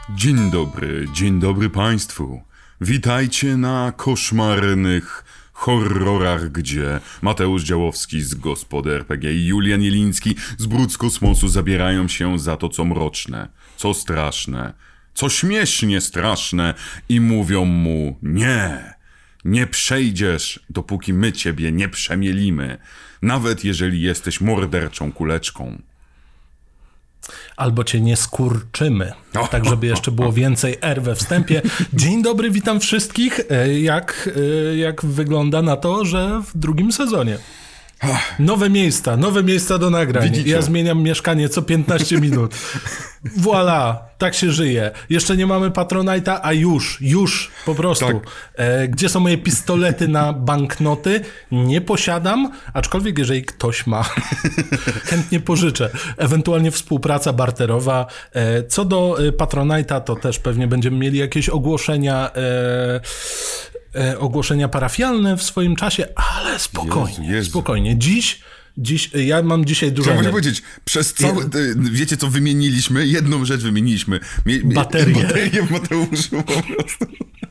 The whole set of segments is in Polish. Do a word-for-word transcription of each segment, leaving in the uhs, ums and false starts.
Dzień dobry, dzień dobry Państwu. Witajcie na koszmarnych horrorach, gdzie Mateusz Działowski z Gospody er pe gie i Julian Jeliński z Brud z Kosmosu zabierają się za to, co mroczne, co straszne, co śmiesznie straszne i mówią mu: nie, nie przejdziesz, dopóki my ciebie nie przemielimy, nawet jeżeli jesteś morderczą kuleczką. Albo cię nie skurczymy, tak żeby jeszcze było więcej R we wstępie. Dzień dobry, witam wszystkich. Jak, jak wygląda na to, że w drugim sezonie nowe miejsca, nowe miejsca do nagrań. Widzicie? Ja zmieniam mieszkanie co piętnaście minut. Voilà, tak się żyje. Jeszcze nie mamy Patronite'a, a już, już, po prostu. Tak. E, gdzie są moje pistolety na banknoty? Nie posiadam, aczkolwiek jeżeli ktoś ma, chętnie pożyczę. Ewentualnie współpraca barterowa. E, co do Patronite'a, to też pewnie będziemy mieli jakieś ogłoszenia e, e, ogłoszenia parafialne w swoim czasie, ale spokojnie, Jezu, Jezu. spokojnie. Dziś Dziś, ja mam dzisiaj dużo... Chciałem powiedzieć, przez cały... Wiecie, co wymieniliśmy? Jedną rzecz wymieniliśmy. Mie, mie, baterię. Baterię w Mateuszu po prostu.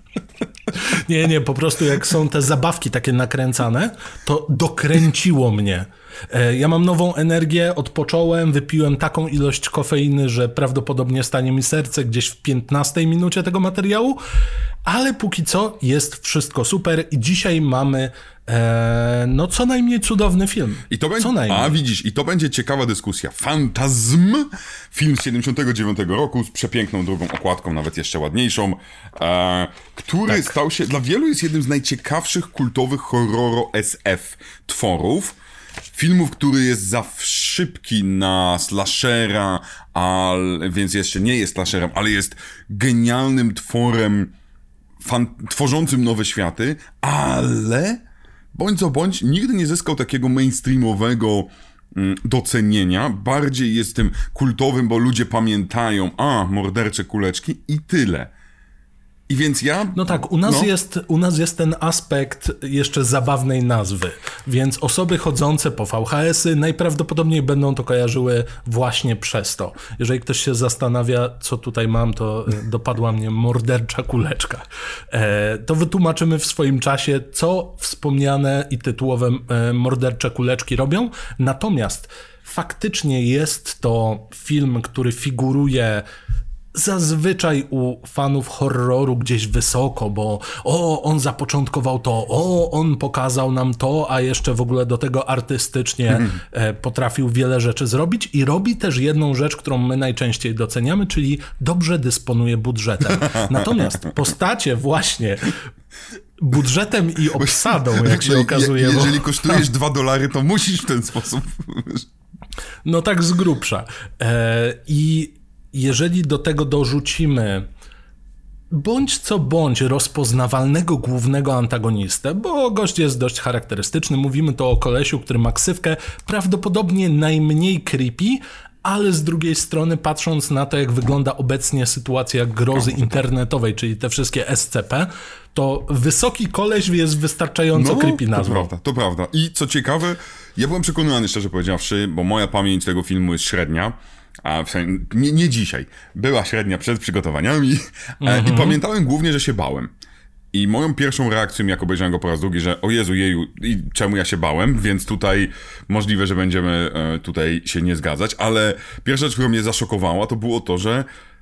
Nie, nie, po prostu jak są te zabawki takie nakręcane, to dokręciło mnie. Ja mam nową energię, odpocząłem, wypiłem taką ilość kofeiny, że prawdopodobnie stanie mi serce gdzieś w piętnastej minucie tego materiału, ale póki co jest wszystko super i dzisiaj mamy e, no co najmniej cudowny film. I to będzie, co najmniej. A widzisz, i to będzie ciekawa dyskusja. Fantazm, film z siedemdziesiątego dziewiątego roku z przepiękną drugą okładką, nawet jeszcze ładniejszą, e, który tak. stał się, dla wielu jest jednym z najciekawszych kultowych horroro es ef tworów. Filmów, który jest za szybki na slashera, al, więc jeszcze nie jest slasherem, ale jest genialnym tworem fan, tworzącym nowe światy, ale bądź co bądź nigdy nie zyskał takiego mainstreamowego mm, docenienia. Bardziej jest tym kultowym, bo ludzie pamiętają, a, mordercze kuleczki i tyle. I więc ja... No tak, u nas, no. jest, u nas jest ten aspekt jeszcze zabawnej nazwy, więc osoby chodzące po vé há esy najprawdopodobniej będą to kojarzyły właśnie przez to. Jeżeli ktoś się zastanawia, co tutaj mam, to dopadła mnie mordercza kuleczka. E, to wytłumaczymy w swoim czasie, co wspomniane i tytułowe e, mordercze kuleczki robią. Natomiast faktycznie jest to film, który figuruje zazwyczaj u fanów horroru gdzieś wysoko, bo o, on zapoczątkował to, o, on pokazał nam to, a jeszcze w ogóle do tego artystycznie mm. e, potrafił wiele rzeczy zrobić i robi też jedną rzecz, którą my najczęściej doceniamy, czyli dobrze dysponuje budżetem. Natomiast postacie właśnie budżetem i obsadą, jak się okazuje. Je, jeżeli bo... kosztujesz dwa dolary, to musisz w ten sposób. No tak z grubsza. E, I jeżeli do tego dorzucimy bądź co bądź rozpoznawalnego głównego antagonistę, bo gość jest dość charakterystyczny, mówimy to o kolesiu, który ma ksywkę prawdopodobnie najmniej creepy, ale z drugiej strony patrząc na to, jak wygląda obecnie sytuacja grozy internetowej, czyli te wszystkie es ce pe, to wysoki koleś jest wystarczająco no, creepy nazwą. To prawda, to prawda. I co ciekawe, ja byłem przekonany, szczerze powiedziawszy, bo moja pamięć tego filmu jest średnia, a w sensie, nie, nie dzisiaj. Była średnia przed przygotowaniami mm-hmm. i pamiętałem głównie, że się bałem. I moją pierwszą reakcją, jak obejrzałem go po raz drugi, że o Jezu, jeju, i czemu ja się bałem, więc tutaj możliwe, że będziemy e, tutaj się nie zgadzać, ale pierwsza rzecz, która mnie zaszokowała, to było to, że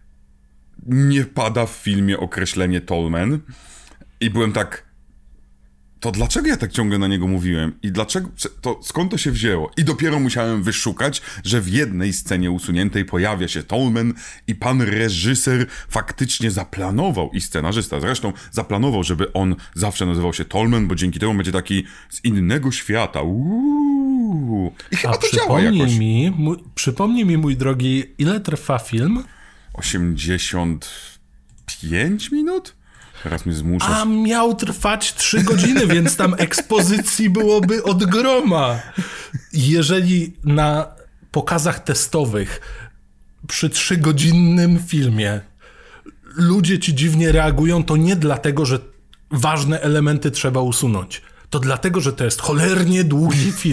nie pada w filmie określenie Tallman i byłem tak, to dlaczego ja tak ciągle na niego mówiłem? I dlaczego, to skąd to się wzięło? I dopiero musiałem wyszukać, że w jednej scenie usuniętej pojawia się Tallman i pan reżyser faktycznie zaplanował, i scenarzysta zresztą zaplanował, żeby on zawsze nazywał się Tallman, bo dzięki temu będzie taki z innego świata. Uuu. I chyba A to działa jakoś. Mi, mój, przypomnij mi, mój drogi, ile trwa film? osiemdziesiąt pięć minut? Teraz mnie zmuszasz. A miał trwać trzy godziny, więc tam ekspozycji byłoby od groma. Jeżeli na pokazach testowych przy trzygodzinnym filmie ludzie ci dziwnie reagują, to nie dlatego, że ważne elementy trzeba usunąć. To dlatego, że to jest cholernie długi film.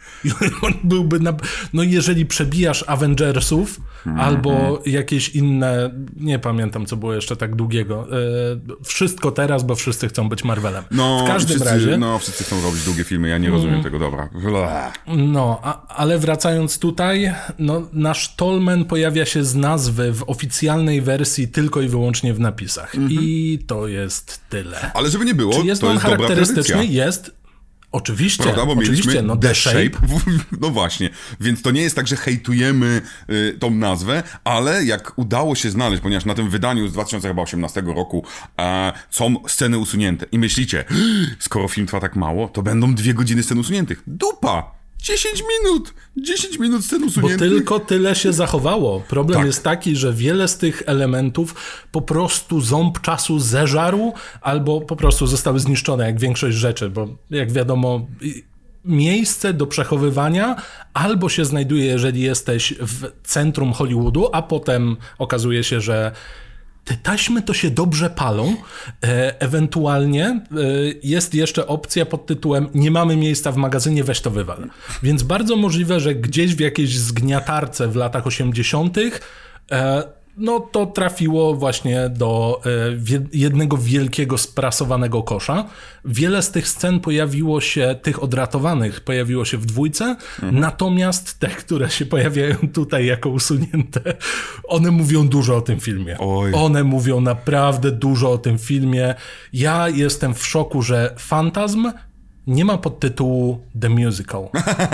I on byłby na... No jeżeli przebijasz Avengersów mm-hmm. albo jakieś inne, nie pamiętam co było jeszcze tak długiego, e, wszystko teraz, bo wszyscy chcą być Marvelem. No, w każdym wszyscy, razie... No, wszyscy chcą robić długie filmy, ja nie rozumiem mm. tego, dobra. No, a, ale wracając tutaj, no, nasz Tolman pojawia się z nazwy w oficjalnej wersji tylko i wyłącznie w napisach. Mm-hmm. I to jest tyle. Ale żeby nie było, Czy jest to on jest charakterystyczny? dobra tradycja. Jest. Oczywiście, Prawda, bo oczywiście, mieliśmy no The The Shape. Shape. No właśnie, więc to nie jest tak, że hejtujemy y, tą nazwę, ale jak udało się znaleźć, ponieważ na tym wydaniu z dwa tysiące osiemnastego roku e, są sceny usunięte i myślicie, skoro film trwa tak mało, to będą dwie godziny scen usuniętych. Dupa! dziesięć minut! dziesięć minut scen usuniętych. Bo tylko tyle się zachowało. Problem tak. jest taki, że wiele z tych elementów po prostu ząb czasu zeżarł, albo po prostu zostały zniszczone, jak większość rzeczy, bo jak wiadomo, miejsce do przechowywania albo się znajduje, jeżeli jesteś w centrum Hollywoodu, a potem okazuje się, że te taśmy to się dobrze palą. E, ewentualnie e, jest jeszcze opcja pod tytułem nie mamy miejsca w magazynie, weź to wywal. Więc bardzo możliwe, że gdzieś w jakiejś zgniatarce w latach osiemdziesiątych e, no to trafiło właśnie do e, jednego wielkiego sprasowanego kosza. Wiele z tych scen pojawiło się, tych odratowanych pojawiło się w dwójce, mhm. natomiast te, które się pojawiają tutaj jako usunięte, one mówią dużo o tym filmie. Oj. One mówią naprawdę dużo o tym filmie. Ja jestem w szoku, że Fantazm nie ma podtytułu The Musical.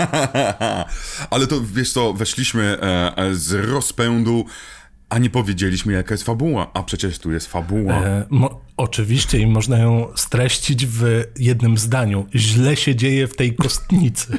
Ale to, wiesz co, weszliśmy e, z rozpędu, a nie powiedzieliśmy, jaka jest fabuła. A przecież tu jest fabuła. E, mo- oczywiście i można ją streścić w jednym zdaniu. Źle się dzieje w tej kostnicy.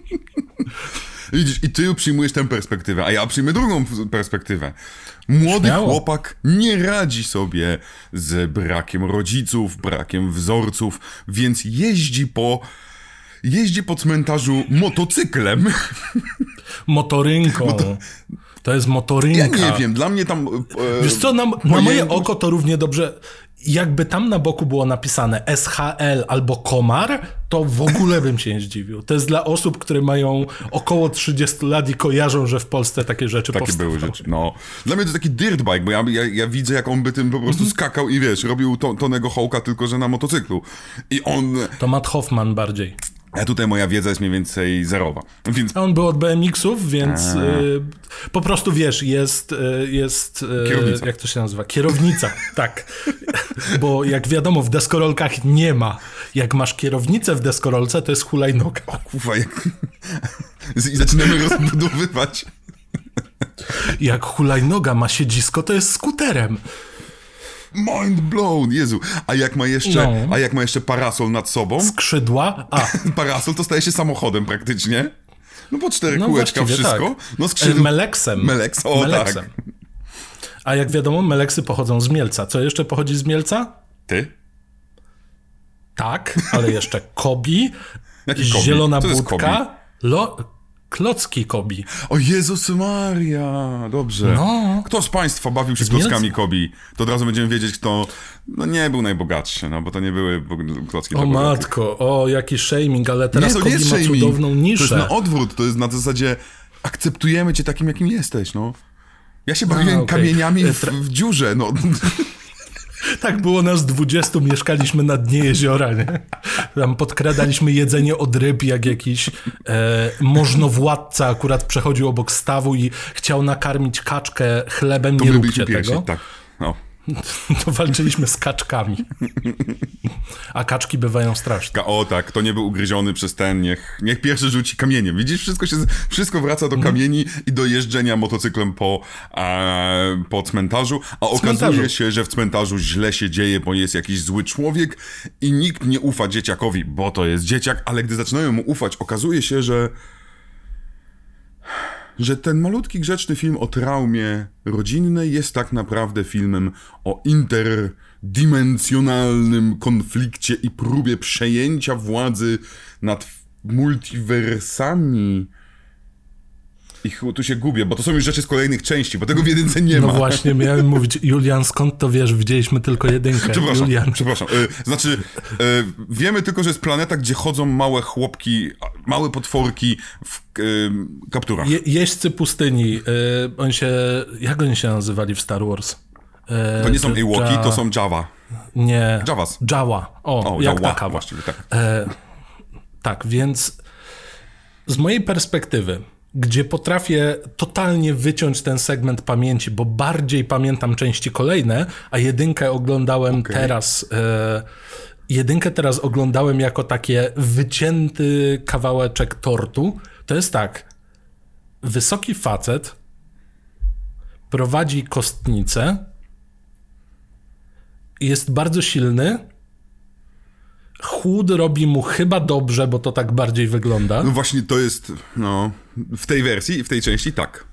Widzisz, i ty przyjmujesz tę perspektywę, a ja przyjmę drugą perspektywę. Młody Śmiało. chłopak nie radzi sobie z brakiem rodziców, brakiem wzorców, więc jeździ po... jeździ po cmentarzu motocyklem. Motorynką. To... To jest motorynka. Ja nie wiem, dla mnie tam... E, Wiesz co, na, na moje oko to równie dobrze... Jakby tam na boku było napisane S H L albo Komar, to w ogóle bym się nie zdziwił. To jest dla osób, które mają około trzydzieści lat i kojarzą, że w Polsce takie rzeczy takie powstały. Takie były rzeczy, no. Dla mnie to taki dirt bike, bo ja, ja, ja widzę, jak on by tym po prostu skakał i wiesz, robił to, Tonego Hawka tylko, że na motocyklu. I on... To Matt Hoffman bardziej. A tutaj moja wiedza jest mniej więcej zerowa. Więc... A on był od B M X-ów, więc y, po prostu wiesz, jest, y, jest y, jak to się nazywa? Kierownica, tak. Bo jak wiadomo, w deskorolkach nie ma. Jak masz kierownicę w deskorolce, to jest hulajnoga. O kurwa, jak... I zaczynamy rozbudowywać. Jak hulajnoga ma siedzisko, to jest skuterem. Mind blown, Jezu. A jak ma jeszcze, no. a jak ma jeszcze parasol nad sobą? Skrzydła? A. Parasol to staje się samochodem praktycznie. No po cztery no kółeczka, wszystko. Tak. No skrzydło... Meleksem. Meleks, o Meleksem. Tak. A jak wiadomo, Meleksy pochodzą z Mielca. Co jeszcze pochodzi z Mielca? Ty? Tak, ale jeszcze Kobi, Jaki Kobi? Zielona Co Budka, lo... Klocki Kobi. O Jezus Maria, dobrze. No. Kto z państwa bawił się z klockami Kobi? To od razu będziemy wiedzieć, kto no nie był najbogatszy, no bo to nie były klocki. O matko, o jaki shaming, ale teraz nie, Kobi nie ma shaming. cudowną niszę. To jest na odwrót, to jest na zasadzie akceptujemy cię takim, jakim jesteś, no. Ja się bawiłem A, okay. kamieniami w, w dziurze, no. Tak było nas dwudziestu, mieszkaliśmy na dnie jeziora, nie? Tam podkradaliśmy jedzenie od ryb, jak jakiś e, możnowładca akurat przechodził obok stawu i chciał nakarmić kaczkę chlebem, to nie róbcie pierwsi, tego. Tak, no. To walczyliśmy z kaczkami. A kaczki bywają straszne. O tak, kto nie był ugryziony przez ten, niech, niech pierwszy rzuci kamieniem. Widzisz, wszystko, się, wszystko wraca do kamieni i do jeżdżenia motocyklem po, e, po cmentarzu, a okazuje cmentarzu. się, że w cmentarzu źle się dzieje, bo jest jakiś zły człowiek i nikt nie ufa dzieciakowi, bo to jest dzieciak, ale gdy zaczynają mu ufać, okazuje się, że że ten malutki, grzeczny film o traumie rodzinnej jest tak naprawdę filmem o interdymensjonalnym konflikcie i próbie przejęcia władzy nad multiversami. I tu się gubię, bo to są już rzeczy z kolejnych części, bo tego w jedynce nie no ma. No właśnie, miałem mówić, Julian, skąd to wiesz? Widzieliśmy tylko jedynkę. Przepraszam, Julian. przepraszam. Y, znaczy, y, wiemy tylko, że jest planeta, gdzie chodzą małe chłopki, małe potworki w y, kapturach. Je, jeźdźcy pustyni. Y, on się, jak oni się nazywali w Star Wars? Y, to nie są czy, Ewoki, ja... to są Java. Nie. Javas. Jawa. O, o jak Jawa, ta kawa. właściwie, tak. E, tak, więc z mojej perspektywy, gdzie potrafię totalnie wyciąć ten segment pamięci, bo bardziej pamiętam części kolejne, a jedynkę oglądałem okay. teraz... E, jedynkę teraz oglądałem jako takie wycięty kawałeczek tortu. To jest tak, wysoki facet prowadzi kostnicę, jest bardzo silny, chłód robi mu chyba dobrze, bo to tak bardziej wygląda. No właśnie to jest, no, w tej wersji, w tej części tak.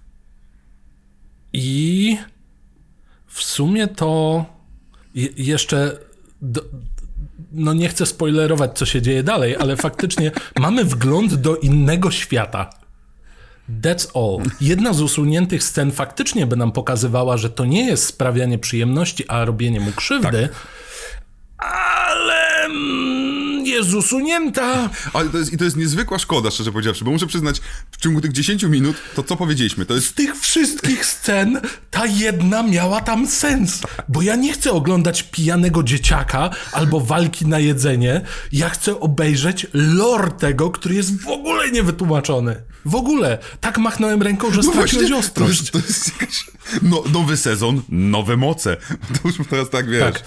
I w sumie to je- jeszcze... Do, no nie chcę spoilerować, co się dzieje dalej, ale faktycznie mamy wgląd do innego świata. That's all. Jedna z usuniętych scen faktycznie by nam pokazywała, że to nie jest sprawianie przyjemności, a robienie mu krzywdy, tak. ale mm, jest usunięta. Ale to jest, i to jest niezwykła szkoda, szczerze powiedziawszy, bo muszę przyznać, w ciągu tych dziesięciu minut, to co powiedzieliśmy, to jest... Z tych wszystkich scen ta jedna miała tam sens, bo ja nie chcę oglądać pijanego dzieciaka albo walki na jedzenie, ja chcę obejrzeć lore tego, który jest w ogóle niewytłumaczony. W ogóle. Tak machnąłem ręką, że no straciłeś właśnie, ostrość. To jest, to jest jakaś... No, nowy sezon, nowe moce. To już teraz tak, wiesz... Tak.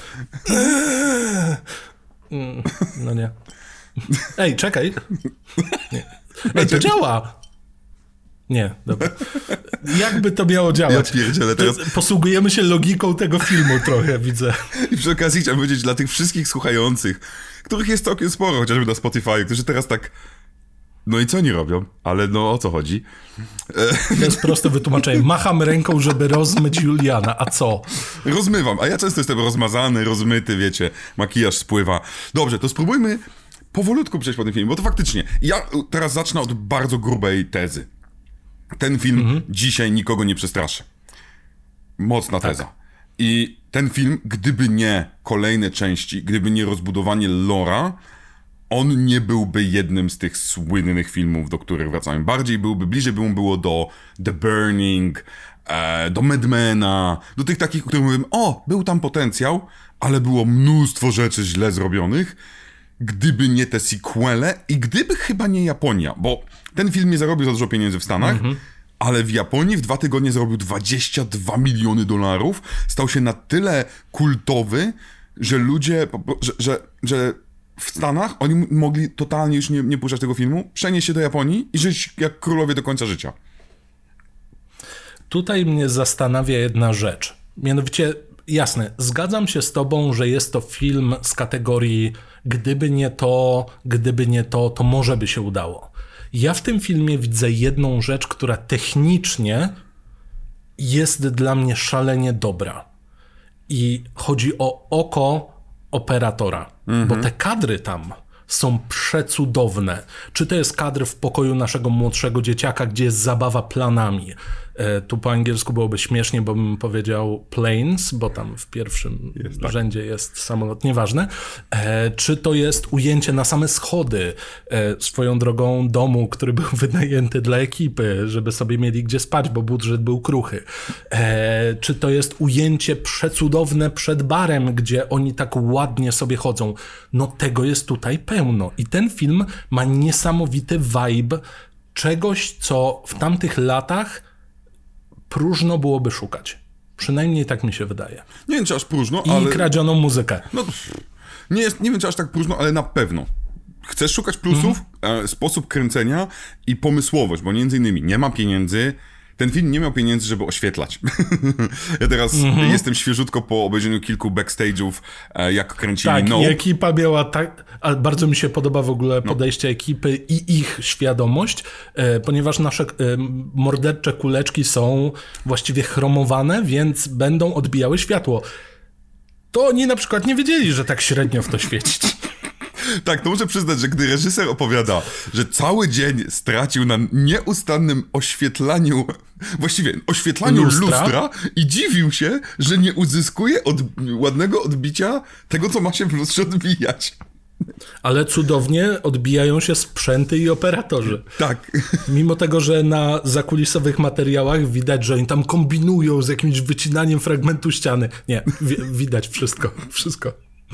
No nie. Ej, czekaj. Nie. Ej, to działa. Nie, dobra. Jakby to miało działać? Ja pierdzielę teraz. Posługujemy się logiką tego filmu trochę, widzę. I przy okazji chciałem powiedzieć dla tych wszystkich słuchających, których jest całkiem sporo, chociażby na Spotify, którzy teraz tak... No i co oni robią? Ale no o co chodzi? To jest proste wytłumaczenie. Macham ręką, żeby rozmyć Juliana. A co? Rozmywam, a ja często jestem rozmazany, rozmyty, wiecie, makijaż spływa. Dobrze, to spróbujmy powolutku przejść po tym filmie, bo to faktycznie, ja teraz zacznę od bardzo grubej tezy. Ten film mhm. dzisiaj nikogo nie przestraszy. Mocna teza. Tak. I ten film, gdyby nie kolejne części, gdyby nie rozbudowanie lora, on nie byłby jednym z tych słynnych filmów, do których wracamy. Bardziej byłby, bliżej by mu było do The Burning, e, do Madmana, do tych takich, o których mówimy, o, był tam potencjał, ale było mnóstwo rzeczy źle zrobionych, gdyby nie te sequele i gdyby chyba nie Japonia, bo ten film nie zarobił za dużo pieniędzy w Stanach, mm-hmm. ale w Japonii w dwa tygodnie zarobił dwadzieścia dwa miliony dolarów, stał się na tyle kultowy, że ludzie, że, że, że w Stanach oni mogli totalnie już nie, nie puszczać tego filmu, przenieść się do Japonii i żyć jak królowie do końca życia. Tutaj mnie zastanawia jedna rzecz. Mianowicie, jasne, zgadzam się z tobą, że jest to film z kategorii gdyby nie to, gdyby nie to, to może by się udało. Ja w tym filmie widzę jedną rzecz, która technicznie jest dla mnie szalenie dobra. I chodzi o oko operatora, mm-hmm. bo te kadry tam są przecudowne. Czy to jest kadr w pokoju naszego młodszego dzieciaka, gdzie jest zabawa planami. E, tu po angielsku byłoby śmiesznie, bo bym powiedział planes, bo tam w pierwszym jest, tak. rzędzie jest samolot, nieważne. E, czy to jest ujęcie na same schody e, swoją drogą domu, który był wynajęty dla ekipy, żeby sobie mieli gdzie spać, bo budżet był kruchy. E, czy to jest ujęcie przecudowne przed barem, gdzie oni tak ładnie sobie chodzą. No tego jest tutaj pełno. I ten film ma niesamowity vibe czegoś, co w tamtych latach próżno byłoby szukać. Przynajmniej tak mi się wydaje. Nie wiem, czy aż próżno, I ale... I kradzioną muzykę. No, nie, jest, nie wiem, czy aż tak próżno, ale na pewno. Chcesz szukać plusów, mm-hmm. e, sposób kręcenia i pomysłowość, bo między innymi nie ma pieniędzy. Ten film nie miał pieniędzy, żeby oświetlać. Ja teraz mm-hmm. jestem świeżutko po obejrzeniu kilku backstage'ów, e, jak kręcili Tak, No. i ekipa miała tak... A bardzo mi się podoba w ogóle podejście no. ekipy i ich świadomość, e, ponieważ nasze e, mordercze kuleczki są właściwie chromowane, więc będą odbijały światło. To oni na przykład nie wiedzieli, że tak średnio w to świecić. Tak, to muszę przyznać, że gdy reżyser opowiada, że cały dzień stracił na nieustannym oświetlaniu, właściwie oświetlaniu lustra, lustra i dziwił się, że nie uzyskuje od, ładnego odbicia tego, co ma się w lustrze odbijać. Ale cudownie odbijają się sprzęty i operatorzy. Tak. Mimo tego, że na zakulisowych materiałach widać, że oni tam kombinują z jakimś wycinaniem fragmentu ściany. Nie, wi- widać wszystko, wszystko.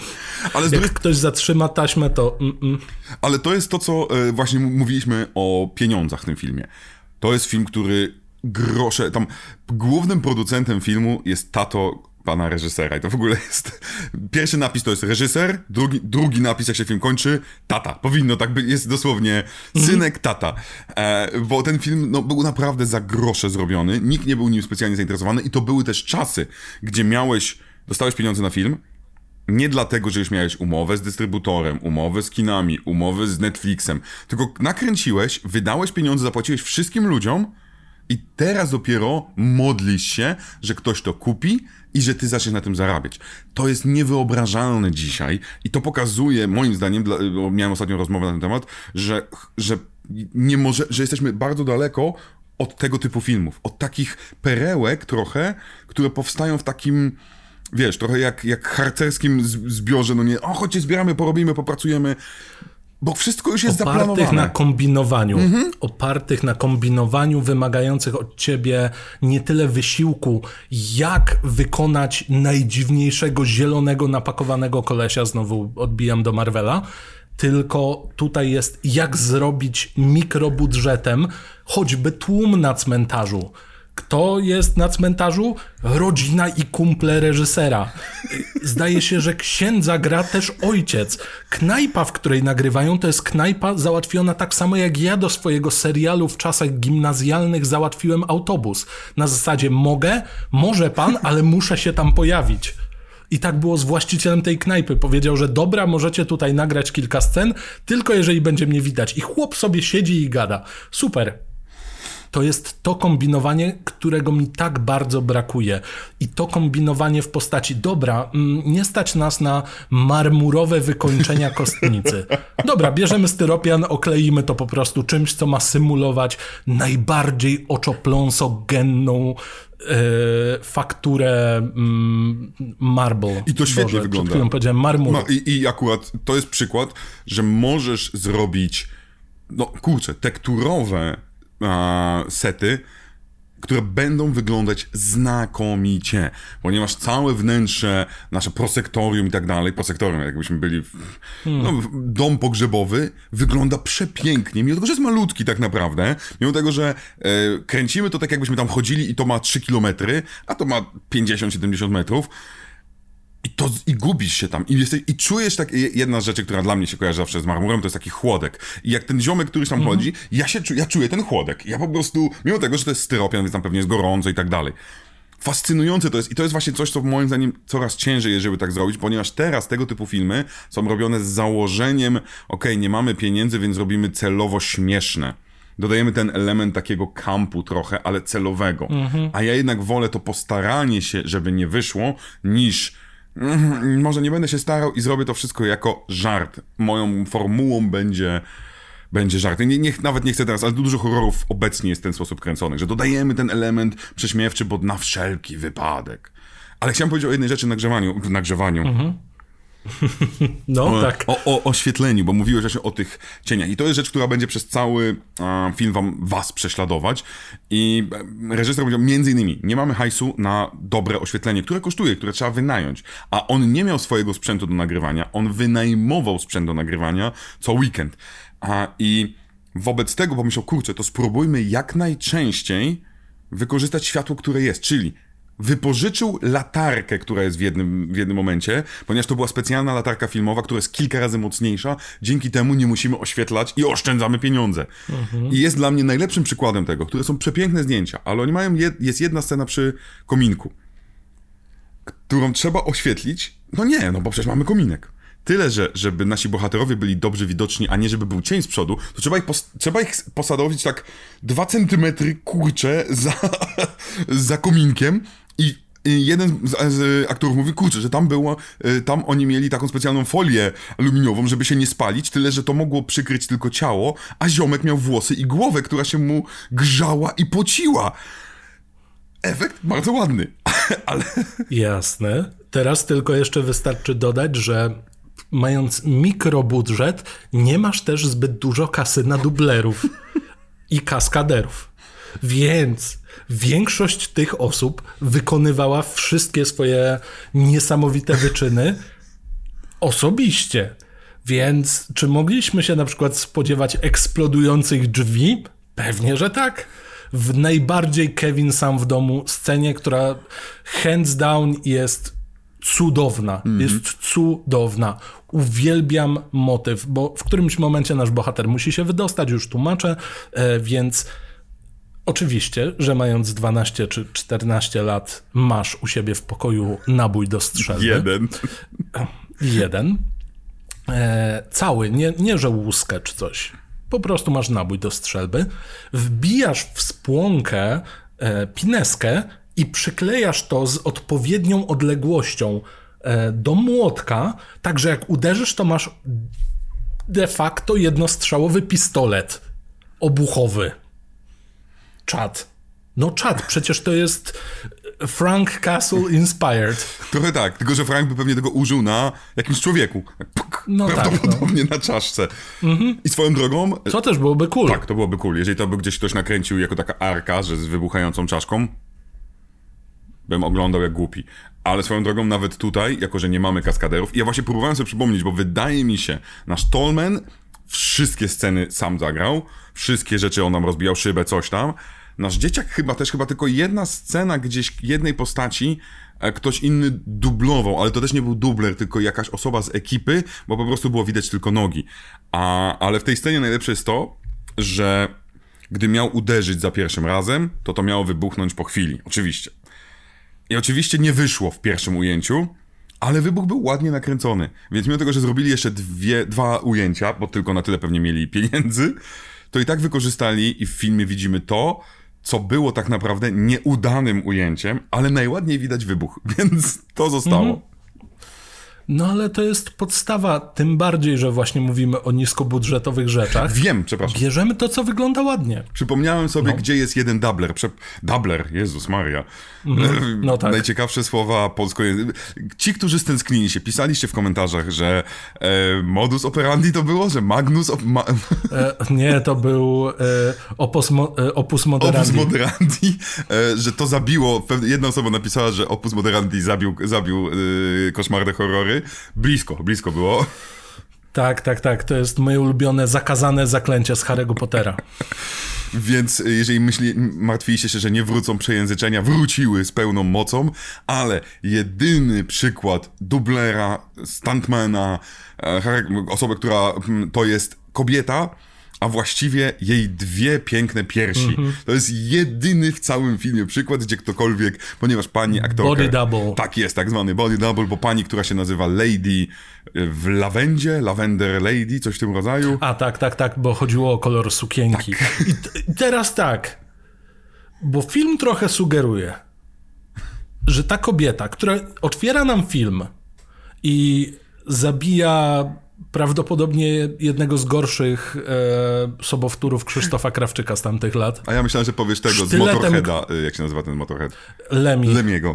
Ale Jak drugiej... ktoś zatrzyma taśmę, to... Mm-mm. Ale to jest to, co e, właśnie mówiliśmy o pieniądzach w tym filmie. To jest film, który grosze... Tam głównym producentem filmu jest tato pana reżysera. I to w ogóle jest... Pierwszy napis to jest reżyser, drugi, drugi napis, jak się film kończy, tata. Powinno tak być, jest dosłownie synek, tata. E, bo ten film no, był naprawdę za grosze zrobiony. Nikt nie był nim specjalnie zainteresowany i to były też czasy, gdzie miałeś... Dostałeś pieniądze na film, nie dlatego, że już miałeś umowę z dystrybutorem, umowę z kinami, umowę z Netflixem, tylko nakręciłeś, wydałeś pieniądze, zapłaciłeś wszystkim ludziom i teraz dopiero modlisz się, że ktoś to kupi i że ty zaczniesz na tym zarabiać. To jest niewyobrażalne dzisiaj i to pokazuje, moim zdaniem, dla, miałem ostatnią rozmowę na ten temat, że, że, nie może, że jesteśmy bardzo daleko od tego typu filmów, od takich perełek trochę, które powstają w takim... Wiesz, trochę jak, jak harcerskim zbiorze, no nie, o chodźcie, zbieramy, porobimy, popracujemy, bo wszystko już jest opartych zaplanowane. na kombinowaniu, mhm. opartych na kombinowaniu, wymagających od ciebie nie tyle wysiłku, jak wykonać najdziwniejszego zielonego, napakowanego kolesia, znowu odbijam do Marvela, tylko tutaj jest jak zrobić mikrobudżetem choćby tłum na cmentarzu. Kto jest na cmentarzu? Rodzina i kumple reżysera. Zdaje się, że księdza gra też ojciec. Knajpa, w której nagrywają, to jest knajpa załatwiona tak samo jak ja do swojego serialu w czasach gimnazjalnych załatwiłem autobus. Na zasadzie mogę, może pan, ale muszę się tam pojawić. I tak było z właścicielem tej knajpy. Powiedział, że dobra, możecie tutaj nagrać kilka scen, tylko jeżeli będzie mnie widać. I chłop sobie siedzi i gada. Super. To jest to kombinowanie, którego mi tak bardzo brakuje. I to kombinowanie w postaci, dobra, nie stać nas na marmurowe wykończenia kostnicy. Dobra, bierzemy styropian, okleimy to po prostu czymś, co ma symulować najbardziej oczopląsogenną e, fakturę mm, marble. I to świetnie Boże, wygląda. Przed chwilą powiedziałem marmur. No i, i akurat to jest przykład, że możesz zrobić, no kurczę, tekturowe sety, które będą wyglądać znakomicie, ponieważ całe wnętrze, nasze prosektorium i tak dalej, prosektorium, jakbyśmy byli w, hmm. no, dom pogrzebowy, wygląda przepięknie, mimo tego, że jest malutki tak naprawdę, mimo tego, że e, kręcimy to tak, jakbyśmy tam chodzili i to ma trzy kilometry, a to ma pięćdziesiąt siedemdziesiąt metrów, I, to, I gubisz się tam. I, jesteś, I czujesz tak. Jedna z rzeczy, która dla mnie się kojarzy zawsze z marmurem, to jest taki chłodek. I jak ten ziomek, któryś tam mm-hmm. chodzi, ja się ja czuję ten chłodek. Ja po prostu, mimo tego, że to jest styropian, więc tam pewnie jest gorąco i tak dalej. Fascynujące to jest. I to jest właśnie coś, co moim zdaniem coraz ciężej jest, żeby tak zrobić, ponieważ teraz tego typu filmy są robione z założeniem, okej, okay, nie mamy pieniędzy, więc robimy celowo śmieszne. Dodajemy ten element takiego kampu trochę, ale celowego. Mm-hmm. A ja jednak wolę to postaranie się, żeby nie wyszło, niż Mm, może nie będę się starał i zrobię to wszystko jako żart. Moją formułą będzie, będzie żart. Nie, nie, nawet nie chcę teraz, ale dużo horrorów obecnie jest w ten sposób kręconych, że dodajemy ten element prześmiewczy, bo na wszelki wypadek. Ale chciałem powiedzieć o jednej rzeczy, nagrzewaniu. W nagrzewaniu. Mhm. No, o, tak. O, o oświetleniu, bo mówiłeś właśnie o tych cieniach. I to jest rzecz, która będzie przez cały a, film wam, was prześladować. I reżyser powiedział, między innymi, nie mamy hajsu na dobre oświetlenie, które kosztuje, które trzeba wynająć. A on nie miał swojego sprzętu do nagrywania, on wynajmował sprzęt do nagrywania co weekend. A, I wobec tego pomyślał, kurczę, to spróbujmy jak najczęściej wykorzystać światło, które jest, czyli wypożyczył latarkę, która jest w jednym, w jednym momencie, ponieważ to była specjalna latarka filmowa, która jest kilka razy mocniejsza, dzięki temu nie musimy oświetlać i oszczędzamy pieniądze. Mhm. I jest dla mnie najlepszym przykładem tego, które są przepiękne zdjęcia, ale oni mają, jed, jest jedna scena przy kominku, którą trzeba oświetlić. No nie, no bo przecież mamy kominek. Tyle, że żeby nasi bohaterowie byli dobrze widoczni, a nie żeby był cień z przodu, to trzeba ich, pos- trzeba ich posadowić tak dwa centymetry, kurcze, za, za kominkiem i I jeden z, z aktorów mówi, kurczę, że tam było, tam oni mieli taką specjalną folię aluminiową, żeby się nie spalić, tyle, że to mogło przykryć tylko ciało, a ziomek miał włosy i głowę, która się mu grzała i pociła. Efekt bardzo ładny, ale... Jasne. Teraz tylko jeszcze wystarczy dodać, że mając mikrobudżet, nie masz też zbyt dużo kasy na dublerów i kaskaderów. Więc większość tych osób wykonywała wszystkie swoje niesamowite wyczyny osobiście. Więc czy mogliśmy się na przykład spodziewać eksplodujących drzwi? Pewnie, że tak. W najbardziej Kevin sam w domu scenie, która hands down jest cudowna. Mm-hmm. Jest cudowna. Uwielbiam motyw, bo w którymś momencie nasz bohater musi się wydostać, już tłumaczę, e, więc oczywiście, że mając dwanaście czy czternaście lat masz u siebie w pokoju nabój do strzelby. Jeden. Jeden. E, cały, nie, nie że łuskę czy coś. Po prostu masz nabój do strzelby, wbijasz w spłonkę e, pineskę i przyklejasz to z odpowiednią odległością e, do młotka, tak że jak uderzysz, to masz de facto jednostrzałowy pistolet obuchowy. Czad. No czad, przecież to jest Frank Castle inspired. Trochę tak, tylko że Frank by pewnie tego użył na jakimś człowieku. No prawdopodobnie tak, no. na czaszce. Mm-hmm. I swoją drogą... Co też byłoby cool. Tak, to byłoby cool. Jeżeli to by gdzieś ktoś nakręcił jako taka arka, że z wybuchającą czaszką, bym oglądał jak głupi. Ale swoją drogą nawet tutaj, jako że nie mamy kaskaderów, i ja właśnie próbowałem sobie przypomnieć, bo wydaje mi się, nasz Tolman wszystkie sceny sam zagrał, wszystkie rzeczy on nam rozbijał szybę, coś tam. Nasz dzieciak chyba też, chyba tylko jedna scena gdzieś jednej postaci ktoś inny dublował, ale to też nie był dubler, tylko jakaś osoba z ekipy, bo po prostu było widać tylko nogi. A, ale w tej scenie najlepsze jest to, że gdy miał uderzyć za pierwszym razem, to to miało wybuchnąć po chwili, oczywiście. I oczywiście nie wyszło w pierwszym ujęciu, ale wybuch był ładnie nakręcony. Więc mimo tego, że zrobili jeszcze dwie, dwa ujęcia, bo tylko na tyle pewnie mieli pieniędzy, to i tak wykorzystali i w filmie widzimy to, co było tak naprawdę nieudanym ujęciem, ale najładniej widać wybuch, więc to zostało. Mhm. No ale to jest podstawa, tym bardziej, że właśnie mówimy o niskobudżetowych rzeczach. Wiem, przepraszam. Bierzemy to, co wygląda ładnie. Przypomniałem sobie, no. gdzie jest jeden dubler. Prze... Dubler, Jezus Maria. Mhm. No tak. Najciekawsze słowa polsko-języczne. Ci, którzy stęsknili się, pisaliście w komentarzach, że e, modus operandi to było, że magnus... Op... Ma... E, nie, to był e, opus, mo, e, opus moderandi. Opus moderandi, e, że to zabiło... Jedna osoba napisała, że opus moderandi zabił, zabił e, koszmarne horrory. Blisko, blisko było. Tak, tak, tak. To jest moje ulubione zakazane zaklęcie z Harry'ego Pottera. Więc jeżeli myśli, martwiliście się, że nie wrócą przejęzyczenia, wróciły z pełną mocą, ale jedyny przykład dublera, stuntmana, osoby, która to jest kobieta, a właściwie jej dwie piękne piersi. Mm-hmm. To jest jedyny w całym filmie przykład, gdzie ktokolwiek, ponieważ pani aktorka... Body double. Tak jest, tak zwany body double, bo pani, która się nazywa Lady w lawendzie, Lavender Lady, coś w tym rodzaju. A tak, tak, tak, bo chodziło o kolor sukienki. Tak. I, t- I teraz tak, bo film trochę sugeruje, że ta kobieta, która otwiera nam film i zabija... prawdopodobnie jednego z gorszych e, sobowtórów Krzysztofa Krawczyka z tamtych lat. A ja myślałem, że powiesz tego Sztyletem... z Motorheada. Jak się nazywa ten Motorhead? Lemmy. Lemiego.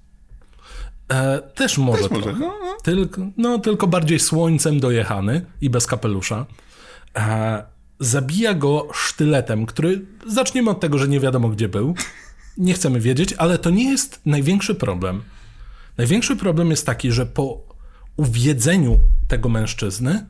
E, też może też trochę. Może. No, no. Tylko, no, tylko bardziej słońcem dojechany i bez kapelusza. E, zabija go sztyletem, który... Zacznijmy od tego, że nie wiadomo gdzie był. Nie chcemy wiedzieć, ale to nie jest największy problem. Największy problem jest taki, że po uwiedzeniu tego mężczyzny,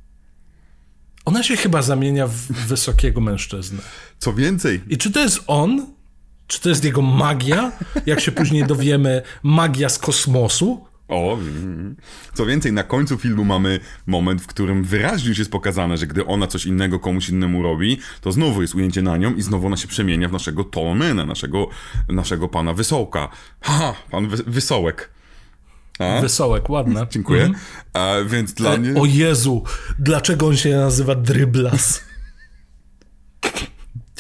ona się chyba zamienia w wysokiego mężczyznę. Co więcej... I czy to jest on? Czy to jest jego magia? Jak się później dowiemy, magia z kosmosu? O, co więcej, na końcu filmu mamy moment, w którym wyraźnie już jest pokazane, że gdy ona coś innego komuś innemu robi, to znowu jest ujęcie na nią i znowu ona się przemienia w naszego Tolmana, naszego, naszego pana Wysołka. Ha, pan Wy- Wysołek. A? Wysołek, ładne. Dziękuję. Mhm. A, więc dla e, mnie... O Jezu, dlaczego on się nazywa Dryblas?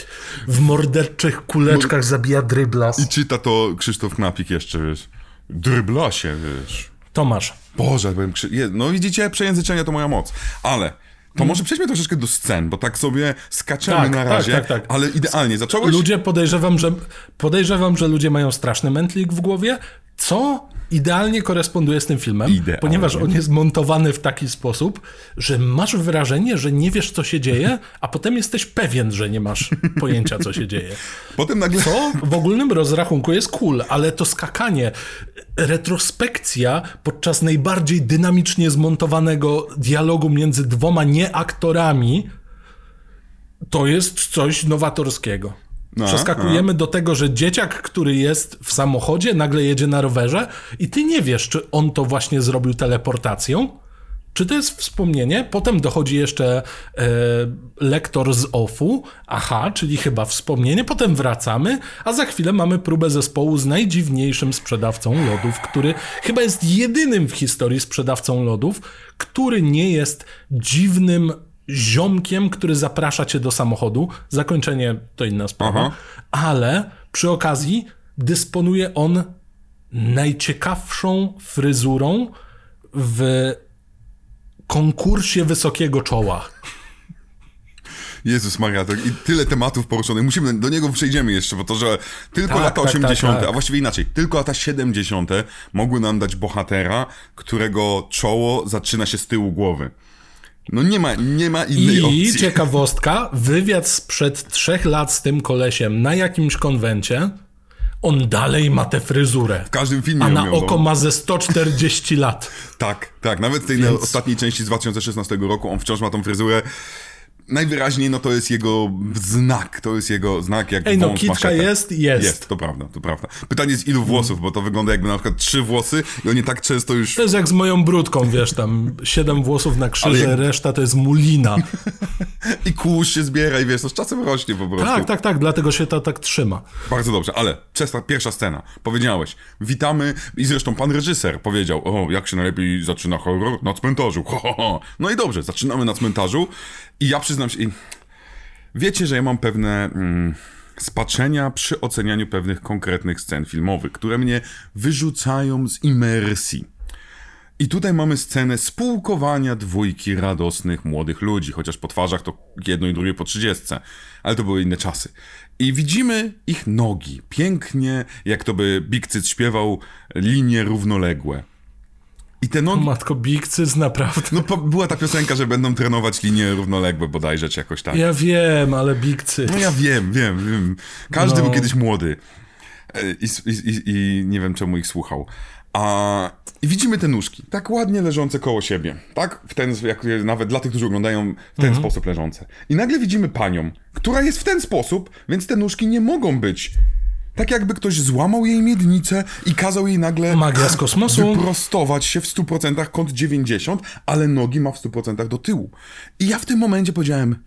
w morderczych kuleczkach zabija dryblas. I czyta to Krzysztof Knapik jeszcze, wiesz. Dryblasie, wiesz. Tomasz. Boże, byłem krzy... Je... No widzicie, przejęzyczenie to moja moc. Ale to hmm. może przejdźmy troszeczkę do scen, bo tak sobie skaczemy tak, na razie, tak, tak, tak. ale idealnie. Zacząłeś... Ludzie, podejrzewam, że podejrzewam, że ludzie mają straszny mętlik w głowie, co idealnie koresponduje z tym filmem, Idealnie. Ponieważ on jest montowany w taki sposób, że masz wrażenie, że nie wiesz, co się dzieje, a potem jesteś pewien, że nie masz pojęcia, co się dzieje. Potem nagle... Co w ogólnym rozrachunku jest cool, ale to skakanie, retrospekcja podczas najbardziej dynamicznie zmontowanego dialogu między dwoma nieaktorami, to jest coś nowatorskiego. No, Przeskakujemy no. do tego, że dzieciak, który jest w samochodzie, nagle jedzie na rowerze i ty nie wiesz, czy on to właśnie zrobił teleportacją, czy to jest wspomnienie. Potem dochodzi jeszcze e, lektor z offu, aha, czyli chyba wspomnienie, potem wracamy, a za chwilę mamy próbę zespołu z najdziwniejszym sprzedawcą lodów, który chyba jest jedynym w historii sprzedawcą lodów, który nie jest dziwnym ziomkiem, który zaprasza cię do samochodu. Zakończenie to inna sprawa. Aha. Ale przy okazji dysponuje on najciekawszą fryzurą w konkursie wysokiego czoła. Jezus Maria, to i tyle tematów poruszonych. Musimy, do niego przejdziemy jeszcze, bo to, że tylko tak, lata tak, osiemdziesiąte, tak, tak. a właściwie inaczej, tylko lata siedemdziesiąte mogły nam dać bohatera, którego czoło zaczyna się z tyłu głowy. No nie ma, nie ma innej I opcji. I ciekawostka, wywiad sprzed trzech lat z tym kolesiem na jakimś konwencie, on dalej ma tę fryzurę. W każdym filmie A na oko ma ze sto czterdzieści lat. Tak, tak. Nawet w tej Więc... ostatniej części z dwa tysiące szesnastego roku on wciąż ma tą fryzurę. Najwyraźniej, no to jest jego znak, to jest jego znak, jak Ej, no kitka jest, jest. Jest, to prawda, to prawda. Pytanie jest ilu włosów, bo to wygląda jakby na przykład trzy włosy i oni tak często już... To jest jak z moją brudką, wiesz, tam siedem włosów na krzyże, jak... reszta to jest mulina. I kurz się zbiera i wiesz, to z czasem rośnie po prostu. Tak, tak, tak, dlatego się to tak trzyma. Bardzo dobrze, ale przesta, pierwsza scena, powiedziałeś, witamy i zresztą pan reżyser powiedział, o, jak się najlepiej zaczyna horror? Na cmentarzu, ho, ho, ho. No i dobrze, zaczynamy na cmentarzu. I ja przyznam się, wiecie, że ja mam pewne mm, spaczenia przy ocenianiu pewnych konkretnych scen filmowych, które mnie wyrzucają z imersji. I tutaj mamy scenę spółkowania dwójki radosnych młodych ludzi, chociaż po twarzach to jedno i drugie po trzydziestce, ale to były inne czasy. I widzimy ich nogi, pięknie, jak to by Big Cyt śpiewał, linie równoległe. I te nogi... Matko, Big Cyt, naprawdę. No po, była ta piosenka, że będą trenować linie równoległe bodajże, czy jakoś tak. Ja wiem, ale Big Cyt. No ja wiem, wiem, wiem. Każdy no. był kiedyś młody. I, i, i, I nie wiem, czemu ich słuchał. A i widzimy te nóżki, tak ładnie leżące koło siebie. Tak? W ten, jak, nawet dla tych, którzy oglądają w ten mhm. sposób leżące. I nagle widzimy panią, która jest w ten sposób, więc te nóżki nie mogą być... Tak jakby ktoś złamał jej miednicę i kazał jej nagle magia z kosmosu wyprostować się w stu procentach kąt dziewięćdziesiąt, ale nogi ma w stu procentach do tyłu. I ja w tym momencie powiedziałem,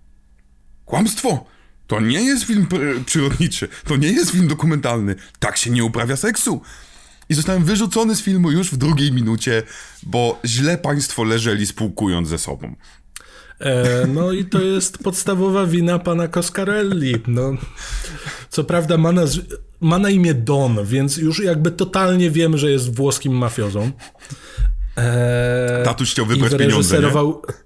kłamstwo, to nie jest film pr- przyrodniczy, to nie jest film dokumentalny, tak się nie uprawia seksu. I zostałem wyrzucony z filmu już w drugiej minucie, bo źle państwo leżeli spółkując ze sobą. E, no i to jest podstawowa wina pana Coscarelli. No, co prawda ma na, ma na imię Don, więc już jakby totalnie wiemy, że jest włoskim mafiozą. E, Tatuś chciał wybrać pieniądze, nie?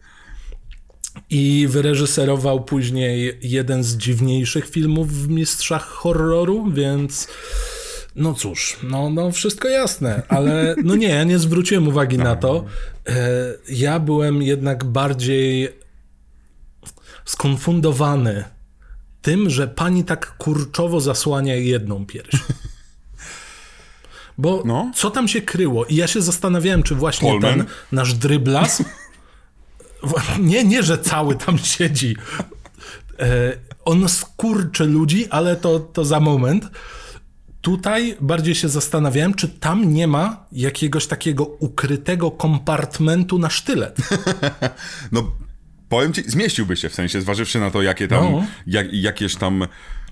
I wyreżyserował później jeden z dziwniejszych filmów w mistrzach horroru, więc... No cóż, no, no wszystko jasne, ale no nie, ja nie zwróciłem uwagi na to. Ja byłem jednak bardziej skonfundowany tym, że pani tak kurczowo zasłania jedną pierś. Bo no. co tam się kryło? I ja się zastanawiałem, czy właśnie Polman? ten nasz dryblas... Nie, nie, że cały tam siedzi. On skurczy ludzi, ale to, to za moment... Tutaj bardziej się zastanawiałem, czy tam nie ma jakiegoś takiego ukrytego kompartmentu na sztylet. No, powiem ci, zmieściłby się w sensie, zważywszy na to, jakie tam, no. jak, jakieś tam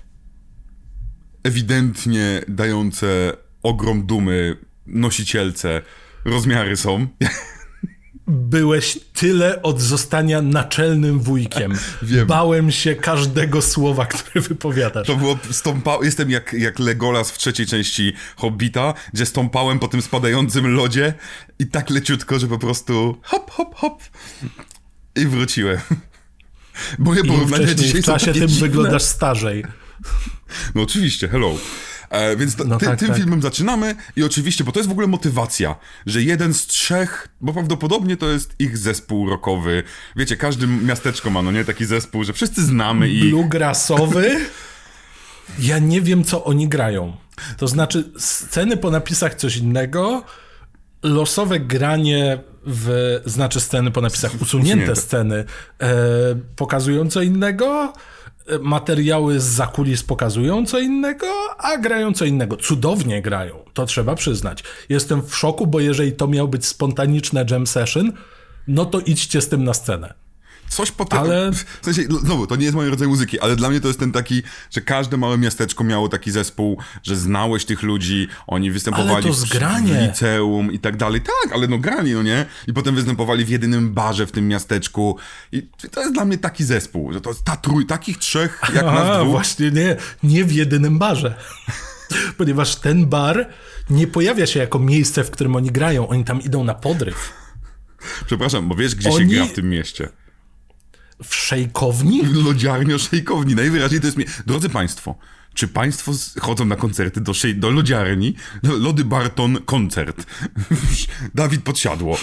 ewidentnie dające ogrom dumy nosicielce rozmiary są. byłeś tyle od zostania naczelnym wujkiem. Wiem. Bałem się każdego słowa, które wypowiadasz. To było, stąpa... jestem jak, jak Legolas w trzeciej części Hobbita, gdzie stąpałem po tym spadającym lodzie i tak leciutko, że po prostu hop, hop, hop i wróciłem. Moje porównania dzisiaj w czasie są tym dziwne. wyglądasz starzej. No oczywiście, hello. E, więc to, no ty, tak, tym tak. filmem zaczynamy i oczywiście, bo to jest w ogóle motywacja, że jeden z trzech, bo prawdopodobnie to jest ich zespół rockowy. Wiecie, każde miasteczko ma, no nie, taki zespół, że wszyscy znamy ich. Bluegrassowy? Ja nie wiem, co oni grają. To znaczy, sceny po napisach coś innego, losowe granie w, znaczy sceny po napisach, usunięte Usunięte. sceny e, pokazują co innego, e, materiały z zakulis pokazują co innego, a grają co innego. Cudownie grają, to trzeba przyznać. Jestem w szoku, bo jeżeli to miał być spontaniczne jam session, no to idźcie z tym na scenę. Coś potem, Ale- w sensie, znowu, to nie jest mój rodzaj muzyki, ale dla mnie to jest ten taki, że każde małe miasteczko miało taki zespół, że znałeś tych ludzi, oni występowali Ale to w, zgranie. w liceum i tak dalej. Tak, ale no grali, no nie? I potem występowali w jedynym barze w tym miasteczku i to jest dla mnie taki zespół, że to jest ta trój, takich trzech jak nas A, dwóch. właśnie nie, nie w jedynym barze. Ponieważ ten bar nie pojawia się jako miejsce, w którym oni grają, oni tam idą na podryw. Przepraszam, bo wiesz, gdzie Oni- się gra w tym mieście? W szejkowni? Lodziarnio szejkowni. Najwyraźniej to jest... Mie- Drodzy Państwo, czy Państwo z- chodzą na koncerty do, szej- do lodziarni? Lody Barton koncert. Dawid Podsiadło.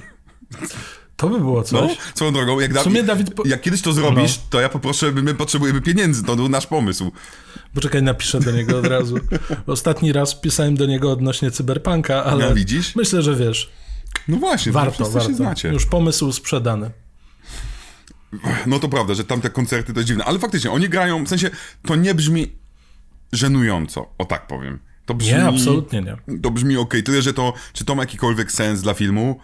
To by było coś. No, swoją drogą, jak, W sumie da- Dawid po- jak kiedyś to zrobisz, No. to ja poproszę, my potrzebujemy pieniędzy, to był nasz pomysł. Poczekaj, napiszę do niego od razu. Ostatni raz pisałem do niego odnośnie cyberpunka, ale No, widzisz? myślę, że wiesz, No właśnie, warto, wszyscy warto. się znacie. Już pomysł sprzedany. No to prawda, że tamte koncerty to jest dziwne, ale faktycznie, oni grają, w sensie, to nie brzmi żenująco, o tak powiem. To brzmi, Nie, absolutnie nie. To brzmi okej, tyle, że to, czy to ma jakikolwiek sens dla filmu?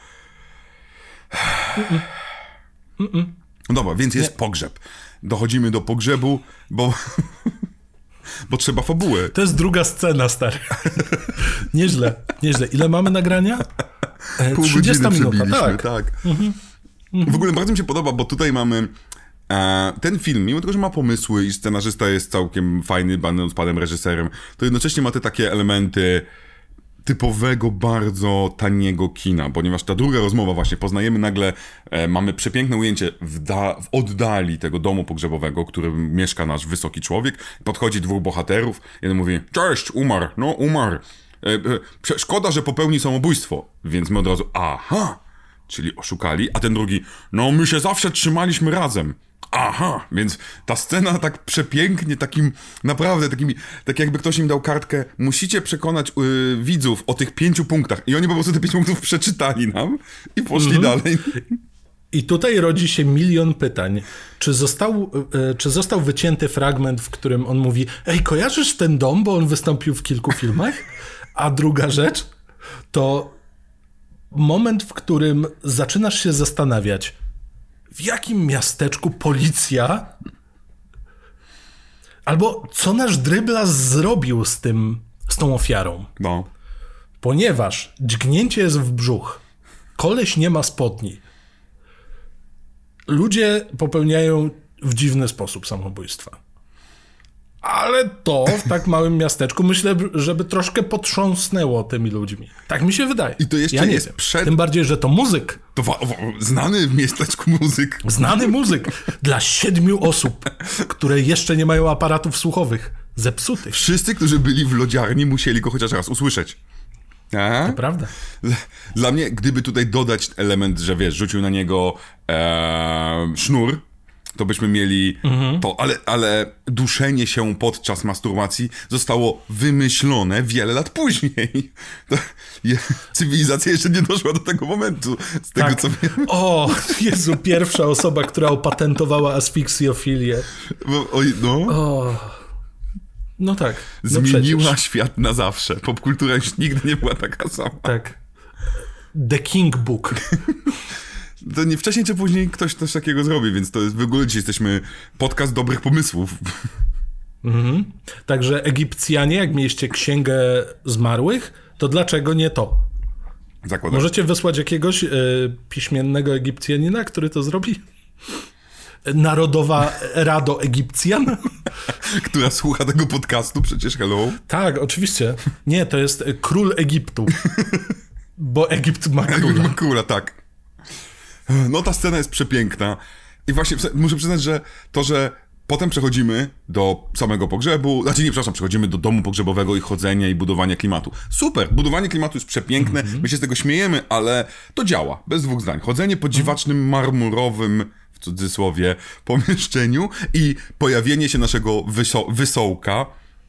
No dobra, więc jest pogrzeb. Dochodzimy do pogrzebu, bo... bo trzeba fabułę. To jest druga scena, stary. Nieźle, nieźle. Ile mamy nagrania? E, Pół trzydziesta godziny minuta, przebiliśmy, tak. tak. W ogóle bardzo mi się podoba, bo tutaj mamy e, ten film, mimo tego, że ma pomysły i scenarzysta jest całkiem fajny, będąc panem reżyserem, to jednocześnie ma te takie elementy typowego, bardzo taniego kina, ponieważ ta druga rozmowa właśnie, poznajemy nagle, e, mamy przepiękne ujęcie w, da, w oddali tego domu pogrzebowego, w którym mieszka nasz wysoki człowiek, podchodzi dwóch bohaterów, jeden mówi, cześć, umarł, no umarł, e, e, szkoda, że popełni samobójstwo, więc my od razu, aha, czyli oszukali, a ten drugi, no my się zawsze trzymaliśmy razem. Aha, więc ta scena tak przepięknie, takim, naprawdę takimi, tak jakby ktoś im dał kartkę, musicie przekonać y, widzów o tych pięciu punktach i oni po prostu te pięć punktów przeczytali nam i poszli Mhm. dalej. I tutaj rodzi się milion pytań. Czy został, e, czy został wycięty fragment, w którym on mówi, ej, kojarzysz ten dom, bo on wystąpił w kilku filmach? A druga rzecz to moment, w którym zaczynasz się zastanawiać, w jakim miasteczku policja albo co nasz dryblas zrobił z tym, z tą ofiarą. No. Ponieważ dźgnięcie jest w brzuch. Koleś nie ma spodni. Ludzie popełniają w dziwny sposób samobójstwa. Ale to w tak małym miasteczku myślę, żeby troszkę potrząsnęło tymi ludźmi. Tak mi się wydaje. I to jeszcze ja nie jest wiem. przed- Tym bardziej, że to muzyk. To wa- wa- znany w miasteczku muzyk. Znany muzyk dla siedmiu osób, które jeszcze nie mają aparatów słuchowych. Zepsutych. Wszyscy, którzy byli w lodziarni, musieli go chociaż raz usłyszeć. A? Prawda. Dla mnie, gdyby tutaj dodać element, że wiesz, rzucił na niego e, sznur, to byśmy mieli Mhm. to, ale, ale duszenie się podczas masturbacji zostało wymyślone wiele lat później. To, je, cywilizacja jeszcze nie doszła do tego momentu, z tego Tak. co wiem. O, Jezu, pierwsza osoba, która opatentowała asfiksjofilię. Bo, oj, no, O, no tak. No zmieniła przecież. świat na zawsze. Popkultura już nigdy nie była taka sama. Tak. The King Book. To nie wcześniej czy później ktoś coś takiego zrobi, więc to jest w ogóle dzisiaj jesteśmy podcast dobrych pomysłów. Mhm. Także Egipcjanie, jak mieliście księgę zmarłych, to dlaczego nie to? Zakładam. Możecie wysłać jakiegoś y, piśmiennego Egipcjanina, który to zrobi? Narodowa Rado Egipcjan? Która słucha tego podcastu, przecież hello. Tak, oczywiście. Nie, to jest król Egiptu. Bo Egipt ma króla. Egipt ma króla, tak. No ta scena jest przepiękna. I właśnie muszę przyznać, że to, że potem przechodzimy do samego pogrzebu, znaczy nie, przepraszam, przechodzimy do domu pogrzebowego i chodzenia i budowania klimatu. Super, budowanie klimatu jest przepiękne, mm-hmm. my się z tego śmiejemy, ale to działa, bez dwóch zdań. Chodzenie po dziwacznym, marmurowym, w cudzysłowie, pomieszczeniu i pojawienie się naszego wyso- wysołka.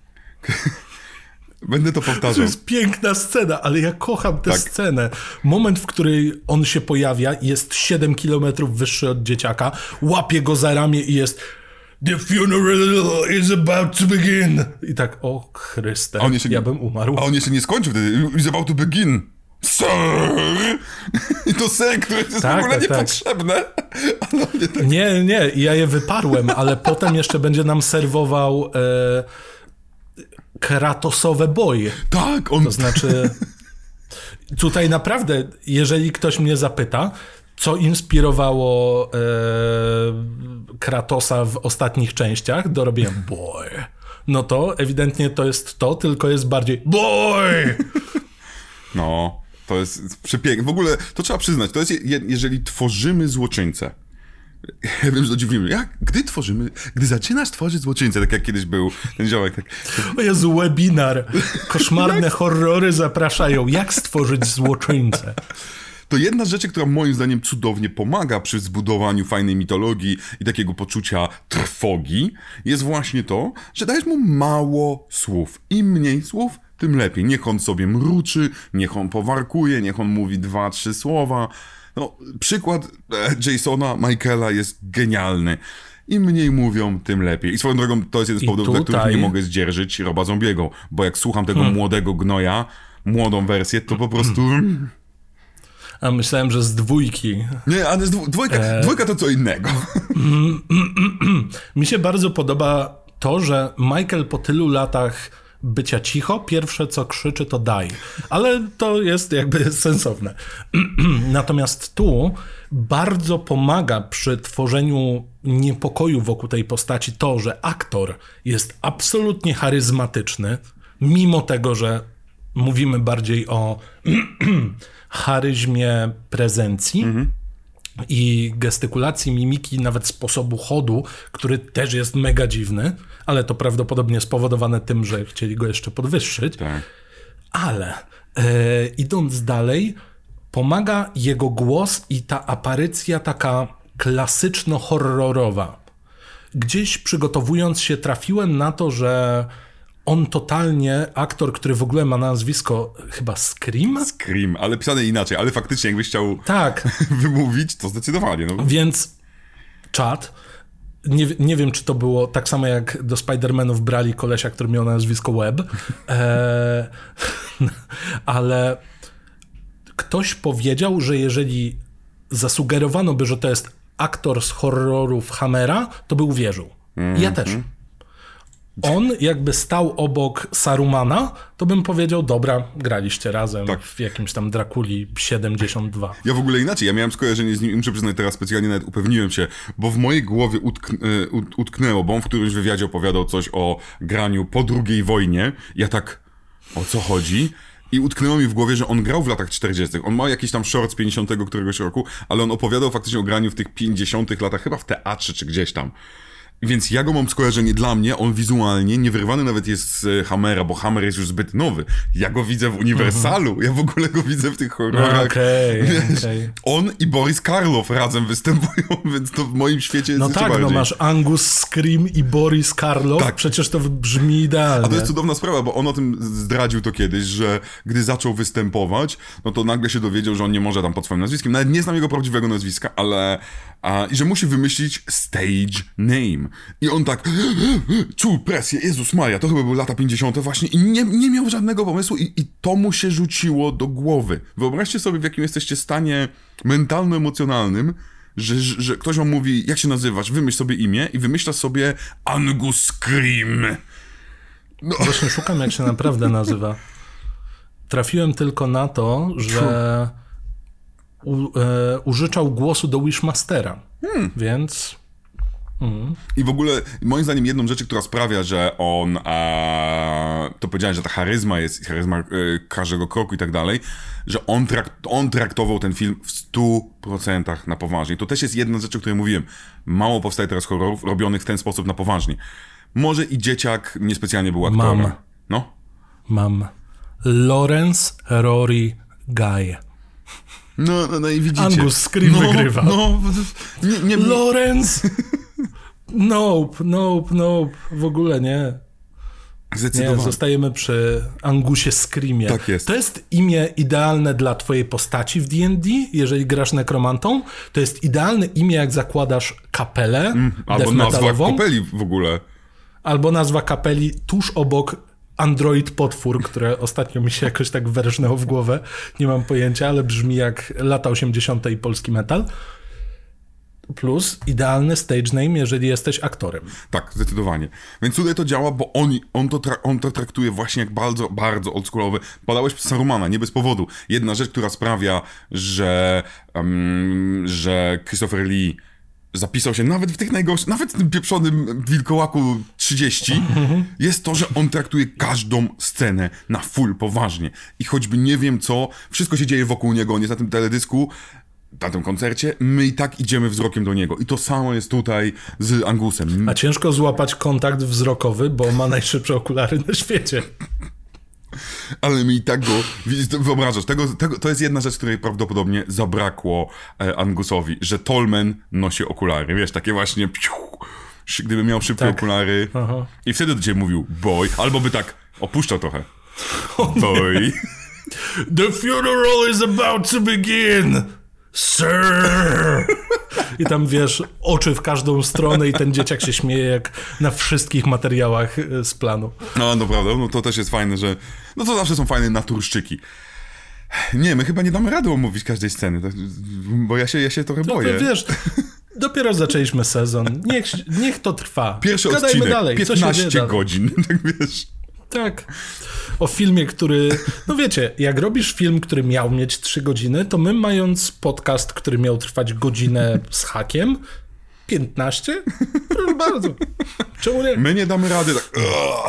Będę to powtarzał. To jest piękna scena, ale ja kocham tę tak. scenę. Moment, w której on się pojawia, jest siedem kilometrów wyższy od dzieciaka, łapie go za ramię i jest The funeral is about to begin. I tak, o Chryste, ja nie, bym umarł. A on jeszcze nie skończył wtedy. It's about to begin. Sir! I to sir, które jest tak, w ogóle tak, niepotrzebne. Tak. Nie, tak. nie, nie, ja je wyparłem, ale potem jeszcze będzie nam serwował e, kratosowe boje. Tak, on... To znaczy, tutaj naprawdę, jeżeli ktoś mnie zapyta, co inspirowało e, Kratosa w ostatnich częściach do robienia boy, no to ewidentnie to jest to, tylko jest bardziej boy! No, to jest przepiękne. W ogóle, to trzeba przyznać, to jest, je, jeżeli tworzymy złoczyńcę. Ja wiem, że to dziwimy. Jak, gdy tworzymy, gdy zaczynasz tworzyć złoczyńcę, tak jak kiedyś był ten ziołek, tak... O Jezu, webinar. Koszmarne horrory zapraszają. Jak stworzyć złoczyńcę? To jedna z rzeczy, która moim zdaniem cudownie pomaga przy zbudowaniu fajnej mitologii i takiego poczucia trwogi, jest właśnie to, że dajesz mu mało słów. Im mniej słów, tym lepiej. Niech on sobie mruczy, niech on powarkuje, niech on mówi dwa, trzy słowa. No, przykład e, Jasona Michaela jest genialny. Im mniej mówią, tym lepiej. I swoją drogą to jest jeden z powodów, tutaj... dla których nie mogę zdzierżyć Roba Zombiego, bo jak słucham tego hmm. młodego gnoja, młodą wersję, to po prostu... A myślałem, że z dwójki. Nie, ale z dw- dwójka, e... dwójka to co innego. Mi się bardzo podoba to, że Michael po tylu latach bycia cicho, pierwsze co krzyczy to daj. Ale to jest jakby sensowne. Natomiast tu bardzo pomaga przy tworzeniu niepokoju wokół tej postaci to, że aktor jest absolutnie charyzmatyczny, mimo tego, że mówimy bardziej o charyzmie prezencji mhm. i gestykulacji, mimiki, nawet sposobu chodu, który też jest mega dziwny, ale to prawdopodobnie spowodowane tym, że chcieli go jeszcze podwyższyć. Tak. Ale e, idąc dalej, pomaga jego głos i ta aparycja taka klasyczno-horrorowa. Gdzieś przygotowując się trafiłem na to, że on totalnie, aktor, który w ogóle ma nazwisko chyba Scream? Scream, ale pisane inaczej, ale faktycznie jakbyś chciał tak. wymówić, to zdecydowanie. No. Więc czat, nie, nie wiem, czy to było tak samo jak do Spider-Manów brali kolesia, który miał nazwisko Webb, e, ale ktoś powiedział, że jeżeli zasugerowano by, że to jest aktor z horrorów Hammera, to by uwierzył. Mm-hmm. Ja też. On jakby stał obok Sarumana, to bym powiedział, dobra, graliście razem tak. w jakimś tam Drakuli siedemdziesiąt dwa. Ja w ogóle inaczej, ja miałem skojarzenie z nim, muszę przyznać, teraz specjalnie nawet upewniłem się, bo w mojej głowie utkn- ut- utknęło, bo on w którymś wywiadzie opowiadał coś o graniu po drugiej wojnie. Ja tak, o co chodzi? I utknęło mi w głowie, że on grał w latach czterdziestych. On ma jakiś tam short z pięćdziesiątego któregoś roku, ale on opowiadał faktycznie o graniu w tych pięćdziesiątych latach, chyba w teatrze czy gdzieś tam. Więc ja go mam skojarzenie, dla mnie on wizualnie niewyrwany nawet jest z Hammera, bo Hammer jest już zbyt nowy. Ja go widzę w Uniwersalu, ja w ogóle go widzę w tych horrorach. Okay, Wiesz, okay. On i Boris Karloff razem występują, więc to w moim świecie jest no tak, bardziej. No masz Angus Scream i Boris Karloff, tak. Przecież to brzmi idealnie. A to jest cudowna sprawa, bo on o tym zdradził to kiedyś, że gdy zaczął występować, no to nagle się dowiedział, że on nie może tam pod swoim nazwiskiem, nawet nie znam jego prawdziwego nazwiska, ale a, i że musi wymyślić stage name. I on tak czuł presję, Jezus Maria, to chyba były lata pięćdziesiąte właśnie i nie, nie miał żadnego pomysłu i, i to mu się rzuciło do głowy. Wyobraźcie sobie, w jakim jesteście stanie mentalno-emocjonalnym, że, że, że ktoś wam mówi, jak się nazywasz, wymyśl sobie imię i wymyśla sobie Angus Scream. No. Właśnie szukam, jak się naprawdę nazywa. Trafiłem tylko na to, że u, e, użyczał głosu do Wishmastera, hmm. więc... Mm. I w ogóle, moim zdaniem, jedną rzeczy, która sprawia, że on, a, to powiedziałem, że ta charyzma jest, charyzma y, każdego kroku i tak dalej, że on, trakt, on traktował ten film w stu procentach na poważnie. I to też jest jedna z rzeczy, o której mówiłem. Mało powstaje teraz horrorów robionych w ten sposób na poważnie. Może i Dzieciak niespecjalnie był aktorem. Mam. No? Mam. Lawrence Rory Guy. No, no, no i widzicie. Angus Scream no, wygrywa. No, nie, nie, nie. Lawrence! Nope, nope, nope. W ogóle nie. Zdecydowanie. Nie, zostajemy przy Angusie Screamie. Tak jest. To jest imię idealne dla twojej postaci w D and D, jeżeli grasz nekromantą. To jest idealne imię, jak zakładasz kapelę mm, albo nazwa kapeli w ogóle. Albo nazwa kapeli tuż obok Android Potwór, które ostatnio mi się jakoś tak wyrżnęło w głowę. Nie mam pojęcia, ale brzmi jak lata osiemdziesiąte i polski metal. Plus idealny stage name, jeżeli jesteś aktorem. Tak, zdecydowanie. Więc tutaj to działa, bo on, on, to, tra- on to traktuje właśnie jak bardzo, bardzo oldschoolowy. Podałeś Sarumana, nie bez powodu. Jedna rzecz, która sprawia, że, um, że Christopher Lee zapisał się nawet w tych najgorszych, nawet w tym pieprzonym Wilkołaku trzydzieści, jest to, że on traktuje każdą scenę na full poważnie. I choćby nie wiem co, wszystko się dzieje wokół niego, on jest na tym teledysku, na tym koncercie, my i tak idziemy wzrokiem do niego. I to samo jest tutaj z Angusem. A ciężko złapać kontakt wzrokowy, bo ma najszybsze okulary na świecie. Ale mi i tak go, wyobrażasz, tego, tego, to jest jedna rzecz, której prawdopodobnie zabrakło e, Angusowi, że Tolman nosi okulary, wiesz, takie właśnie, piu, gdyby miał szybkie tak. okulary. Aha. I wtedy do ciebie mówił boy, albo by tak opuszczał trochę. Boy. The funeral is about to begin, sir. I tam, wiesz, oczy w każdą stronę i ten dzieciak się śmieje jak na wszystkich materiałach z planu. No, no prawda, no to też jest fajne, że... No to zawsze są fajne naturszczyki. Nie, my chyba nie damy rady omówić każdej sceny, bo ja się, ja się trochę to, boję. To, wiesz, dopiero zaczęliśmy sezon, niech, niech to trwa. Pierwszy Gadajmy odcinek, dalej. piętnaście godzin, tak wiesz. Tak. O filmie, który... No wiecie, jak robisz film, który miał mieć trzy godziny, to my mając podcast, który miał trwać godzinę z hakiem, piętnaście? Proszę bardzo. Czemu nie? My nie damy rady, tak...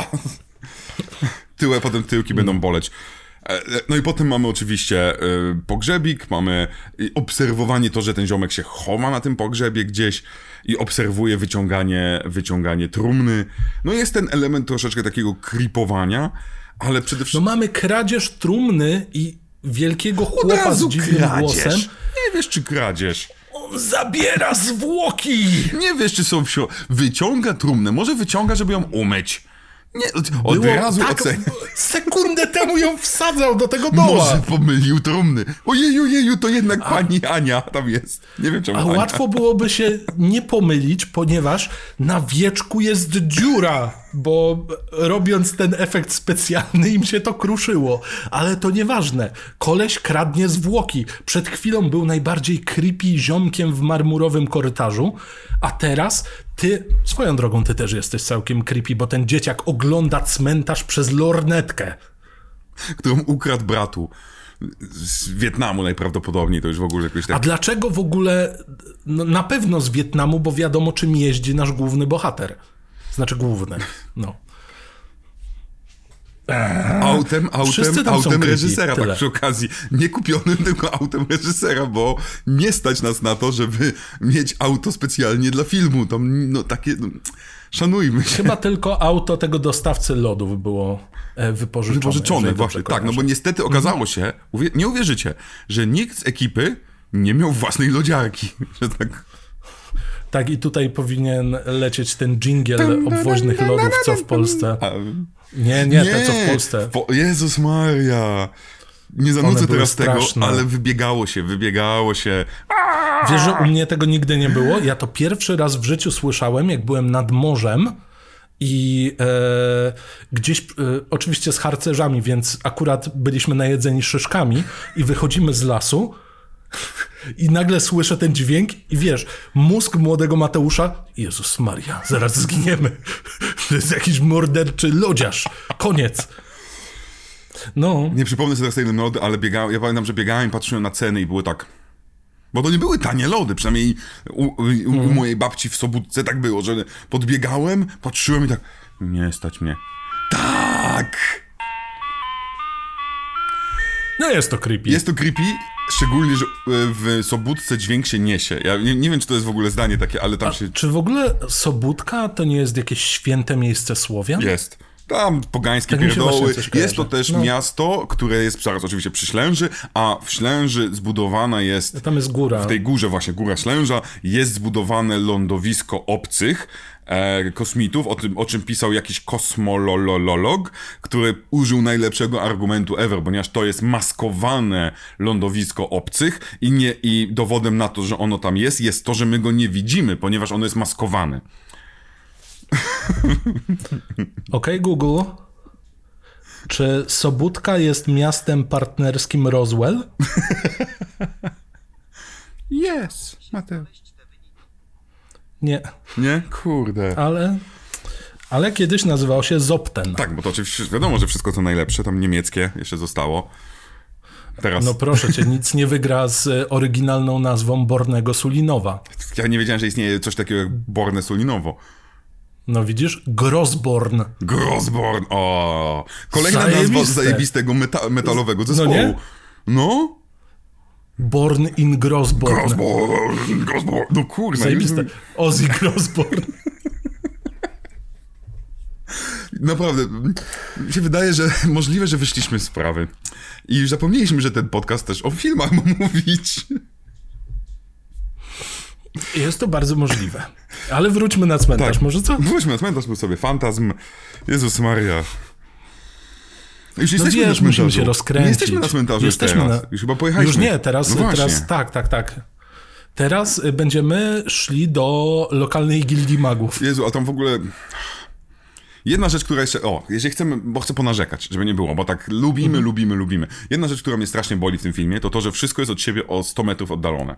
Tyłe, potem tyłki będą boleć. No i potem mamy oczywiście y, pogrzebik, mamy obserwowanie to, że ten ziomek się chowa na tym pogrzebie gdzieś i obserwuje wyciąganie, wyciąganie trumny. No jest ten element troszeczkę takiego creepowania, ale przede wszystkim... No mamy kradzież trumny i wielkiego chłopa z dziwnym kradzież. głosem. Nie wiesz, czy kradzież. On zabiera zwłoki! Nie wiesz, czy są wśród... Wyciąga trumnę, może wyciąga, żeby ją umyć. Nie, od Było, razu tak, ocen... Sekundę temu ją wsadzał do tego doła. Może pomylił trumny. Ojeju, jeju, to jednak A... pani Ania tam jest. Nie wiem, czemu A Ania. łatwo byłoby się nie pomylić, ponieważ na wieczku jest dziura, bo robiąc ten efekt specjalny im się to kruszyło. Ale to nieważne. Koleś kradnie zwłoki. Przed chwilą był najbardziej creepy ziomkiem w marmurowym korytarzu, a teraz ty, swoją drogą ty też jesteś całkiem creepy, bo ten dzieciak ogląda cmentarz przez lornetkę. Którą ukradł bratu. Z Wietnamu najprawdopodobniej, to już w ogóle jakoś tak... A dlaczego w ogóle... No, na pewno z Wietnamu, bo wiadomo, czym jeździ nasz główny bohater. Znaczy główny, no. Autem, autem, autem reżysera, tak przy okazji. Nie kupionym, tylko autem reżysera, bo nie stać nas na to, żeby mieć auto specjalnie dla filmu. Tam, no takie... No, szanujmy się. Chyba tylko auto tego dostawcy lodów było wypożyczone. Wypożyczone, właśnie, tak. No bo niestety okazało się, uwie- nie uwierzycie, że nikt z ekipy nie miał własnej lodziarki. Że tak... Tak, i tutaj powinien lecieć ten dżingiel obwoźnych lodów, co w Polsce... Nie, nie, te co w Polsce. Po, Jezus Maria. Nie zanudzę teraz tego, ale wybiegało się, wybiegało się. Wiesz, że u mnie tego nigdy nie było? Ja to pierwszy raz w życiu słyszałem, jak byłem nad morzem i e, gdzieś, e, oczywiście z harcerzami, więc akurat byliśmy najedzeni szyszkami i wychodzimy z lasu i nagle słyszę ten dźwięk i wiesz, mózg młodego Mateusza, Jezus Maria, zaraz zginiemy. To jest jakiś morderczy lodziarz. Koniec. No. Nie przypomnę sobie teraz tej lody, ale biegałem, ja pamiętam, że biegałem i patrzyłem na ceny i było tak... Bo to nie były tanie lody, przynajmniej u, u, u mm. mojej babci w Sobótce tak było, że podbiegałem, patrzyłem i tak... Nie stać mnie. Tak! No jest to creepy. Jest to creepy, szczególnie, że w Sobótce dźwięk się niesie. Ja nie, nie wiem, czy to jest w ogóle zdanie takie, ale tam A się... Czy w ogóle Sobótka to nie jest jakieś święte miejsce Słowian? Jest. Tam pogańskie tak pierdoły. Jest to też no. miasto, które jest zaraz oczywiście przy Ślęży, a w Ślęży zbudowana jest... Tam jest góra. W tej górze właśnie, Góra Ślęża, jest zbudowane lądowisko obcych e, kosmitów, o tym, o czym pisał jakiś kosmolololog, który użył najlepszego argumentu ever, ponieważ to jest maskowane lądowisko obcych i, nie, i dowodem na to, że ono tam jest, jest to, że my go nie widzimy, ponieważ ono jest maskowane. Okej, okay, Google. Czy Sobótka jest miastem partnerskim Roswell? Jest, Mateusz. Nie. Nie? Kurde. Ale, ale kiedyś nazywał się Zopten. Tak, bo to oczywiście wiadomo, że wszystko co najlepsze, tam niemieckie jeszcze zostało. Teraz... No proszę cię, nic nie wygra z oryginalną nazwą Bornego Sulinowa. Ja nie wiedziałem, że istnieje coś takiego jak Borne Sulinowo. No widzisz? Grosborn. Grosborn, o. Kolejna nazwa zajebistego meta- metalowego zespołu. No nie? No? Born in Grosborn. Grosborn, Grosborn. No kurwa. Zajebiste. Już... Ozzy Grosborn. Naprawdę, mi się wydaje, że możliwe, że wyszliśmy z sprawy. I już zapomnieliśmy, że ten podcast też o filmach ma mówić. Jest to bardzo możliwe. Ale wróćmy na cmentarz, tak. Może co? Wróćmy na cmentarz, był sobie fantazm. Jezus Maria. Już no jesteśmy wiesz, na cmentarzu. Musimy się rozkręcić. Nie jesteśmy na cmentarzu jesteśmy teraz. Na... Już chyba pojechaliśmy. Już nie, teraz, no teraz tak, tak, tak. Teraz będziemy szli do lokalnej gildii magów. Jezu, a tam w ogóle... Jedna rzecz, która jeszcze... O, jeżeli chcemy... Bo chcę ponarzekać, żeby nie było, bo tak lubimy, mhm. lubimy, lubimy. Jedna rzecz, która mnie strasznie boli w tym filmie, to to, że wszystko jest od siebie o sto metrów oddalone.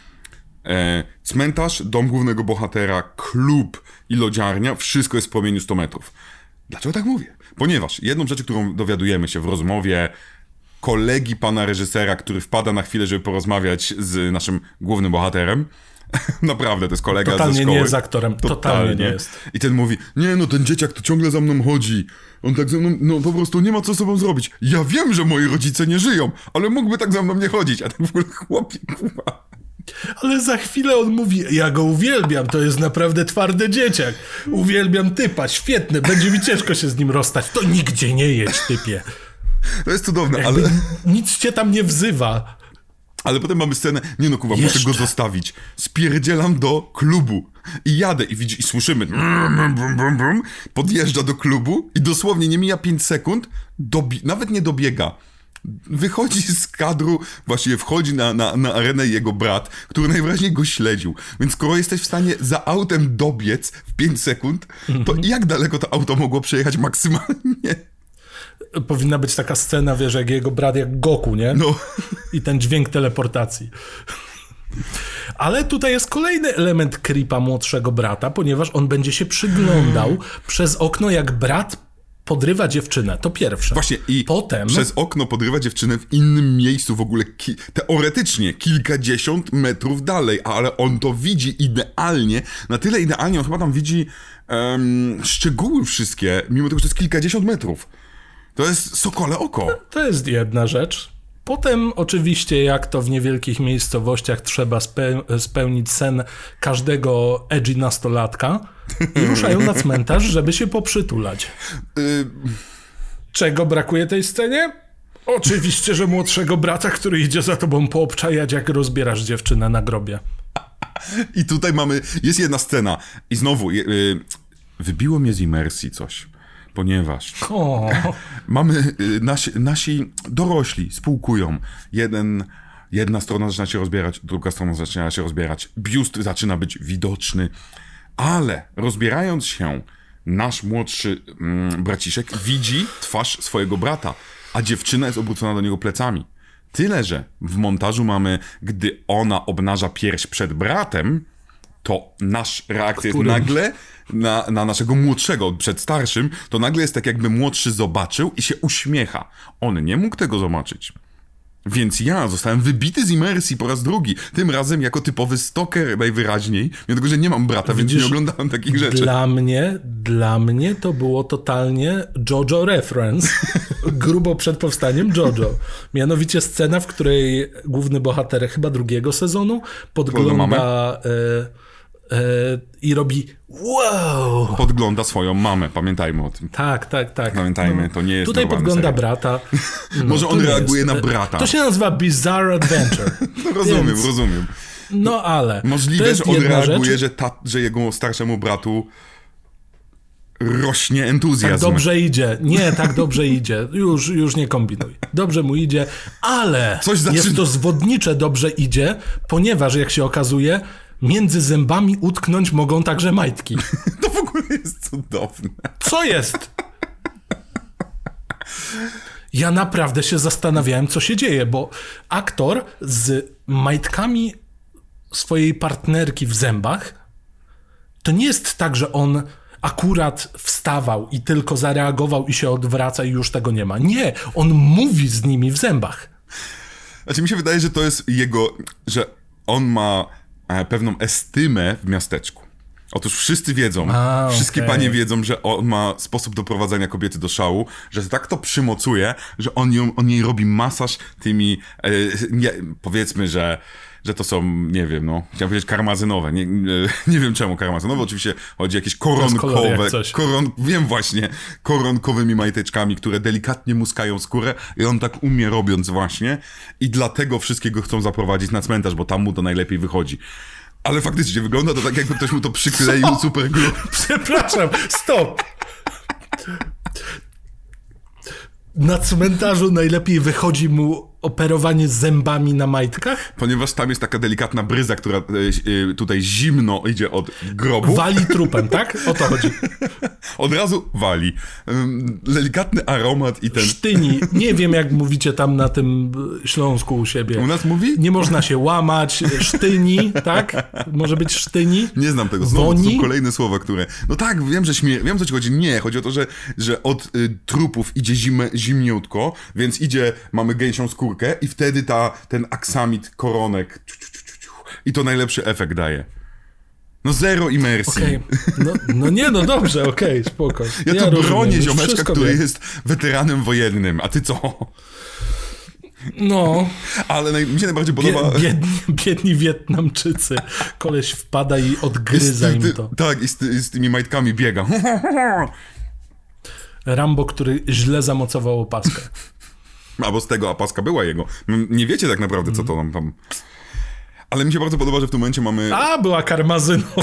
E, cmentarz, dom głównego bohatera, klub i lodziarnia, wszystko jest w promieniu sto metrów. Dlaczego tak mówię? Ponieważ jedną rzecz, którą dowiadujemy się w rozmowie kolegi pana reżysera, który wpada na chwilę, żeby porozmawiać z naszym głównym bohaterem. Naprawdę, to jest kolega Totalnie ze szkoły. nie jest aktorem. Totalnie, Totalnie nie jest. I ten mówi, nie no, ten dzieciak to ciągle za mną chodzi. On tak ze mną, no po prostu nie ma co z sobą zrobić. Ja wiem, że moi rodzice nie żyją, ale mógłby tak za mną nie chodzić. A tak w ogóle chłopie, kurwa. Ale za chwilę on mówi, ja go uwielbiam, to jest naprawdę twardy dzieciak. Uwielbiam typa, świetny, będzie mi ciężko się z nim rozstać. To nigdzie nie jedź, typie. To jest cudowne, Jakby ale... Nic cię tam nie wzywa. Ale potem mamy scenę, nie no Kuba, muszę go zostawić. Spierdzielam do klubu. I jadę i widzi, i słyszymy, brum, brum, brum, brum, podjeżdża do klubu i dosłownie nie mija pięć sekund, dobi- nawet nie dobiega. Wychodzi z kadru, właściwie wchodzi na, na, na arenę jego brat, który najwyraźniej go śledził. Więc skoro jesteś w stanie za autem dobiec w pięć sekund, to jak daleko to auto mogło przejechać maksymalnie? Powinna być taka scena, wiesz, jak jego brat jak Goku, nie? No. I ten dźwięk teleportacji. Ale tutaj jest kolejny element creepa młodszego brata, ponieważ on będzie się przyglądał przez okno, jak brat podrywa dziewczynę. To pierwsze. Właśnie i potem przez okno podrywa dziewczynę w innym miejscu w ogóle, ki- teoretycznie kilkadziesiąt metrów dalej, ale on to widzi idealnie, na tyle idealnie, on chyba tam widzi um, szczegóły wszystkie, mimo tego, że to jest kilkadziesiąt metrów. To jest sokole oko. To jest jedna rzecz. Potem oczywiście, jak to w niewielkich miejscowościach, trzeba spe- spełnić sen każdego edgy nastolatka i ruszają na cmentarz, żeby się poprzytulać. Y- Czego brakuje tej scenie? Oczywiście, że młodszego brata, który idzie za tobą poobczajać, jak rozbierasz dziewczynę na grobie. I tutaj mamy, jest jedna scena i znowu y- wybiło mnie z imersji coś. Ponieważ o. mamy, y, nasi, nasi dorośli spółkują. Jeden, jedna strona zaczyna się rozbierać, druga strona zaczyna się rozbierać. Biust zaczyna być widoczny. Ale rozbierając się, nasz młodszy mm, braciszek widzi twarz swojego brata, a dziewczyna jest obrócona do niego plecami. Tyle, że w montażu mamy, gdy ona obnaża pierś przed bratem, to nasz reakcja Którym? jest nagle na, na naszego młodszego przed starszym, to nagle jest tak, jakby młodszy zobaczył i się uśmiecha. On nie mógł tego zobaczyć. Więc ja zostałem wybity z imersji po raz drugi. Tym razem jako typowy stalker najwyraźniej. Mimo tego, że nie mam brata, Widzisz, więc nie oglądałem takich rzeczy. Dla mnie, dla mnie to było totalnie JoJo reference. Grubo przed powstaniem JoJo. Mianowicie scena, w której główny bohater chyba drugiego sezonu podgląda e, e, i robi wow. Podgląda swoją mamę, pamiętajmy o tym. Tak, tak, tak. Pamiętajmy, to nie jest Tutaj normalny podgląda serial. brata. No, Może on to nie reaguje jest. na brata. To się nazywa Bizarre Adventure. No rozumiem, Więc, rozumiem. no ale. Możliwe, to jest że on jedna reaguje, rzecz. że, ta, że jego starszemu bratu rośnie entuzjazm. Tak dobrze idzie. Nie, tak dobrze idzie. Już, już nie kombinuj. Dobrze mu idzie, ale Coś zaczyna- jest to zwodnicze dobrze idzie, ponieważ jak się okazuje, między zębami utknąć mogą także majtki. To w ogóle jest cudowne. Co jest? Ja naprawdę się zastanawiałem, co się dzieje, bo aktor z majtkami swojej partnerki w zębach, to nie jest tak, że on akurat wstawał i tylko zareagował i się odwraca i już tego nie ma. Nie, on mówi z nimi w zębach. Znaczy mi się wydaje, że to jest jego, że on ma e, pewną estymę w miasteczku. Otóż wszyscy wiedzą, A, wszystkie okej. panie wiedzą, że on ma sposób doprowadzania kobiety do szału, że tak to przymocuje, że on, ją, on jej robi masaż tymi, e, nie, powiedzmy, że że to są, nie wiem, no, chciałem powiedzieć karmazynowe, nie, nie, nie wiem czemu karmazynowe, oczywiście chodzi o jakieś kolor jak koronkowe, coś. koron, wiem właśnie, koronkowymi majteczkami, które delikatnie muskają skórę i on tak umie robiąc właśnie i dlatego wszystkiego chcą zaprowadzić na cmentarz, bo tam mu to najlepiej wychodzi. Ale faktycznie wygląda to tak, jakby ktoś mu to przykleił Co? super glue. Przepraszam, stop. Na cmentarzu najlepiej wychodzi mu operowanie zębami na majtkach? Ponieważ tam jest taka delikatna bryza, która e, e, tutaj zimno idzie od grobu. Wali trupem, tak? O to chodzi. Od razu wali. Ym, delikatny aromat i ten... Sztyni. Nie wiem, jak mówicie tam na tym Śląsku u siebie. U nas mówi? Nie można się łamać. Sztyni, tak? Może być sztyni? Nie znam tego. Znowu to Woni? są kolejne słowa, które... No tak, wiem, że śmier... Wiem, co ci chodzi. Nie, chodzi o to, że, że od y, trupów idzie zimę, zimniutko, więc idzie, mamy gęsią skórkę i wtedy ta, ten aksamit koronek ciu, ciu, ciu, ciu, i to najlepszy efekt daje. No zero imersji. Okej. No, no nie, no dobrze, okej, okay, spoko. Ja, Ja to rozumiem, bronię już ziomeczka, wszystko który wiem. jest weteranem wojennym, a ty co? No, Ale naj... mi się najbardziej bie, podoba... biedni, biedni Wietnamczycy. Koleś wpada i odgryza I z ty- im to. Tak, i z, ty, z tymi majtkami biega. Rambo, który źle zamocował opaskę. Albo z tego opaska była jego. M- Nie wiecie tak naprawdę, co to nam tam... Ale mi się bardzo podoba, że w tym momencie mamy... A, była karmazynowa.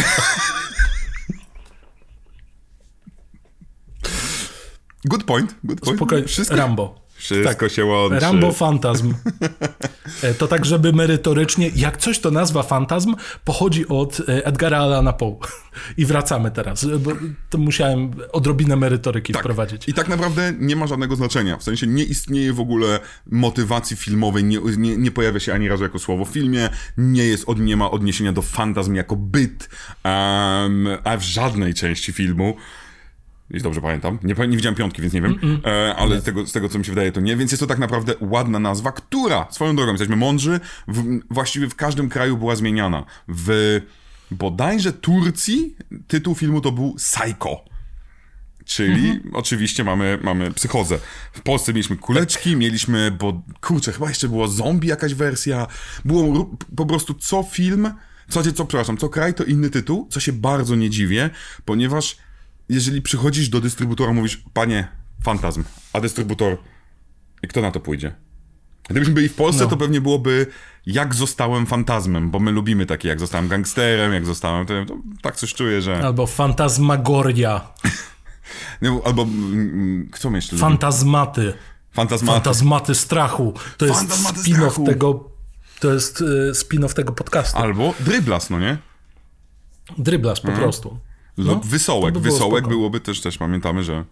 Good point, good point. Spokojnie, Wszystko, Rambo. wszystko się łączy. Rambo Fantazm. E, To tak, żeby merytorycznie, jak coś to nazwa Fantazm, pochodzi od e, Edgara Allana Poe. I wracamy teraz, bo to musiałem odrobinę merytoryki Tak. wprowadzić. I tak naprawdę nie ma żadnego znaczenia. W sensie nie istnieje w ogóle motywacji filmowej, nie, nie, nie pojawia się ani razu jako słowo w filmie, nie, jest, od, nie ma odniesienia do fantazm jako byt, um, a w żadnej części filmu. Jeśli dobrze pamiętam. Nie, nie widziałem piątki, więc nie wiem. E, ale z tego, z tego, co mi się wydaje, to nie. Więc jest to tak naprawdę ładna nazwa, która, swoją drogą, jesteśmy mądrzy, w, właściwie w każdym kraju była zmieniana. W bodajże Turcji tytuł filmu to był Psycho. Czyli mhm. oczywiście mamy, mamy psychozę. W Polsce mieliśmy kuleczki, mieliśmy, bo kurczę, chyba jeszcze było zombie jakaś wersja. Było ró- po prostu co film, co, co, przepraszam, co kraj to inny tytuł, co się bardzo nie dziwię, ponieważ jeżeli przychodzisz do dystrybutora, mówisz, panie, fantazm, a dystrybutor, i kto na to pójdzie? Gdybyśmy byli w Polsce, No. to pewnie byłoby jak zostałem fantazmem, bo my lubimy takie, jak zostałem gangsterem, jak zostałem, to, to tak coś czuję, że... Albo Fantazmagoria. Nie, albo, mm, kto myśli? Fantazmaty. Fantazmaty. Fantazmaty strachu. To jest Fantazmaty spin-off strachu. tego, to jest y, spin-off tego podcastu. Albo dryblas, no nie? Dryblarz po prostu. Lub No, wysołek. to by było Wysołek spoko. byłoby też, też pamiętamy, że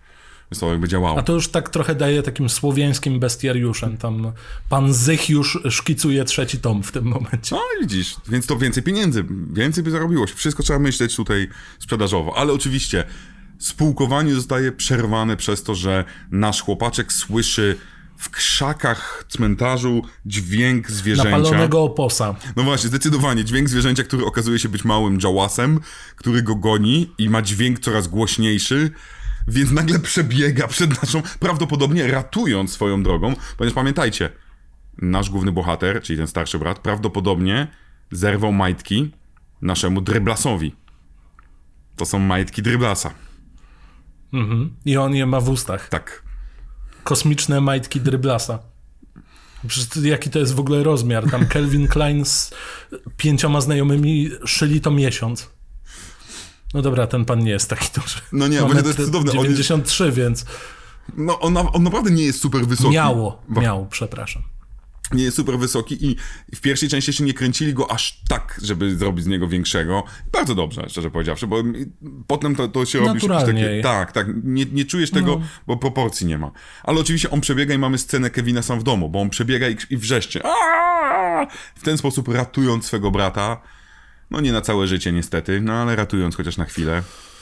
Więc to jakby działało. A to już tak trochę daje takim słowiańskim bestiariuszem. Tam pan Zych już szkicuje trzeci tom w tym momencie. No i widzisz, więc to więcej pieniędzy, więcej by zarobiło się. Wszystko trzeba myśleć tutaj sprzedażowo. Ale oczywiście spółkowanie zostaje przerwane przez to, że nasz chłopaczek słyszy w krzakach cmentarzu dźwięk zwierzęcia. Napalonego oposa. No właśnie, zdecydowanie. Dźwięk zwierzęcia, który okazuje się być małym Jawasem, który go goni i ma dźwięk coraz głośniejszy, więc nagle przebiega przed naszą, prawdopodobnie ratując swoją drogą, ponieważ pamiętajcie, nasz główny bohater, czyli ten starszy brat, prawdopodobnie zerwał majtki naszemu Dryblasowi. To są majtki Dryblasa. Mhm. I on je ma w ustach. Tak. Kosmiczne majtki Dryblasa. Przecież jaki to jest w ogóle rozmiar? Tam Calvin Klein z pięcioma znajomymi szyli to miesiąc. No dobra, ten pan nie jest taki duży. No nie, bo to jest cudowne. dziewięćdziesiąt trzy, on jest... więc... No on, na, on naprawdę nie jest super wysoki. Miało, bo... miał, przepraszam. Nie jest super wysoki i w pierwszej części jeszcze nie kręcili go aż tak, żeby zrobić z niego większego. Bardzo dobrze, szczerze powiedziawszy, bo potem to, to się robi takie... Tak, tak, nie, nie czujesz tego, no. Bo proporcji nie ma. Ale oczywiście on przebiega i mamy scenę Kevina sam w domu, bo on przebiega i, i wrzeszczy. Aaaa! W ten sposób ratując swego brata. No nie na całe życie niestety, no ale ratując chociaż na chwilę.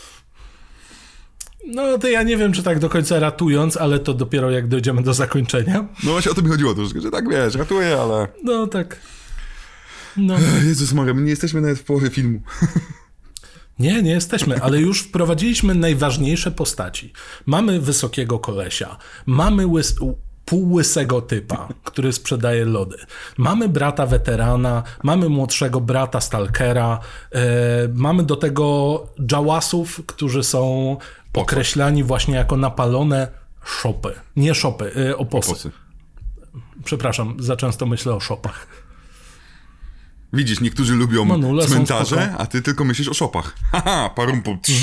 No to ja nie wiem, czy tak do końca ratując, ale to dopiero jak dojdziemy do zakończenia. No właśnie o to mi chodziło troszkę, że tak wiesz, ratuję, ale... No tak. No. Jezus Maria, my nie jesteśmy nawet w połowie filmu. Nie, nie jesteśmy, ale już wprowadziliśmy najważniejsze postaci. Mamy wysokiego kolesia, mamy łys... półłysego typa, który sprzedaje lody. Mamy brata weterana, mamy młodszego brata stalkera, yy, mamy do tego Jawasów, którzy są określani właśnie jako napalone szopy. Nie szopy, yy, oposy. oposy. Przepraszam, za często myślę o szopach. Widzisz, niektórzy lubią Manule cmentarze, a ty tylko myślisz o szopach. Haha, parumpu. Mhm.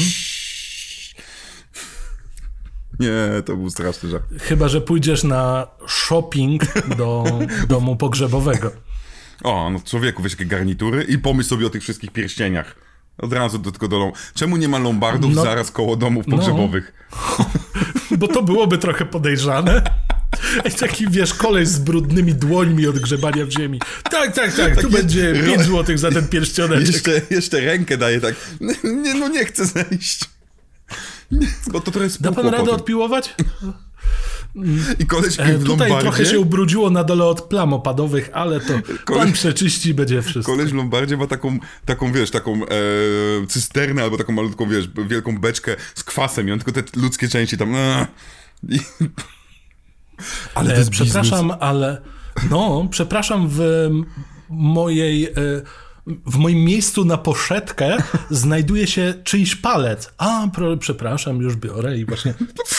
Nie, to był straszny żart. Chyba że pójdziesz na shopping do domu pogrzebowego. O, no człowieku, weź jakie garnitury i pomyśl sobie o tych wszystkich pierścieniach. Od razu do tylko do... Czemu nie ma lombardów no, zaraz koło domów pogrzebowych? No, bo to byłoby trochę podejrzane. I taki, wiesz, koleś z brudnymi dłońmi od grzebania w ziemi. Tak, tak, tak, tu tak będzie pięć złotych za ten pierścioneczek. Jeszcze, jeszcze rękę daje tak. Nie, no nie chcę zejść. Nie, bo to trochę da pan radę odpiłować? I koleś e, w Tutaj trochę się ubrudziło na dole od plam opadowych, ale to koleś, pan przeczyści, będzie wszystko. Koleś w Lombardzie ma taką, taką wiesz, taką e, cysternę albo taką malutką, wiesz, wielką beczkę z kwasem i on tylko te ludzkie części tam... E, i... Ale to jest Przepraszam, biznes. ale... No, przepraszam, w mojej... W moim miejscu na poszetkę znajduje się czyjś palec. A, pro, przepraszam, już biorę i właśnie...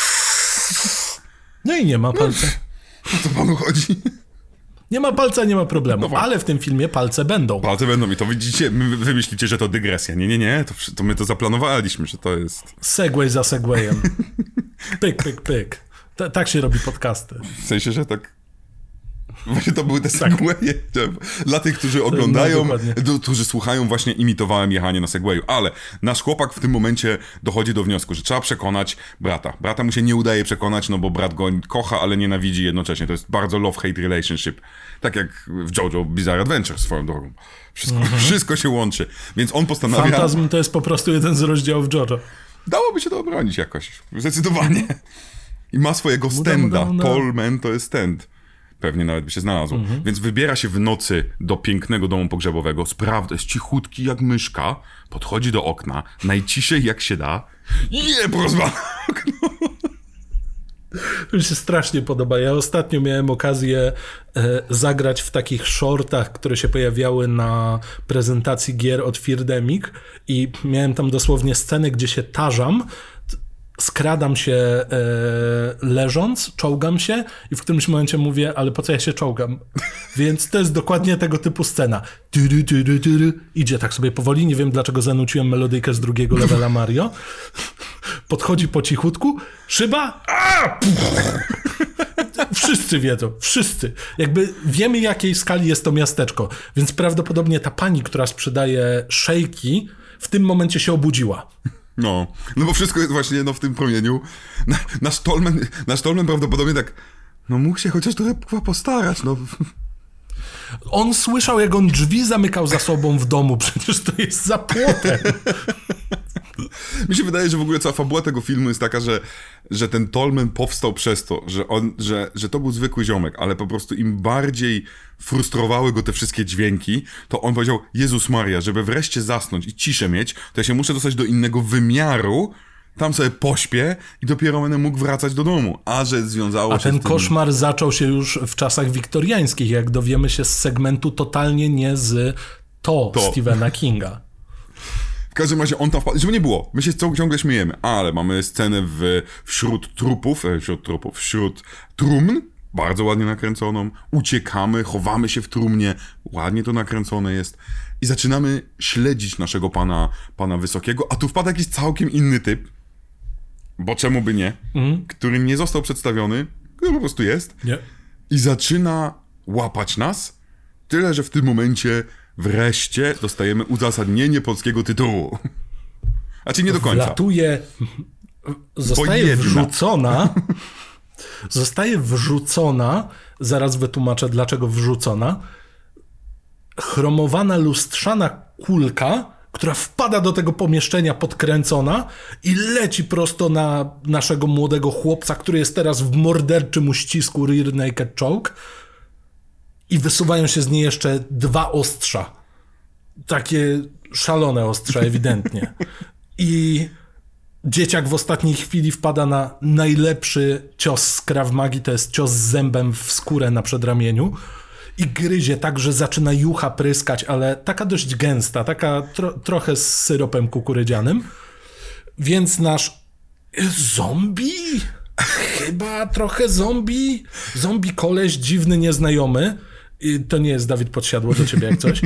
No i nie ma palca. O co panu chodzi? Nie ma palca, nie ma problemu, no ale w tym filmie palce będą. Palce będą i to widzicie, wy myślicie, że to dygresja. Nie, nie, nie, to, to my to zaplanowaliśmy, że to jest... Segway za segwayem. Pyk, pyk, pyk. T- tak się robi podcasty. W sensie, że tak... Właśnie to były te segwaye. Dla tych, którzy oglądają, no, którzy słuchają, właśnie imitowałem jechanie na segwayu. Ale nasz chłopak w tym momencie dochodzi do wniosku, że trzeba przekonać brata. Brata mu się nie udaje przekonać, no bo brat go kocha, ale nienawidzi jednocześnie. To jest bardzo love-hate relationship. Tak jak w JoJo Bizarre Adventure swoją drogą. Wszystko, mhm. wszystko się łączy. Więc on postanawia... Fantazm to jest po prostu jeden z rozdziałów JoJo. Dałoby się to obronić jakoś. Zdecydowanie. I ma swojego standa. Paul Man to jest stand. Pewnie nawet by się znalazło. Mhm. Więc wybiera się w nocy do pięknego domu pogrzebowego, sprawdza, jest cichutki jak myszka, podchodzi do okna, najciszej jak się da, jeb, rozwala okno. To mi się strasznie podoba. Ja ostatnio miałem okazję e, zagrać w takich shortach, które się pojawiały na prezentacji gier od Firdemic i miałem tam dosłownie scenę, gdzie się tarzam, skradam się e, leżąc, czołgam się i w którymś momencie mówię, ale po co ja się czołgam? Więc to jest dokładnie tego typu scena. Tyry, tyry, tyry. Idzie tak sobie powoli, nie wiem dlaczego zanuciłem melodyjkę z drugiego levela Mario. Podchodzi po cichutku, szyba, a! Wszyscy wiedzą, wszyscy. Jakby wiemy, jakiej skali jest to miasteczko, więc prawdopodobnie ta pani, która sprzedaje szejki, w tym momencie się obudziła. No, no bo wszystko jest właśnie no, w tym promieniu. Na, nasz Tolman, nasz Tolman prawdopodobnie tak, no mógł się chociaż trochę postarać, no. On słyszał, jak on drzwi zamykał za sobą w domu, przecież to jest za płotem. Mi się wydaje, że w ogóle cała fabuła tego filmu jest taka, że, że ten Tolman powstał przez to, że, on, że, że to był zwykły ziomek, ale po prostu im bardziej frustrowały go te wszystkie dźwięki, to on powiedział, Jezus Maria, żeby wreszcie zasnąć i ciszę mieć, to ja się muszę dostać do innego wymiaru, tam sobie pośpię i dopiero będę mógł wracać do domu. A że związało A się ten z tym... koszmar zaczął się już w czasach wiktoriańskich, jak dowiemy się z segmentu totalnie nie z to, to. Stephena Kinga. W każdym razie on tam wpadł, żeby nie było, my się ciągle śmiejemy, ale mamy scenę w, wśród trupów, wśród trupów, wśród trumn, bardzo ładnie nakręconą, uciekamy, chowamy się w trumnie, ładnie to nakręcone jest i zaczynamy śledzić naszego pana, pana Wysokiego, a tu wpada jakiś całkiem inny typ, bo czemu by nie, mm. który nie został przedstawiony, który po prostu jest nie. I zaczyna łapać nas, tyle, że w tym momencie wreszcie dostajemy uzasadnienie polskiego tytułu. A czy nie do końca. Wlatuje, zostaje wrzucona, zostaje wrzucona, zaraz wytłumaczę dlaczego wrzucona, chromowana lustrzana kulka, która wpada do tego pomieszczenia podkręcona i leci prosto na naszego młodego chłopca, który jest teraz w morderczym uścisku rear naked choke. I wysuwają się z niej jeszcze dwa ostrza. Takie szalone ostrza, ewidentnie. I dzieciak w ostatniej chwili wpada na najlepszy cios z Krav Magi, to jest cios z zębem w skórę na przedramieniu. I gryzie tak, że zaczyna jucha pryskać, ale taka dość gęsta, taka tro, trochę z syropem kukurydzianym. Więc nasz zombie... Chyba trochę zombie. Zombie koleś, dziwny, nieznajomy. I to nie jest Dawid Podsiadło do ciebie jak coś.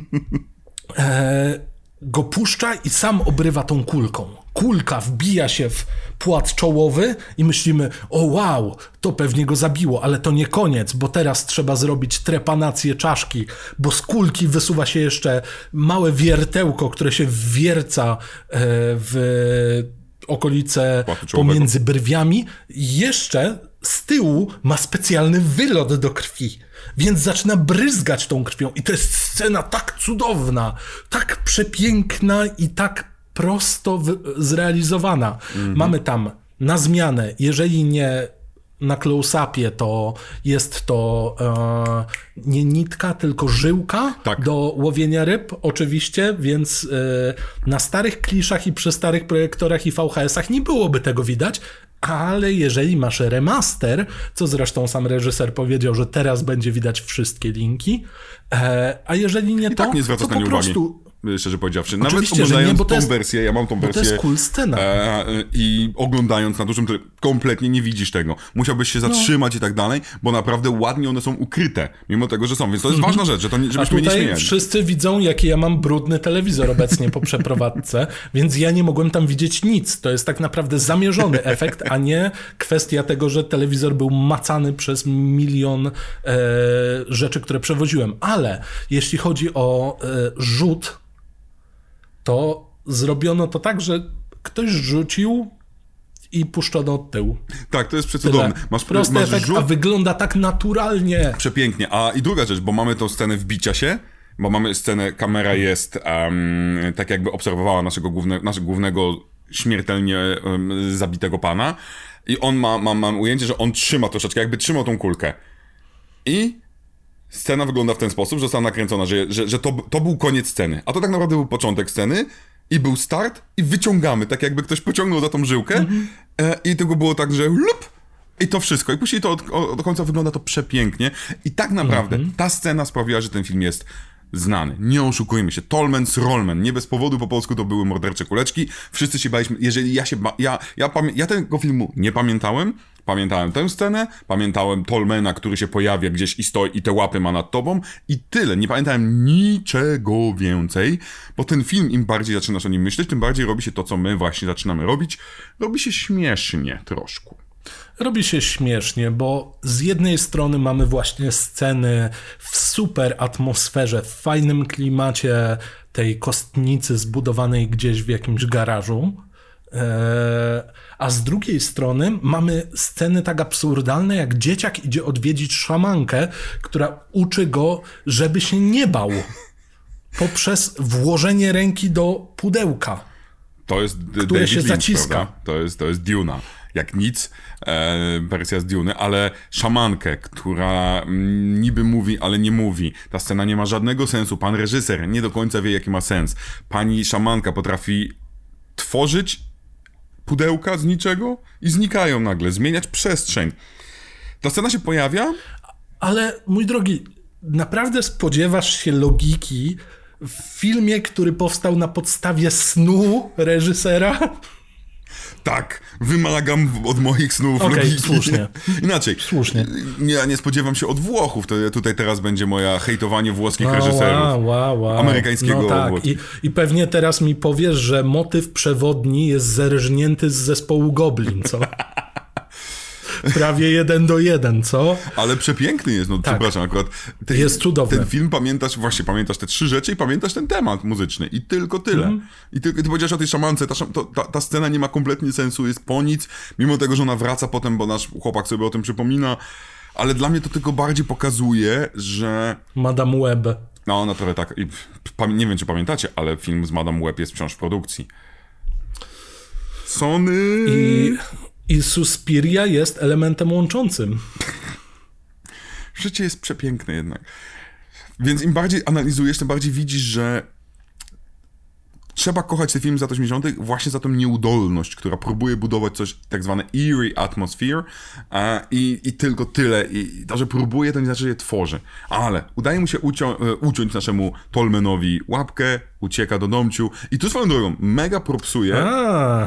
E, go puszcza i sam obrywa tą kulką. Kulka wbija się w płat czołowy i myślimy, o wow, to pewnie go zabiło, ale to nie koniec, bo teraz trzeba zrobić trepanację czaszki, bo z kulki wysuwa się jeszcze małe wiertełko, które się wwierca e, w okolice pomiędzy brwiami. Jeszcze z tyłu ma specjalny wylot do krwi, więc zaczyna bryzgać tą krwią i to jest scena tak cudowna, tak przepiękna i tak prosto w- zrealizowana. Mhm. Mamy tam na zmianę, jeżeli nie na close-upie, to jest to e, nie nitka, tylko żyłka tak. do łowienia ryb, oczywiście, więc e, na starych kliszach i przy starych projektorach i V H S-ach nie byłoby tego widać, ale jeżeli masz remaster, co zresztą sam reżyser powiedział, że teraz będzie widać wszystkie linki, e, a jeżeli nie I to, tak nie to po prostu... Szczerze powiedziawszy. Oczywiście, nawet oglądając że nie, bo tą jest, wersję, ja mam tą wersję. To jest cool scena. E, I oglądając na dużym, kompletnie nie widzisz tego. Musiałbyś się zatrzymać no. i tak dalej, bo naprawdę ładnie one są ukryte, mimo tego, że są. Więc to jest ważna rzecz, że to nie, żebyśmy nie śmieli. Wszyscy widzą, jaki ja mam brudny telewizor obecnie po przeprowadzce, więc ja nie mogłem tam widzieć nic. To jest tak naprawdę zamierzony efekt, a nie kwestia tego, że telewizor był macany przez milion e, rzeczy, które przewoziłem. Ale jeśli chodzi o e, rzut, to zrobiono to tak, że ktoś rzucił i puszczono od tyłu. Tak, to jest przecudowne. Masz prosty masz efekt, rzut... a wygląda tak naturalnie. Przepięknie. A i druga rzecz, bo mamy tą scenę wbicia się, bo mamy scenę, kamera jest um, tak jakby obserwowała naszego, główne, naszego głównego śmiertelnie um, zabitego pana i on ma, ma, ma ujęcie, że on trzyma troszeczkę, jakby trzymał tą kulkę. I scena wygląda w ten sposób, że została nakręcona, że, że, że to, to był koniec sceny. A to tak naprawdę był początek sceny i był start i wyciągamy, tak jakby ktoś pociągnął za tą żyłkę mm-hmm. e, i tego było tak, że lup i to wszystko. I później to od, od końca wygląda to przepięknie. I tak naprawdę mm-hmm. ta scena sprawiła, że ten film jest znany. Nie oszukujmy się. Tolman's Rollman. Nie bez powodu po polsku to były mordercze kuleczki. Wszyscy się baliśmy. Jeżeli ja się... Ba- ja, ja, pamię- ja tego filmu nie pamiętałem. Pamiętałem tę scenę, pamiętałem Tolmana, który się pojawia gdzieś i stoi i te łapy ma nad tobą i tyle. Nie pamiętałem niczego więcej, bo ten film, im bardziej zaczynasz o nim myśleć, tym bardziej robi się to, co my właśnie zaczynamy robić. Robi się śmiesznie troszkę. Robi się śmiesznie, bo z jednej strony mamy właśnie sceny w super atmosferze, w fajnym klimacie tej kostnicy zbudowanej gdzieś w jakimś garażu, Eee, a z drugiej strony mamy sceny tak absurdalne, jak dzieciak idzie odwiedzić szamankę, która uczy go, żeby się nie bał. Poprzez włożenie ręki do pudełka, To jest D- które David się Lynch, zaciska. prawda? To jest, to jest Duna. Jak nic, e, wersja z Duny, ale szamankę, która mm, niby mówi, ale nie mówi. Ta scena nie ma żadnego sensu. Pan reżyser nie do końca wie, jaki ma sens. Pani szamanka potrafi tworzyć pudełka z niczego i znikają nagle, zmieniać przestrzeń. Ta scena się pojawia. Ale mój drogi, naprawdę spodziewasz się logiki w filmie, który powstał na podstawie snu reżysera? Tak, wymagam od moich snów Okej, logiki. słusznie. Inaczej. Słusznie. Nie, ja nie spodziewam się od Włochów. To tutaj teraz będzie moja hejtowanie włoskich No, reżyserów. wow, wow, wow. Amerykańskiego. No tak. I, I pewnie teraz mi powiesz, że motyw przewodni jest zerżnięty z zespołu Goblin, co? Prawie jeden do jeden, co? Ale przepiękny jest, no Tak. przepraszam, akurat ten, Jest cudowny. ten film pamiętasz, właśnie pamiętasz te trzy rzeczy i pamiętasz ten temat muzyczny i tylko tyle. Mhm. I ty, ty powiedziałeś o tej szamance, ta, szam- to, ta, ta scena nie ma kompletnie sensu, jest po nic, mimo tego, że ona wraca potem, bo nasz chłopak sobie o tym przypomina, ale dla mnie to tylko bardziej pokazuje, że Madame Web. no ona trochę tak, i, pam- nie wiem czy pamiętacie, ale film z Madame Web jest wciąż w produkcji. Sony... I, I Suspiria jest elementem łączącym. Życie jest przepiękne jednak. Więc im bardziej analizujesz, tym bardziej widzisz, że trzeba kochać te filmy z lat osiemdziesiątych właśnie za tą nieudolność, która próbuje budować coś, tak zwane eerie atmosphere a, i, i tylko tyle. I to, że próbuje, to nie znaczy, że je tworzy. Ale udaje mu się ucią- e, uciąć naszemu Tolmanowi łapkę, ucieka do domciu i tu swoją drogą mega propsuje. A,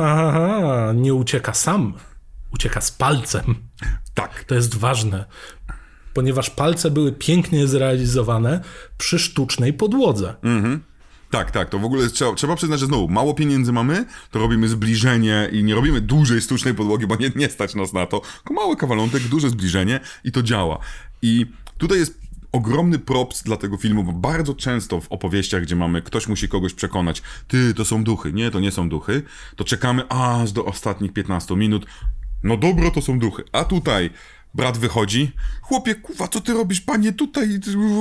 a, a, nie ucieka sam. Ucieka z palcem. Tak. To jest ważne. Ponieważ palce były pięknie zrealizowane przy sztucznej podłodze. Mhm. Tak, tak, to w ogóle trzeba, trzeba przyznać, że znowu mało pieniędzy mamy, to robimy zbliżenie i nie robimy dużej sztucznej podłogi, bo nie, nie stać nas na to, tylko mały kawalątek, duże zbliżenie i to działa. I tutaj jest ogromny props dla tego filmu, bo bardzo często w opowieściach, gdzie mamy, ktoś musi kogoś przekonać, ty, to są duchy, nie, to nie są duchy, to czekamy aż do ostatnich piętnastu minut, no dobro, to są duchy, a tutaj brat wychodzi, chłopie, kuwa, co ty robisz, panie, tutaj,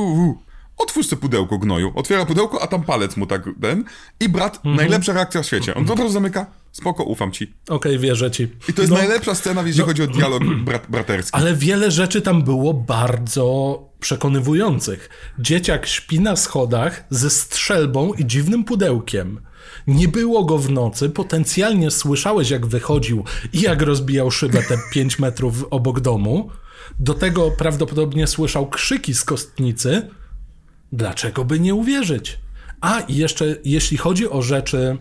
otwórz te pudełko, gnoju. Otwiera pudełko, a tam palec mu tak ten. I brat, mhm. najlepsza reakcja w świecie. On po prostu zamyka, spoko, ufam ci. Okej, okay, wierzę ci. I to jest no, najlepsza scena, jeśli no, chodzi o dialog brat, braterski. Ale wiele rzeczy tam było bardzo przekonywujących. Dzieciak śpi na schodach ze strzelbą i dziwnym pudełkiem. Nie było go w nocy, potencjalnie słyszałeś, jak wychodził i jak rozbijał szybę te pięć metrów obok domu. Do tego prawdopodobnie słyszał krzyki z kostnicy. Dlaczego by nie uwierzyć? A i jeszcze, jeśli chodzi o rzeczy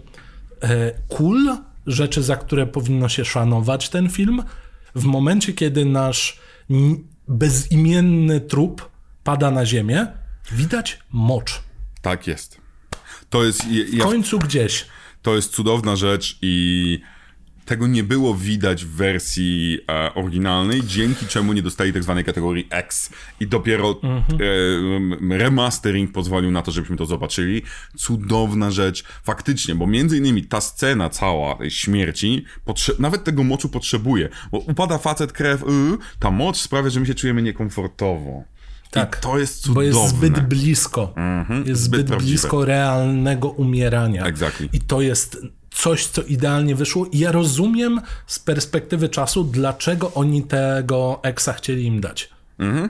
e, cool, rzeczy, za które powinno się szanować ten film, w momencie, kiedy nasz n- bezimienny trup pada na ziemię, widać mocz. Tak jest. To jest... Ja, w końcu gdzieś. To jest cudowna rzecz i tego nie było widać w wersji e, oryginalnej, dzięki czemu nie dostali tak zwanej kategorii X. I dopiero mm-hmm. e, remastering pozwolił na to, żebyśmy to zobaczyli. Cudowna rzecz. Faktycznie, bo między innymi ta scena cała tej śmierci, potrze- nawet tego moczu potrzebuje. Bo upada facet, krew, yy, ta moc sprawia, że my się czujemy niekomfortowo. Tak, I to jest cudowne. Bo jest zbyt blisko. Mm-hmm. Jest zbyt, zbyt blisko realnego umierania. Exactly. I to jest coś, co idealnie wyszło. I ja rozumiem z perspektywy czasu, dlaczego oni tego Exa chcieli im dać. Mm-hmm.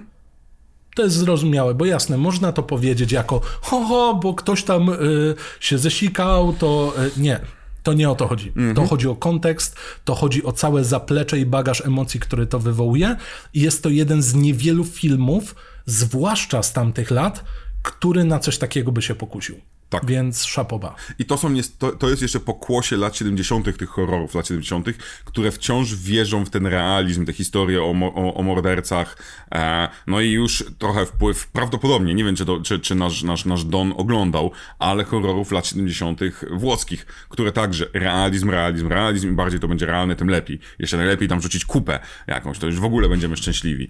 To jest zrozumiałe, bo jasne, można to powiedzieć jako ho, ho, bo ktoś tam y, się zesikał, to y, nie. To nie o to chodzi. Mm-hmm. To chodzi o kontekst, to chodzi o całe zaplecze i bagaż emocji, który to wywołuje. I jest to jeden z niewielu filmów, zwłaszcza z tamtych lat, który na coś takiego by się pokusił. Tak. Więc szapoba. I to, są, to, to jest jeszcze pokłosie lat siedemdziesiątych, tych horrorów lat siedemdziesiątych, które wciąż wierzą w ten realizm, te historie o, o, o mordercach. E, no i już trochę wpływ, prawdopodobnie, nie wiem, czy, to, czy, czy nasz, nasz, nasz Don oglądał, ale horrorów lat siedemdziesiątych włoskich, które także realizm, realizm, realizm, im bardziej to będzie realne, tym lepiej. Jeszcze najlepiej tam rzucić kupę jakąś, to już w ogóle będziemy szczęśliwi.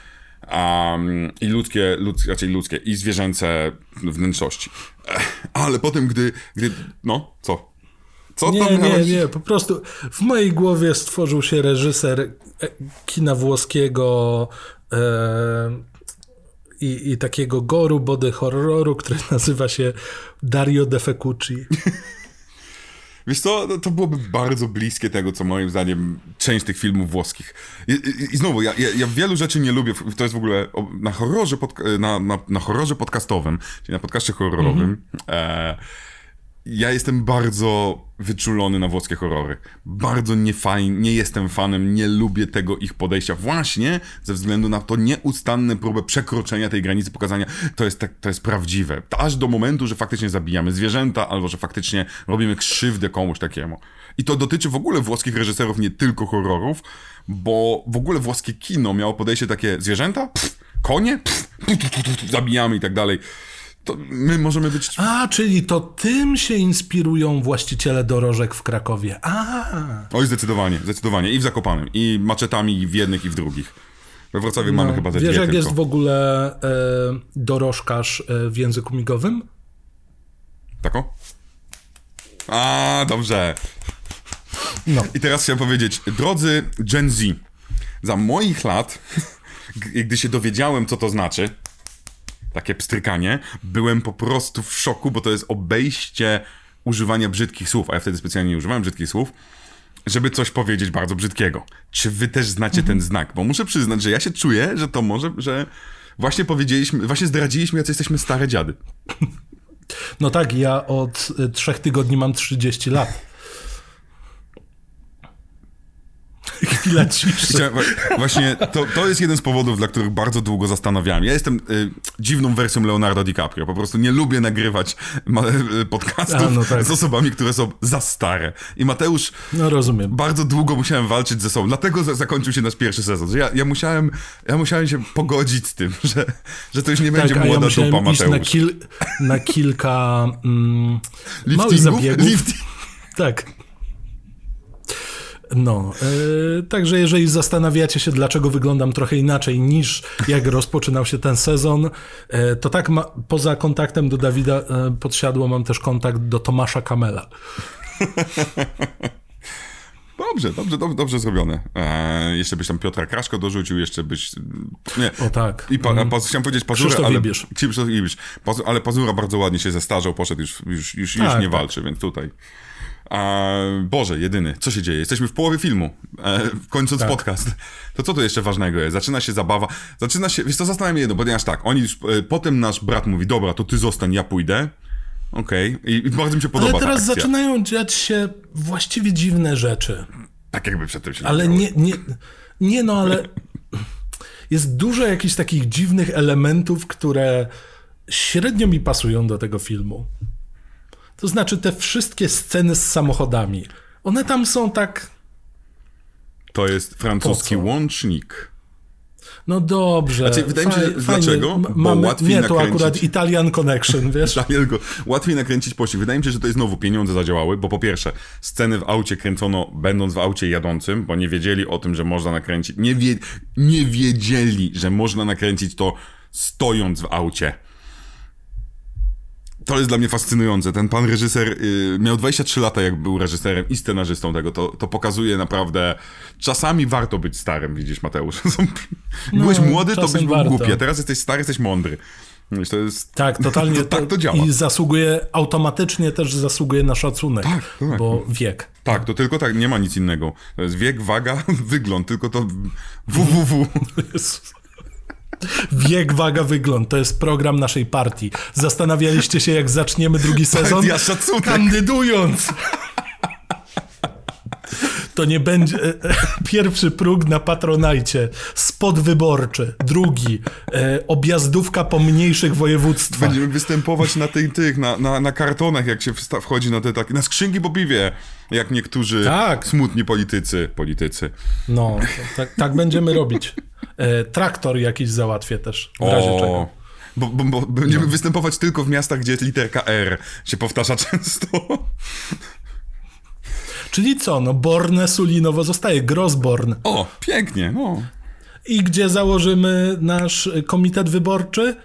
Um, i ludzkie, ludzkie, raczej ludzkie, i zwierzęce wnętrzości. Ale potem, gdy, gdy... No, co? Co nie, to miałeś? Nie, nie, po prostu w mojej głowie stworzył się reżyser kina włoskiego e, i, i takiego goru, body horroru, który nazywa się Dario De Feccucci. Wiesz co, to byłoby bardzo bliskie tego, co moim zdaniem część tych filmów włoskich. I, i, i znowu, ja, ja, ja wielu rzeczy nie lubię, to jest w ogóle na horrorze, pod, na, na, na horrorze podcastowym, czyli na podcaście horrorowym, mm-hmm. e, ja jestem bardzo wyczulony na włoskie horrory. Bardzo niefajnie, nie jestem fanem, nie lubię tego ich podejścia właśnie ze względu na to nieustanne próbę przekroczenia tej granicy, pokazania, to jest, tak, to jest prawdziwe. Aż do momentu, że faktycznie zabijamy zwierzęta, albo że faktycznie robimy krzywdę komuś takiemu. I to dotyczy w ogóle włoskich reżyserów, nie tylko horrorów, bo w ogóle włoskie kino miało podejście takie, zwierzęta? Pff, konie? Pff, zabijamy i tak dalej. To my możemy być... A, czyli to tym się inspirują właściciele dorożek w Krakowie. A. Oj, zdecydowanie, zdecydowanie. I w Zakopanem, i maczetami i w jednych, i w drugich. We Wrocławiu no, mamy chyba ze dwie Wiesz, jak tylko. jest w ogóle e, dorożkarz e, w języku migowym? Tako? A, dobrze. No. I teraz chciałem powiedzieć, drodzy Gen Z, za moich lat, gdy się dowiedziałem, co to znaczy, takie pstrykanie, byłem po prostu w szoku, bo to jest obejście używania brzydkich słów, a ja wtedy specjalnie nie używałem brzydkich słów, żeby coś powiedzieć bardzo brzydkiego. Czy wy też znacie mhm. ten znak? Bo muszę przyznać, że ja się czuję, że to może, że właśnie powiedzieliśmy, właśnie zdradziliśmy, jacy jesteśmy stare dziady. No tak, ja od trzech tygodni mam trzydzieści lat. Chwila ciszy. Właśnie to, to jest jeden z powodów, dla których bardzo długo zastanawiałem. Ja jestem y, dziwną wersją Leonardo DiCaprio. Po prostu nie lubię nagrywać ma, y, podcastów A, no tak. z osobami, które są za stare. I Mateusz... No rozumiem. Bardzo długo musiałem walczyć ze sobą. Dlatego za, zakończył się nasz pierwszy sezon. Że ja, ja, musiałem, ja musiałem się pogodzić z tym, że, że to już nie będzie tak, młoda ja dupa, Mateusz. Na, kil, na kilka mm, małych zabiegów. Lifting. Tak. No, yy, także jeżeli zastanawiacie się, dlaczego wyglądam trochę inaczej niż jak rozpoczynał się ten sezon, yy, to tak ma, poza kontaktem do Dawida yy, Podsiadło mam też kontakt do Tomasza Kamela. Dobrze, dobrze, dobrze, dobrze zrobione. Eee, jeszcze byś tam Piotra Kraszko dorzucił, jeszcze byś... Nie. O tak. I pa, mm. pa, chciałem powiedzieć Pazurę, Krzysztof ale... Ibisz. Krzysztof Ibisz. Ale Pazura bardzo ładnie się zestarzał, poszedł, już, już, już, tak, już nie tak. walczy, więc tutaj... A, Boże, jedyny, co się dzieje? Jesteśmy w połowie filmu, e, kończąc tak. podcast. To co tu jeszcze ważnego jest? Zaczyna się zabawa, zaczyna się, wiesz co, zastanawiam się jedno, ponieważ tak, oni już, e, potem nasz brat mówi, dobra, to ty zostań, ja pójdę. Okej, okay. I, i bardzo mi się podoba. Ale teraz ta akcja. Zaczynają dziać się właściwie dziwne rzeczy. Tak jakby przedtem się Ale nie, nie, nie no, ale jest dużo jakichś takich dziwnych elementów, które średnio mi pasują do tego filmu. To znaczy te wszystkie sceny z samochodami. One tam są tak... To jest francuski łącznik. No dobrze. Znaczy, wydaje mi się, że dlaczego? Bo mamy, łatwiej nie, nakręcić... to akurat Italian Connection, wiesz? Łatwiej nakręcić pościg. Wydaje mi się, że to jest znowu pieniądze zadziałały, bo po pierwsze, sceny w aucie kręcono będąc w aucie jadącym, bo nie wiedzieli o tym, że można nakręcić... Nie, wie... nie wiedzieli, że można nakręcić to stojąc w aucie. To jest dla mnie fascynujące. Ten pan reżyser y, miał dwadzieścia trzy lata, jak był reżyserem i scenarzystą tego. To, to pokazuje naprawdę... Czasami warto być starym, widzisz, Mateusz. Byłeś no, młody, to byś był warto. głupi, a teraz jesteś stary, jesteś mądry. Wiesz, to jest... Tak, totalnie. to, tak to działa. I zasługuje, automatycznie też zasługuje na szacunek, tak, tak. Bo wiek. Tak, to tylko tak, nie ma nic innego. To jest wiek, waga, wygląd, tylko to www. Wiek, waga, wygląd. To jest program naszej partii. Zastanawialiście się, jak zaczniemy drugi sezon? Partia szacunek. Kandydując! To nie będzie... Pierwszy próg na Patronajcie. Spot wyborczy. Drugi. E, objazdówka po mniejszych województwach. Będziemy występować na tych, tych na, na, na kartonach, jak się wchodzi na te takie... Na skrzynki po piwie. Jak niektórzy tak. smutni politycy. Politycy. No, tak, tak będziemy robić. E, traktor jakiś załatwię też, w razie o, czego. Bo, bo, bo będziemy no. występować tylko w miastach, gdzie literka R się powtarza często. Czyli co, no Borne, Sulinowo zostaje, Grossborn. O, pięknie, no. I gdzie założymy nasz komitet wyborczy?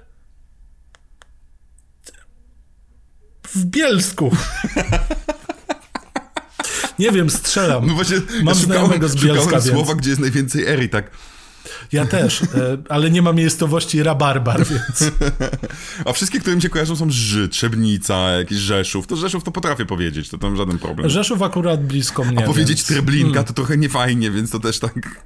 W Bielsku. Nie wiem, strzelam. No właśnie, Mam ja znajomego z Bielska, szukałem więc... słowa, gdzie jest najwięcej R i tak... Ja też, ale nie ma miejscowości Rabarbar, więc... A wszystkie, które mi się kojarzą, są Ży, Trzebnica, jakiś Rzeszów. To Rzeszów to potrafię powiedzieć, to tam żaden problem. Rzeszów akurat blisko mnie. A powiedzieć więc... Treblinka hmm. to trochę niefajnie, więc to też tak...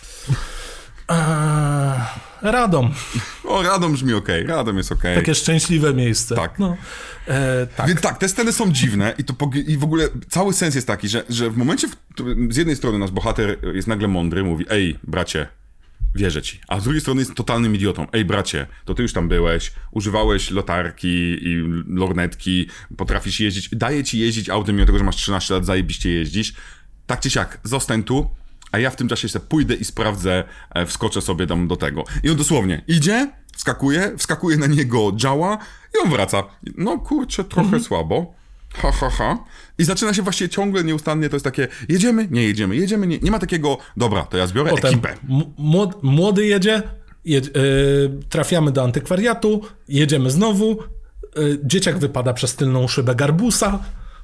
Eee, Radom. O, Radom brzmi okej, okay. Radom jest okej. Okay. Takie szczęśliwe miejsce. Tak. No, e, tak. Więc tak, te sceny są dziwne i, to i w ogóle cały sens jest taki, że, że w momencie, w którym z jednej strony nasz bohater jest nagle mądry, mówi: ej, bracie, wierzę ci. A z drugiej strony jest totalnym idiotą. Ej, bracie, to ty już tam byłeś, używałeś lotarki i lornetki, potrafisz jeździć, daję ci jeździć autem, mimo tego, że masz trzynaście lat, zajebiście jeździsz. Tak czy siak, zostań tu, a ja w tym czasie sobie pójdę i sprawdzę, wskoczę sobie tam do tego. I on dosłownie idzie, wskakuje, wskakuje na niego działa i on wraca. No kurczę, trochę mhm. słabo. Ha, ha, ha. I zaczyna się właściwie ciągle, nieustannie, to jest takie, jedziemy, nie jedziemy, jedziemy, nie, nie ma takiego, dobra, to ja zbiorę Potem ekipę. M- młody jedzie, jedzie yy, trafiamy do antykwariatu, jedziemy znowu, yy, dzieciak wypada przez tylną szybę garbusa.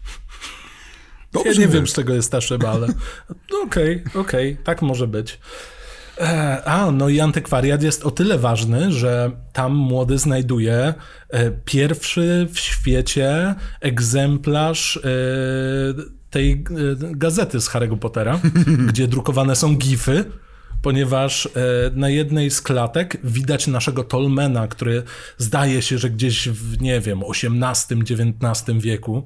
Dobrze, ja nie wiem, z czego jest ta szyba, ale okej, okej, okay, tak może być. E, a, no i antykwariat jest o tyle ważny, że tam młody znajduje e, pierwszy w świecie egzemplarz e, tej e, gazety z Harry'ego Pottera, gdzie drukowane są gify, ponieważ e, na jednej z klatek widać naszego Tolmena, który zdaje się, że gdzieś w, nie wiem, osiemnastym, dziewiętnastym wieku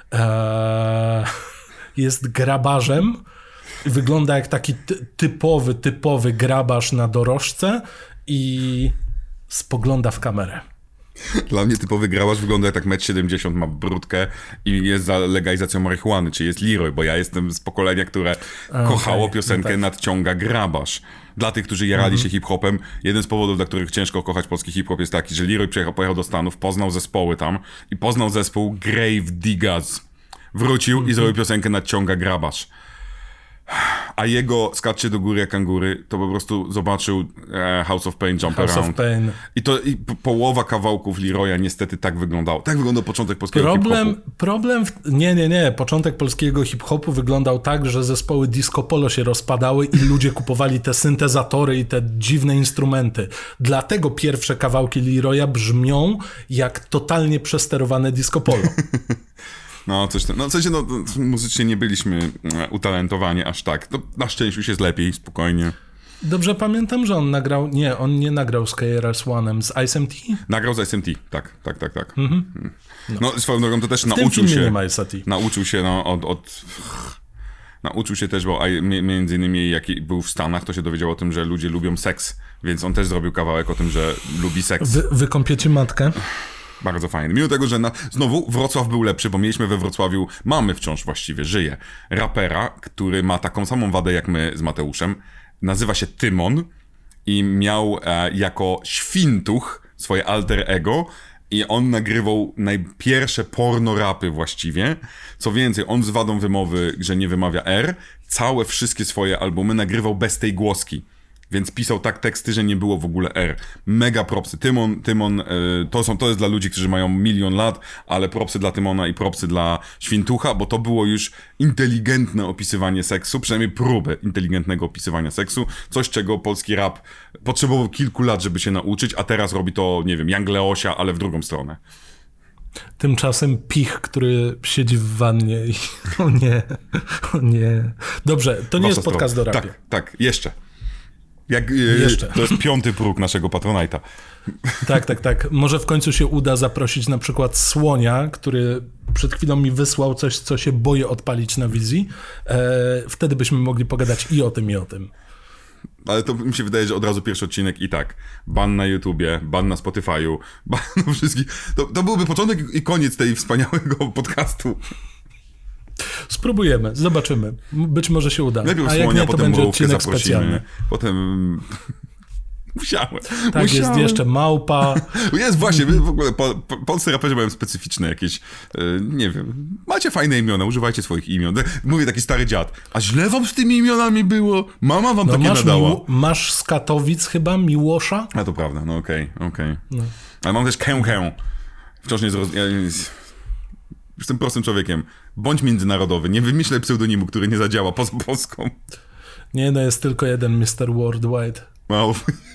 e, jest grabarzem. Wygląda jak taki ty- typowy, typowy grabarz na dorożce i spogląda w kamerę. Dla mnie typowy grabarz wygląda jak tak metr siedemdziesiąt, ma brudkę i jest za legalizacją marihuany, czyli jest Leroy, bo ja jestem z pokolenia, które okay, kochało piosenkę no tak. Nadciąga grabarz. Dla tych, którzy jarali mm-hmm. się hip-hopem, jeden z powodów, dla których ciężko kochać polski hip-hop jest taki, że Leroy przyjechał, pojechał do Stanów, poznał zespoły tam i poznał zespół Grave Diggers. Wrócił mm-hmm. i zrobił piosenkę Nadciąga grabarz. A jego Skaczcie do góry jak kangury, to po prostu zobaczył e, House of Pain, Jump House Around. Of Pain. I to i połowa kawałków Leroya niestety tak wyglądało. Tak wyglądał początek polskiego problem, hip-hopu. Problem, w... nie, nie, nie. Początek polskiego hip-hopu wyglądał tak, że zespoły disco polo się rozpadały i ludzie kupowali te syntezatory i te dziwne instrumenty. Dlatego pierwsze kawałki Leroya brzmią jak totalnie przesterowane disco polo. No, coś tam. No, w sensie, no, muzycznie nie byliśmy utalentowani aż tak. No, na szczęściu się jest lepiej, spokojnie. Dobrze pamiętam, że on nagrał, nie, on nie nagrał z K R S One, z Ice M T? Nagrał z Ice M T, tak, tak, tak, tak. Mm-hmm. No, no swoją drogą to też w nauczył się. Nie ma Ice T. Nauczył się no, od, od... Nauczył się też, bo między innymi jak był w Stanach, to się dowiedział o tym, że ludzie lubią seks, więc on też zrobił kawałek o tym, że lubi seks. Wy, wykąpiecie matkę? Bardzo fajny. Mimo tego, że na... znowu Wrocław był lepszy, bo mieliśmy we Wrocławiu, mamy wciąż właściwie, żyje, rapera, który ma taką samą wadę jak my z Mateuszem. Nazywa się Tymon i miał e, jako świntuch swoje alter ego i on nagrywał najpierwsze porno rapy właściwie. Co więcej, on z wadą wymowy, że nie wymawia R, całe wszystkie swoje albumy nagrywał bez tej głoski. Więc pisał tak teksty, że nie było w ogóle R. Mega propsy. Tymon, Tymon, yy, to, są, to jest dla ludzi, którzy mają milion lat, ale propsy dla Tymona i propsy dla Świntucha, bo to było już inteligentne opisywanie seksu, przynajmniej próbę inteligentnego opisywania seksu. Coś, czego polski rap potrzebował kilku lat, żeby się nauczyć, a teraz robi to, nie wiem, Young Leosia, ale w drugą stronę. Tymczasem Pich, który siedzi w wannie i... O nie, o nie. Dobrze, to nie Wasza jest podcast strona. do rapie. Tak, tak, jeszcze. Jak, Jeszcze. To jest piąty próg naszego Patronite'a. Tak, tak, tak. Może w końcu się uda zaprosić na przykład Słonia, który przed chwilą mi wysłał coś, co się boję odpalić na wizji. E, wtedy byśmy mogli pogadać i o tym, i o tym. Ale to mi się wydaje, że od razu pierwszy odcinek i tak. Ban na YouTubie, ban na Spotify'u, ban na wszystkich. To, to byłby początek i koniec tej wspaniałego podcastu. Spróbujemy, zobaczymy. Być może się uda. Najpierw A Słonia, jak nie, to potem będzie Mrówkę odcinek zaprosimy. specjalny. Potem... Musiałem. Tak, Musiałem. jest jeszcze Małpa. Jest właśnie, w ogóle po, po, polscy raperzy mają specyficzne jakieś, yy, nie wiem, macie fajne imiona, używajcie swoich imion. Mówię taki stary dziad, a źle wam z tymi imionami było? Mama wam no takie masz nadała. Mił, masz z Katowic chyba, Miłosza? A to prawda, no okej, okay, okej. Okay. No. Ale mam też Kę Kę. Wciąż nie zrozumiałem. Jestem prostym człowiekiem. Bądź międzynarodowy, nie wymyślaj pseudonimu, który nie zadziała poza Polską. Nie, no jest tylko jeden mister Worldwide. Wow.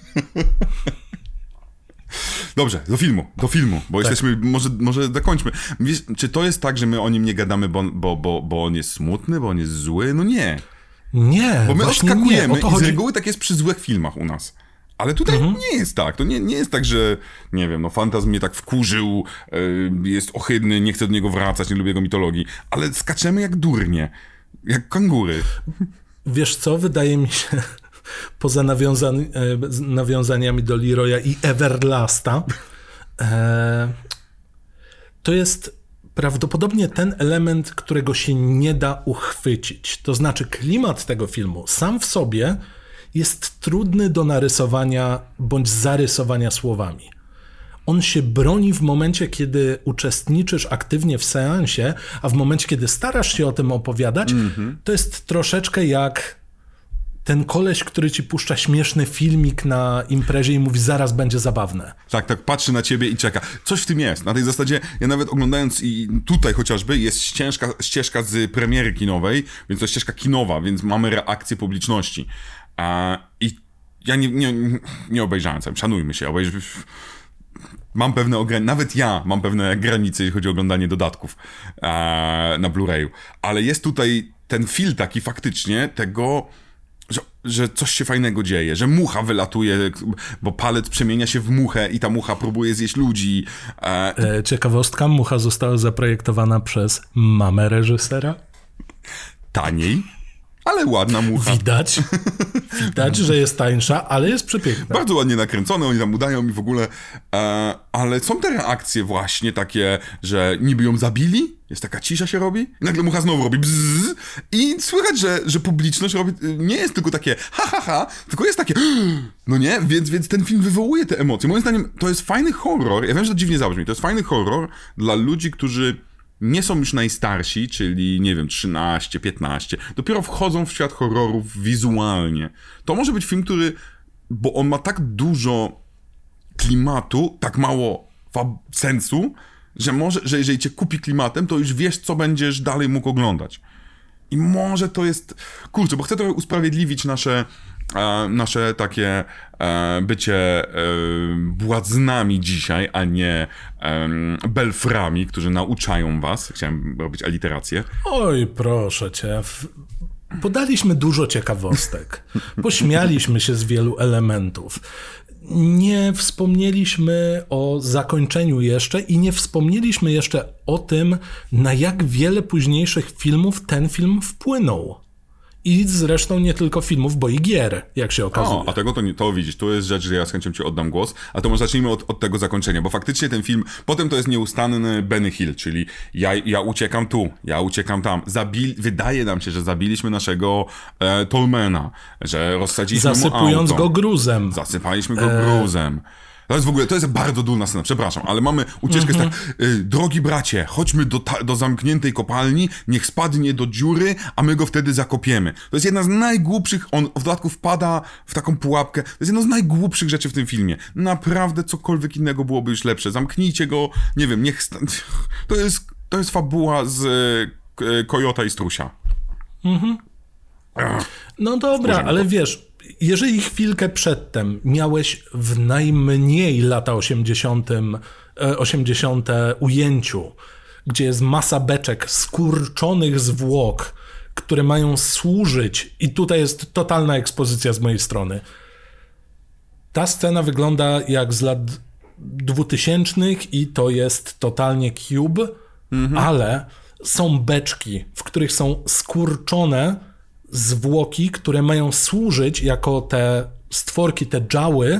Dobrze, do filmu, do filmu, bo tak. jesteśmy, może, może zakończmy. Wiesz, czy to jest tak, że my o nim nie gadamy, bo, bo, bo, bo on jest smutny, bo on jest zły? No nie. Nie, bo my odskakujemy nie, i z reguły tak jest przy złych filmach u nas. Ale tutaj mhm. nie jest tak. To nie, nie jest tak, że nie wiem, no Fantazm mnie tak wkurzył, yy, jest ohydny, nie chcę do niego wracać, nie lubię jego mitologii, ale skaczemy jak durnie, jak kangury. Wiesz co, wydaje mi się, poza nawiązań, nawiązaniami do Leroya i Everlasta, e, to jest prawdopodobnie ten element, którego się nie da uchwycić. To znaczy klimat tego filmu sam w sobie jest trudny do narysowania bądź zarysowania słowami. On się broni w momencie, kiedy uczestniczysz aktywnie w seansie, a w momencie, kiedy starasz się o tym opowiadać, mm-hmm. to jest troszeczkę jak ten koleś, który ci puszcza śmieszny filmik na imprezie i mówi, zaraz będzie zabawne. Tak, tak, patrzy na ciebie i czeka. Coś w tym jest. Na tej zasadzie, ja nawet oglądając i tutaj chociażby, jest ścieżka, ścieżka z premiery kinowej, więc to ścieżka kinowa, więc mamy reakcję publiczności. A, I ja nie, nie, nie obejrzałem sam, szanujmy się, obejrzałem. Mam pewne ograniczenia, nawet ja mam pewne granice, jeśli chodzi o oglądanie dodatków e, na Blu-rayu, ale jest tutaj ten feel taki faktycznie tego, że, że coś się fajnego dzieje, że mucha wylatuje, bo palec przemienia się w muchę i ta mucha próbuje zjeść ludzi. E... E, ciekawostka, mucha została zaprojektowana przez mamę reżysera. Taniej, ale ładna mucha. Widać, widać, że jest tańsza, ale jest przepiękna. Bardzo ładnie nakręcone, oni tam udają i w ogóle, e, ale są te reakcje właśnie takie, że niby ją zabili, jest taka cisza się robi, i nagle mucha znowu robi bzzz, i słychać, że, że publiczność robi, nie jest tylko takie ha, ha, ha, tylko jest takie no nie, więc, więc ten film wywołuje te emocje. Moim zdaniem to jest fajny horror, ja wiem, że to dziwnie zabrzmi, to jest fajny horror dla ludzi, którzy nie są już najstarsi, czyli nie wiem, trzynaście, piętnaście, dopiero wchodzą w świat horrorów wizualnie. To może być film, który, bo on ma tak dużo klimatu, tak mało fab- sensu, że może, że jeżeli cię kupi klimatem, to już wiesz, co będziesz dalej mógł oglądać. I może to jest, kurczę, bo chcę trochę usprawiedliwić nasze E, nasze takie e, bycie e, błaznami dzisiaj, a nie e, belframi, którzy nauczają was. Chciałem robić aliterację. Oj, proszę cię. Podaliśmy dużo ciekawostek. Pośmialiśmy się z wielu elementów. Nie wspomnieliśmy o zakończeniu jeszcze i nie wspomnieliśmy jeszcze o tym, na jak wiele późniejszych filmów ten film wpłynął. I zresztą nie tylko filmów, bo i gier, jak się okazuje. O, a tego to, nie, to widzisz, to jest rzecz, że ja z chęcią ci oddam głos, a to może zacznijmy od, od tego zakończenia, bo faktycznie ten film, potem to jest nieustanny Benny Hill, czyli ja, ja uciekam tu, ja uciekam tam. Zabil, wydaje nam się, że zabiliśmy naszego e, Tolmana, że rozsadziliśmy Zasypując mu auto. go gruzem. Zasypaliśmy go e... gruzem. To jest w ogóle, to jest bardzo durna scena, przepraszam, ale mamy ucieczkę mm-hmm. tak, y, drogi bracie, chodźmy do, ta, do zamkniętej kopalni, niech spadnie do dziury, a my go wtedy zakopiemy. To jest jedna z najgłupszych, on w dodatku wpada w taką pułapkę, to jest jedna z najgłupszych rzeczy w tym filmie. Naprawdę cokolwiek innego byłoby już lepsze. Zamknijcie go, nie wiem, niech... Sta- to jest, to jest fabuła z y, Kojota i Strusia. Mhm. No dobra, ale wiesz, jeżeli chwilkę przedtem miałeś w najmniej lata osiemdziesiąte ujęciu, gdzie jest masa beczek skurczonych zwłok, które mają służyć, i tutaj jest totalna ekspozycja z mojej strony. Ta scena wygląda jak z lat dwutysięcznych i to jest totalnie cube, mhm. ale są beczki, w których są skurczone zwłoki, które mają służyć jako te stworki, te dżały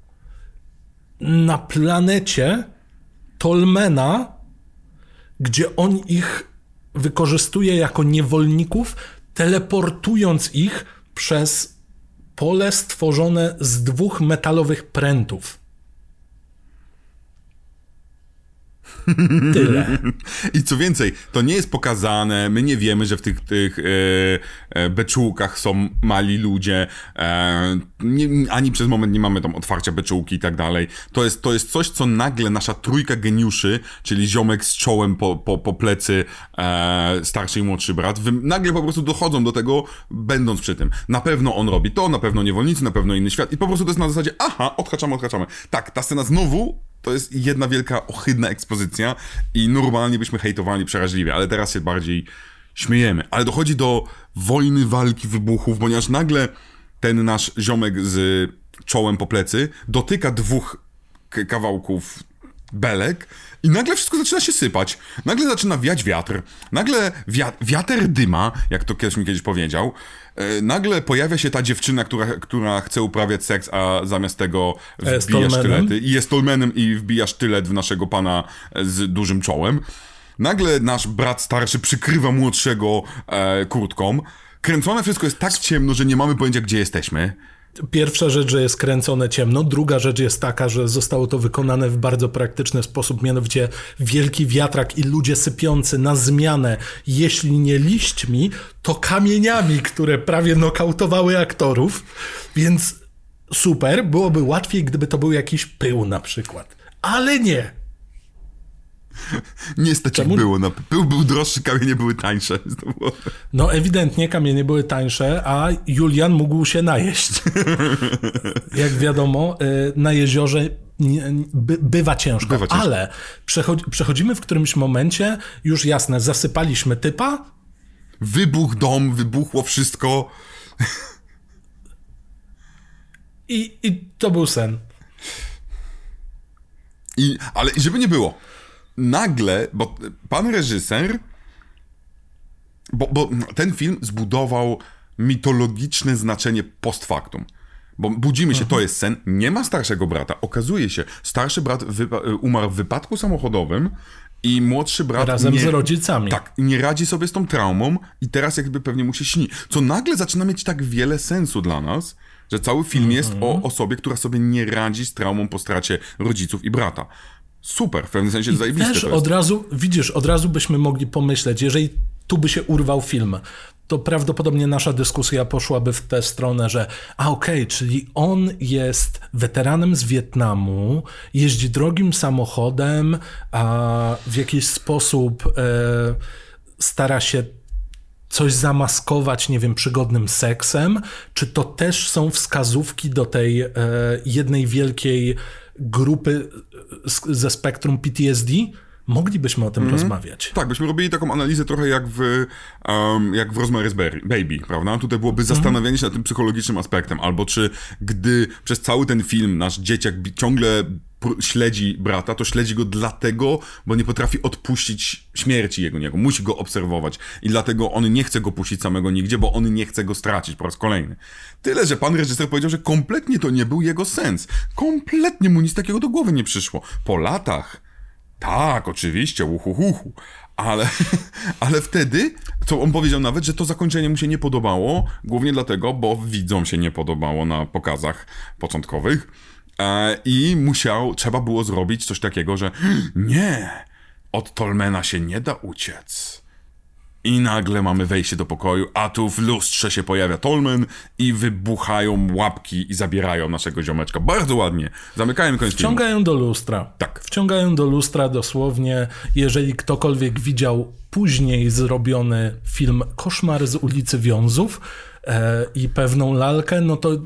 na planecie Tolmena, gdzie on ich wykorzystuje jako niewolników, teleportując ich przez pole stworzone z dwóch metalowych prętów. Tyle. I co więcej, to nie jest pokazane, my nie wiemy, że w tych, tych e, e, beczułkach są mali ludzie, e, nie, ani przez moment nie mamy tam otwarcia beczułki i tak dalej. To jest, to jest coś, co nagle nasza trójka geniuszy, czyli ziomek z czołem po, po, po plecy, e, starszy i młodszy brat, wy, nagle po prostu dochodzą do tego, będąc przy tym. Na pewno on robi to, na pewno niewolnicy, na pewno inny świat i po prostu to jest na zasadzie, aha, odhaczamy, odhaczamy. Tak, ta scena znowu to jest jedna wielka, ohydna ekspozycja i normalnie byśmy hejtowali przeraźliwie, ale teraz się bardziej śmiejemy. Ale dochodzi do wojny, walki, wybuchów, ponieważ nagle ten nasz ziomek z czołem po plecy dotyka dwóch k- kawałków belek i nagle wszystko zaczyna się sypać. Nagle zaczyna wiać wiatr. Nagle wia- wiater dyma, jak to kiedyś mi kiedyś powiedział. E, nagle pojawia się ta dziewczyna, która, która chce uprawiać seks, a zamiast tego wbija sztylety. I jest tolmenem i wbija sztylet w naszego pana z dużym czołem. Nagle nasz brat starszy przykrywa młodszego e, kurtką. Kręcone wszystko jest tak ciemno, że nie mamy pojęcia, gdzie jesteśmy. Pierwsza rzecz, że jest kręcone ciemno. Druga rzecz jest taka, że zostało to wykonane w bardzo praktyczny sposób, mianowicie wielki wiatrak i ludzie sypiący na zmianę, jeśli nie liśćmi, to kamieniami, które prawie nokautowały aktorów. Więc super, byłoby łatwiej, gdyby to był jakiś pył na przykład. Ale nie. Nie stać jak było. Na... Pył był droższy, kamienie były tańsze. Było... No ewidentnie kamienie były tańsze, a Julian mógł się najeść. Jak wiadomo, na jeziorze by, bywa ciężko. Bywa ciężko. Ale przechodzi, przechodzimy w którymś momencie, już jasne, zasypaliśmy typa. Wybuch dom, wybuchło wszystko. I, i to był sen. I, ale żeby nie było, nagle, bo pan reżyser, bo, bo ten film zbudował mitologiczne znaczenie post factum. Bo budzimy się, mhm. to jest sen, nie ma starszego brata. Okazuje się, starszy brat wypa- umarł w wypadku samochodowym i młodszy brat... Razem nie, z rodzicami. Tak, nie radzi sobie z tą traumą i teraz jakby pewnie mu się śni. Co nagle zaczyna mieć tak wiele sensu dla nas, że cały film mhm. jest o osobie, która sobie nie radzi z traumą po stracie rodziców i brata. Super, w pewnym sensie zajebiste też to jest. Od razu, widzisz, od razu byśmy mogli pomyśleć, jeżeli tu by się urwał film, to prawdopodobnie nasza dyskusja poszłaby w tę stronę, że a okej, okay, czyli on jest weteranem z Wietnamu, jeździ drogim samochodem, a w jakiś sposób e, stara się coś zamaskować, nie wiem, przygodnym seksem, czy to też są wskazówki do tej e, jednej wielkiej grupy ze spektrum P T S D? Moglibyśmy o tym mm. rozmawiać. Tak, byśmy robili taką analizę trochę jak w, um, jak w Rosemary's Baby, prawda? Tutaj byłoby zastanawianie mm. się nad tym psychologicznym aspektem, albo czy gdy przez cały ten film nasz dzieciak ciągle śledzi brata, to śledzi go dlatego, bo nie potrafi odpuścić śmierci jego niego, musi go obserwować i dlatego on nie chce go puścić samego nigdzie, bo on nie chce go stracić po raz kolejny. Tyle, że pan reżyser powiedział, że kompletnie to nie był jego sens. Kompletnie mu nic takiego do głowy nie przyszło. Po latach tak, oczywiście, uhuhuhu, ale, ale wtedy, co on powiedział nawet, że to zakończenie mu się nie podobało, głównie dlatego, bo widzom się nie podobało na pokazach początkowych e, i musiał, trzeba było zrobić coś takiego, że nie, od Tolmena się nie da uciec. I nagle mamy wejście do pokoju, a tu w lustrze się pojawia Tolmen i wybuchają łapki i zabierają naszego ziomeczka. Bardzo ładnie. Zamykają koniec filmu. Wciągają do lustra. Tak. Wciągają do lustra dosłownie. Jeżeli ktokolwiek widział później zrobiony film Koszmar z ulicy Wiązów e, i pewną lalkę, no to...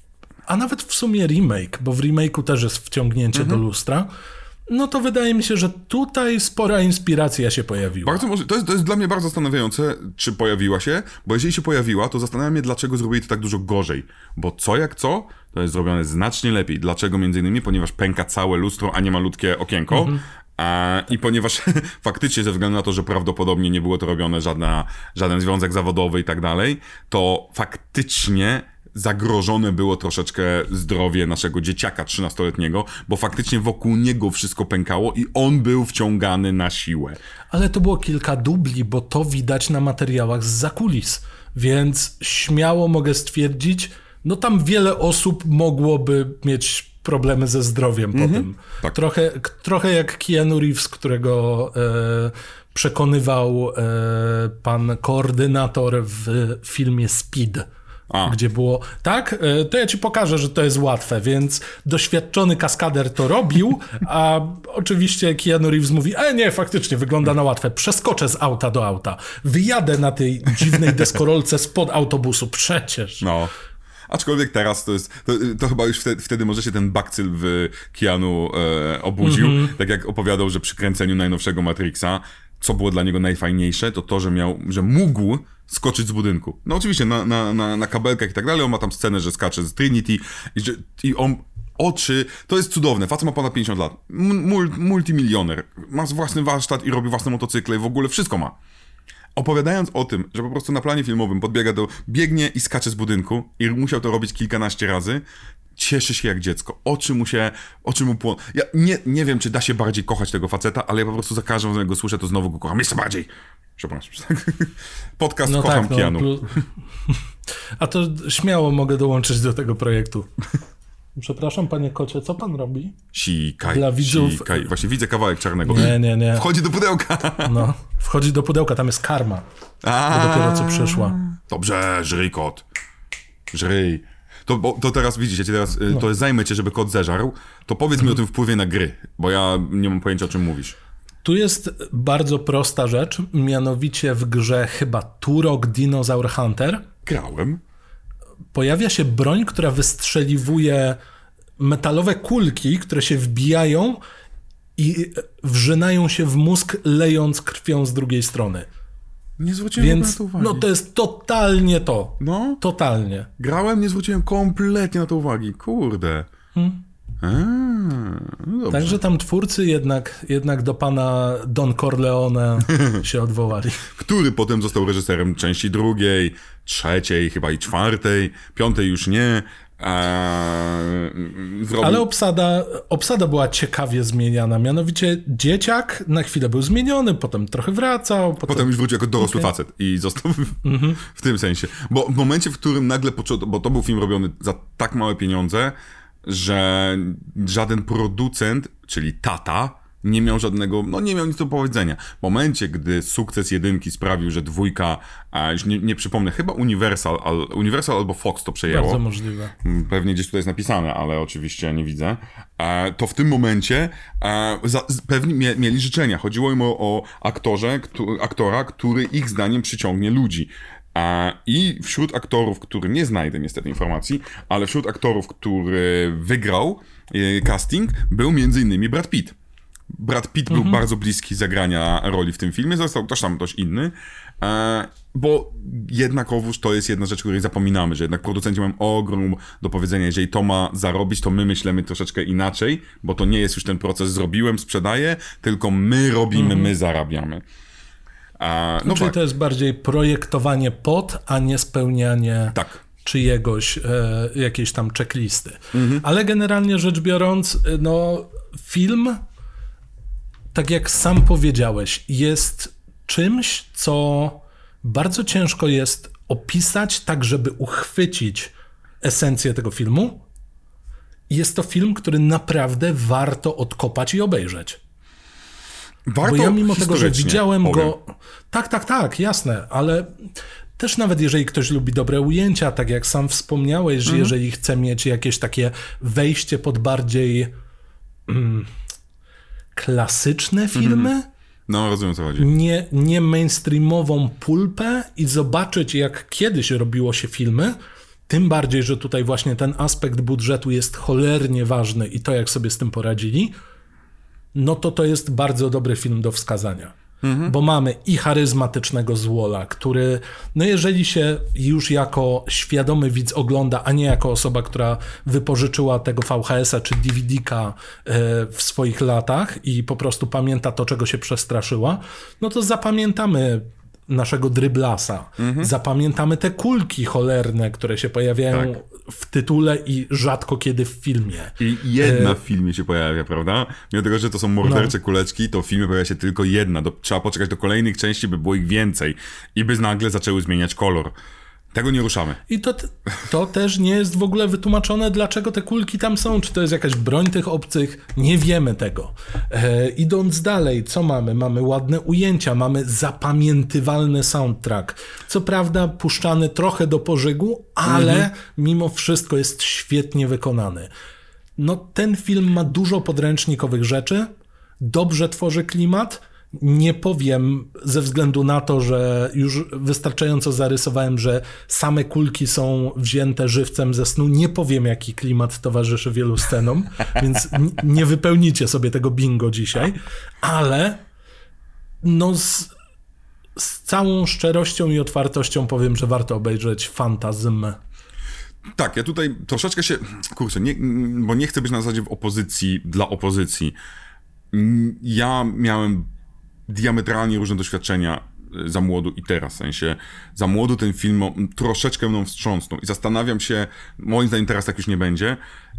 A nawet w sumie remake, bo w remake'u też jest wciągnięcie mhm. do lustra. No to wydaje mi się, że tutaj spora inspiracja się pojawiła. Bardzo może, to, jest, to jest dla mnie bardzo zastanawiające, czy pojawiła się, bo jeżeli się pojawiła, to zastanawiam się, dlaczego zrobili to tak dużo gorzej. Bo co jak co, to jest zrobione znacznie lepiej. Dlaczego między innymi? Ponieważ pęka całe lustro, a nie malutkie okienko. Mhm. A, I ponieważ faktycznie ze względu na to, że prawdopodobnie nie było to robione żadna, żaden związek zawodowy i tak dalej, to faktycznie zagrożone było troszeczkę zdrowie naszego dzieciaka trzynastoletniego, bo faktycznie wokół niego wszystko pękało i on był wciągany na siłę. Ale to było kilka dubli, bo to widać na materiałach z zakulis, więc śmiało mogę stwierdzić, no tam wiele osób mogłoby mieć problemy ze zdrowiem mm-hmm. po tym. Tak. Trochę, trochę jak Keanu Reeves, którego e, przekonywał e, pan koordynator w filmie Speed. A. Gdzie było, tak, to ja ci pokażę, że to jest łatwe, więc doświadczony kaskader to robił, a oczywiście Keanu Reeves mówi, e nie, faktycznie wygląda na łatwe, przeskoczę z auta do auta, wyjadę na tej dziwnej deskorolce spod autobusu, przecież. No. Aczkolwiek teraz to jest, to, to chyba już wtedy, wtedy może się ten bakcyl w Keanu e, obudził, mm-hmm. tak jak opowiadał, że przy kręceniu najnowszego Matrixa, co było dla niego najfajniejsze, to to, że miał, że mógł skoczyć z budynku. No oczywiście na, na, na, na kabelkach i tak dalej, on ma tam scenę, że skacze z Trinity i, że, i on oczy, to jest cudowne, facet ma ponad pięćdziesiąt lat, Mul, multimilioner, ma własny warsztat i robi własne motocykle i w ogóle wszystko ma. Opowiadając o tym, że po prostu na planie filmowym podbiega do, biegnie i skacze z budynku i musiał to robić kilkanaście razy, cieszy się jak dziecko. Oczy mu się, oczy mu płoną. Ja nie, nie wiem, czy da się bardziej kochać tego faceta, ale ja po prostu za każdym razem, jak go słyszę, to znowu go kocham. Jeszcze bardziej. Przepraszam. Podcast no Kocham tak, no, Keanu. Plus... A to śmiało mogę dołączyć do tego projektu. Przepraszam, panie kocie, co pan robi? Sikaj, Dla widzów... sikaj. Właśnie widzę kawałek czarnego. Nie, nie, nie. Wchodzi do pudełka. No, wchodzi do pudełka, tam jest karma. A, bo dopiero co przyszła. Dobrze, żryj kot. Żryj. To, bo, to teraz widzicie, teraz no. to zajmę cię, żeby kot zeżarł, to powiedz mi o tym wpływie na gry, bo ja nie mam pojęcia, o czym mówisz. Tu jest bardzo prosta rzecz, mianowicie w grze chyba Turok Dinosaur Hunter. Grałem. Pojawia się broń, która wystrzeliwuje metalowe kulki, które się wbijają i wrzynają się w mózg, lejąc krwią z drugiej strony. Nie zwróciłem Więc, na to uwagi. No to jest totalnie to. No. Totalnie. Grałem, nie zwróciłem kompletnie na to uwagi. Kurde. Hmm. A, no Także tam twórcy jednak, jednak do pana Don Corleone się odwołali. Który potem został reżyserem części drugiej, trzeciej, chyba i czwartej, piątej już nie. Eee, zrobił... Ale obsada, obsada była ciekawie zmieniana. Mianowicie dzieciak na chwilę był zmieniony, potem trochę wracał. Potem, potem już wrócił jako dorosły okay. facet i został w, mm-hmm. w tym sensie. Bo w momencie, w którym nagle począł, bo to był film robiony za tak małe pieniądze, że żaden producent, czyli tata, nie miał żadnego, no nie miał nic do powiedzenia. W momencie, gdy sukces jedynki sprawił, że dwójka, a już nie, nie przypomnę, chyba Universal, al, Universal albo Fox to przejęło. Bardzo możliwe. Pewnie gdzieś tutaj jest napisane, ale oczywiście nie widzę. E, to w tym momencie e, za, pewnie mie, mieli życzenia. Chodziło im o, o aktorze, kto, aktora, który ich zdaniem przyciągnie ludzi. I wśród aktorów, który nie znajdę niestety informacji, ale wśród aktorów, który wygrał casting, był między innymi Brad Pitt. Brad Pitt mhm. był bardzo bliski zagrania roli w tym filmie, został też tam dość inny, bo jednakowoż to jest jedna rzecz, której zapominamy, że jednak producenci mają ogrom do powiedzenia. Jeżeli to ma zarobić, to my myślimy troszeczkę inaczej, bo to nie jest już ten proces zrobiłem, sprzedaję, tylko my robimy, mhm. my zarabiamy. A, no Czyli tak. to jest bardziej projektowanie pod, a nie spełnianie tak. czyjegoś, e, jakiejś tam checklisty. Mhm. Ale generalnie rzecz biorąc, no film, tak jak sam powiedziałeś, jest czymś, co bardzo ciężko jest opisać tak, żeby uchwycić esencję tego filmu. Jest to film, który naprawdę warto odkopać i obejrzeć. Warto Bo ja mimo tego, że widziałem powiem. go... Tak, tak, tak, jasne, ale też nawet jeżeli ktoś lubi dobre ujęcia, tak jak sam wspomniałeś, że mhm. jeżeli chce mieć jakieś takie wejście pod bardziej mm, klasyczne filmy, mhm. no rozumiem, co chodzi. Nie, nie mainstreamową pulpę i zobaczyć, jak kiedyś robiło się filmy, tym bardziej, że tutaj właśnie ten aspekt budżetu jest cholernie ważny i to, jak sobie z tym poradzili, no to to jest bardzo dobry film do wskazania. Mhm. Bo mamy i charyzmatycznego Zwola, który, no jeżeli się już jako świadomy widz ogląda, a nie jako osoba, która wypożyczyła tego V H S a czy D V D-ka w swoich latach i po prostu pamięta to, czego się przestraszyła, no to zapamiętamy naszego Dryblasa. Mhm. Zapamiętamy te kulki cholerne, które się pojawiają tak. w tytule i rzadko kiedy w filmie. I jedna w filmie się pojawia, prawda? Mimo tego, że to są mordercze no. kuleczki, to w filmie pojawia się tylko jedna. Do, trzeba poczekać do kolejnych części, by było ich więcej. I by nagle zaczęły zmieniać kolor. Tego nie ruszamy. I to, to też nie jest w ogóle wytłumaczone, dlaczego te kulki tam są. Czy to jest jakaś broń tych obcych? Nie wiemy tego. E, idąc dalej, co mamy? Mamy ładne ujęcia, mamy zapamiętywalny soundtrack. Co prawda puszczany trochę do pożygu, ale mhm. mimo wszystko jest świetnie wykonany. No, ten film ma dużo podręcznikowych rzeczy, dobrze tworzy klimat. Nie powiem ze względu na to, że już wystarczająco zarysowałem, że same kulki są wzięte żywcem ze snu. Nie powiem, jaki klimat towarzyszy wielu scenom, więc nie wypełnicie sobie tego bingo dzisiaj, ale no z, z całą szczerością i otwartością powiem, że warto obejrzeć Fantazm. Tak, ja tutaj troszeczkę się, kurczę, nie, bo nie chcę być na zasadzie w opozycji dla opozycji. Ja miałem diametralnie różne doświadczenia za młodu i teraz, w sensie za młodu ten film troszeczkę mną wstrząsnął i zastanawiam się, moim zdaniem teraz tak już nie będzie,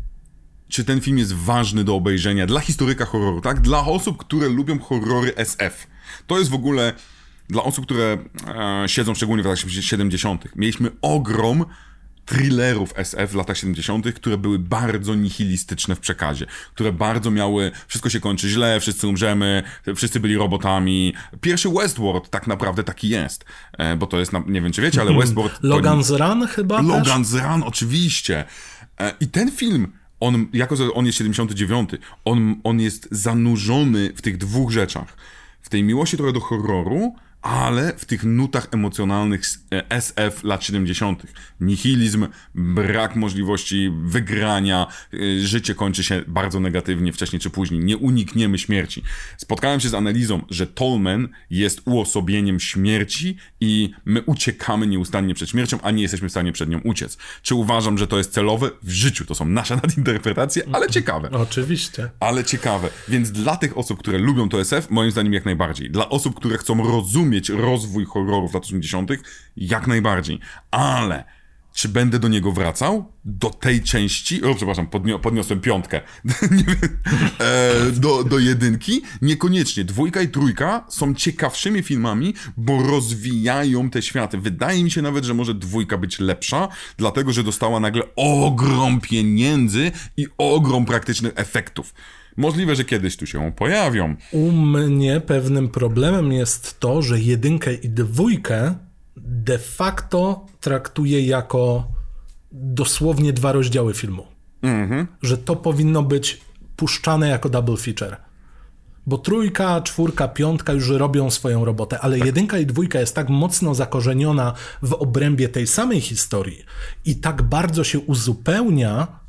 czy ten film jest ważny do obejrzenia dla historyka horroru, tak? Dla osób, które lubią horrory S F. To jest w ogóle dla osób, które e, siedzą szczególnie w latach siedemdziesiątych. Mieliśmy ogrom thrillerów S F w latach siedemdziesiątych, które były bardzo nihilistyczne w przekazie, które bardzo miały, wszystko się kończy źle, wszyscy umrzemy, wszyscy byli robotami. Pierwszy Westworld tak naprawdę taki jest, bo to jest, nie wiem czy wiecie, ale Westworld... Logan's Run chyba Logan's Run, oczywiście. I ten film, on, jako że on jest siedemdziesiąty dziewiąty, on, on jest zanurzony w tych dwóch rzeczach. W tej miłości trochę do horroru, ale w tych nutach emocjonalnych S F lat siedemdziesiątych. Nihilizm, brak możliwości wygrania, życie kończy się bardzo negatywnie wcześniej czy później, nie unikniemy śmierci. Spotkałem się z analizą, że Tolman jest uosobieniem śmierci i my uciekamy nieustannie przed śmiercią, a nie jesteśmy w stanie przed nią uciec. Czy uważam, że to jest celowe? W życiu to są nasze nadinterpretacje, ale ciekawe. Oczywiście. Ale ciekawe. Więc dla tych osób, które lubią to S F, moim zdaniem jak najbardziej. Dla osób, które chcą rozumieć mieć rozwój horrorów lat osiemdziesiątych, jak najbardziej. Ale czy będę do niego wracał? Do tej części? O, przepraszam, podnio- podniosłem piątkę. Nie wiem, e, do, do jedynki? Niekoniecznie. Dwójka i trójka są ciekawszymi filmami, bo rozwijają te światy. Wydaje mi się nawet, że może dwójka być lepsza, dlatego, że dostała nagle ogrom pieniędzy i ogrom praktycznych efektów. Możliwe, że kiedyś tu się pojawią. U mnie pewnym problemem jest to, że jedynkę i dwójkę de facto traktuję jako dosłownie dwa rozdziały filmu. Mm-hmm. Że to powinno być puszczane jako double feature. Bo trójka, czwórka, piątka już robią swoją robotę, ale jedynka i dwójka jest tak mocno zakorzeniona w obrębie tej samej historii i tak bardzo się uzupełnia,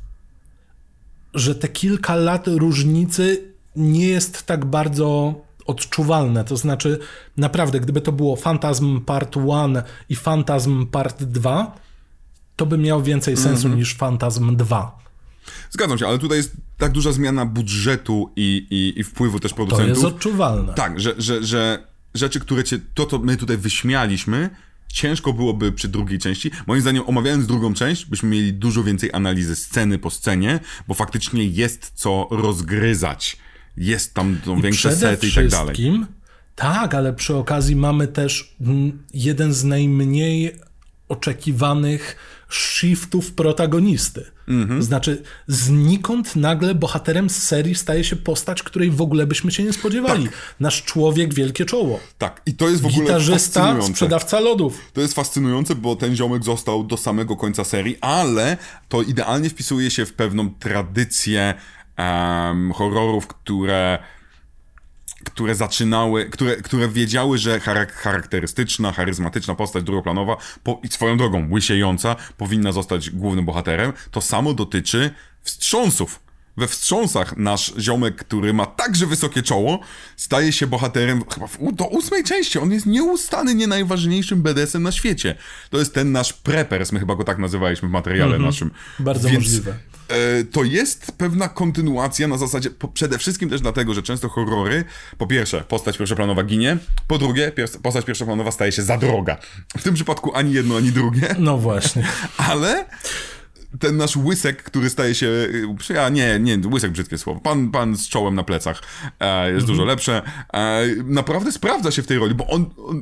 że te kilka lat różnicy nie jest tak bardzo odczuwalne. To znaczy, naprawdę, gdyby to było Phantasm Part jeden i Phantasm Part dwa, to by miał więcej sensu mm-hmm. niż Phantasm dwa. Zgadzam się, ale tutaj jest tak duża zmiana budżetu i, i, i wpływu też producentów. To jest odczuwalne. Tak, że, że, że rzeczy, które cię, to, to my tutaj wyśmialiśmy, ciężko byłoby przy drugiej części. Moim zdaniem, omawiając drugą część, byśmy mieli dużo więcej analizy sceny po scenie, bo faktycznie jest co rozgryzać. Jest tam I większe sety i tak dalej. Tak, ale przy okazji mamy też jeden z najmniej oczekiwanych shiftów protagonisty. Mm-hmm. Znaczy, znikąd nagle bohaterem z serii staje się postać, której w ogóle byśmy się nie spodziewali. Tak. Nasz człowiek wielkie czoło. Tak, i to jest w ogóle gitarzysta, fascynujące. Sprzedawca lodów. To jest fascynujące, bo ten ziomek został do samego końca serii, ale to idealnie wpisuje się w pewną tradycję um, horrorów, które które zaczynały, które, które wiedziały, że charak- charakterystyczna, charyzmatyczna postać drugoplanowa po, i swoją drogą łysiejąca powinna zostać głównym bohaterem. To samo dotyczy wstrząsów. We wstrząsach nasz ziomek, który ma także wysokie czoło, staje się bohaterem chyba w, do ósmej części. On jest nieustanny, nie najważniejszym B D S-em na świecie. To jest ten nasz preppers, my chyba go tak nazywaliśmy w materiale mm-hmm. naszym. Bardzo Więc, możliwe. E, to jest pewna kontynuacja na zasadzie, po, przede wszystkim też dlatego, że często horrory, po pierwsze, postać pierwszoplanowa ginie, po drugie, pier- postać pierwszoplanowa staje się za droga. W tym przypadku ani jedno, ani drugie. No właśnie. Ale ten nasz łysek, który staje się... A nie, nie, łysek brzydkie słowo. Pan, pan z czołem na plecach e, jest mm-hmm. dużo lepsze. E, naprawdę sprawdza się w tej roli, bo on, on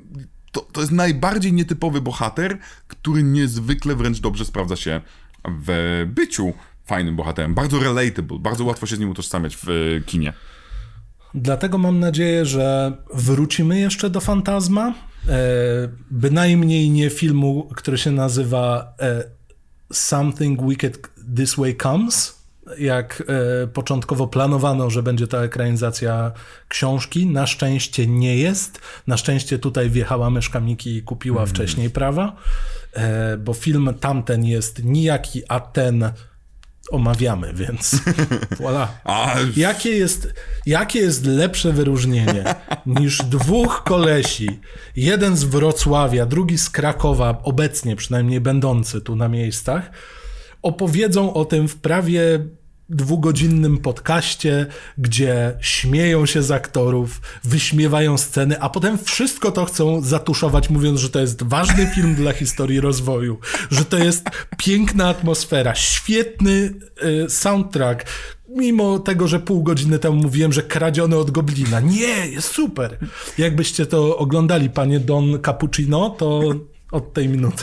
to, to jest najbardziej nietypowy bohater, który niezwykle wręcz dobrze sprawdza się w byciu fajnym bohaterem. Bardzo relatable, bardzo łatwo się z nim utożsamiać w kinie. Dlatego mam nadzieję, że wrócimy jeszcze do Fantazma. E, bynajmniej nie filmu, który się nazywa e, Something Wicked This Way Comes, jak e, początkowo planowano, że będzie ta ekranizacja książki. Na szczęście nie jest. Na szczęście tutaj wjechała myszka Miki i kupiła mm. wcześniej prawa, e, bo film tamten jest nijaki, a ten omawiamy, więc voilà. Jakie jest, jakie jest lepsze wyróżnienie niż dwóch kolesi, jeden z Wrocławia, drugi z Krakowa, obecnie przynajmniej będący tu na miejscach, opowiedzą o tym w prawie dwugodzinnym podcaście, gdzie śmieją się z aktorów, wyśmiewają sceny, a potem wszystko to chcą zatuszować, mówiąc, że to jest ważny film dla historii rozwoju, że to jest piękna atmosfera, świetny y, soundtrack, mimo tego, że pół godziny temu mówiłem, że kradziony od Goblina. Nie, jest super. Jakbyście to oglądali, panie Don Cappuccino, to od tej minuty.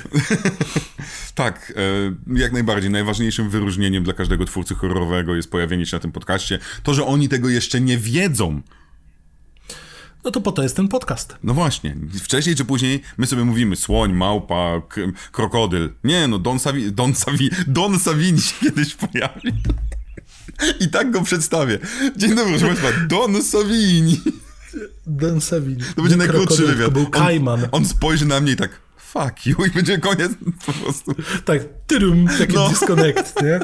Tak, jak najbardziej. Najważniejszym wyróżnieniem dla każdego twórcy horrorowego jest pojawienie się na tym podcaście. To, że oni tego jeszcze nie wiedzą. No to po to jest ten podcast. No właśnie. Wcześniej czy później my sobie mówimy słoń, małpa, k- krokodyl. Nie, no Don Savi, Don Savi, Don Savini się kiedyś pojawi. I tak go przedstawię. Dzień dobry, proszę Państwa. Don Savini. Don Savini. To będzie najkrótszy wywiad. To był Kajman. On, on spojrzy na mnie i tak fuck you i będzie koniec po prostu. Tak, tyrum, taki no. disconnect, nie?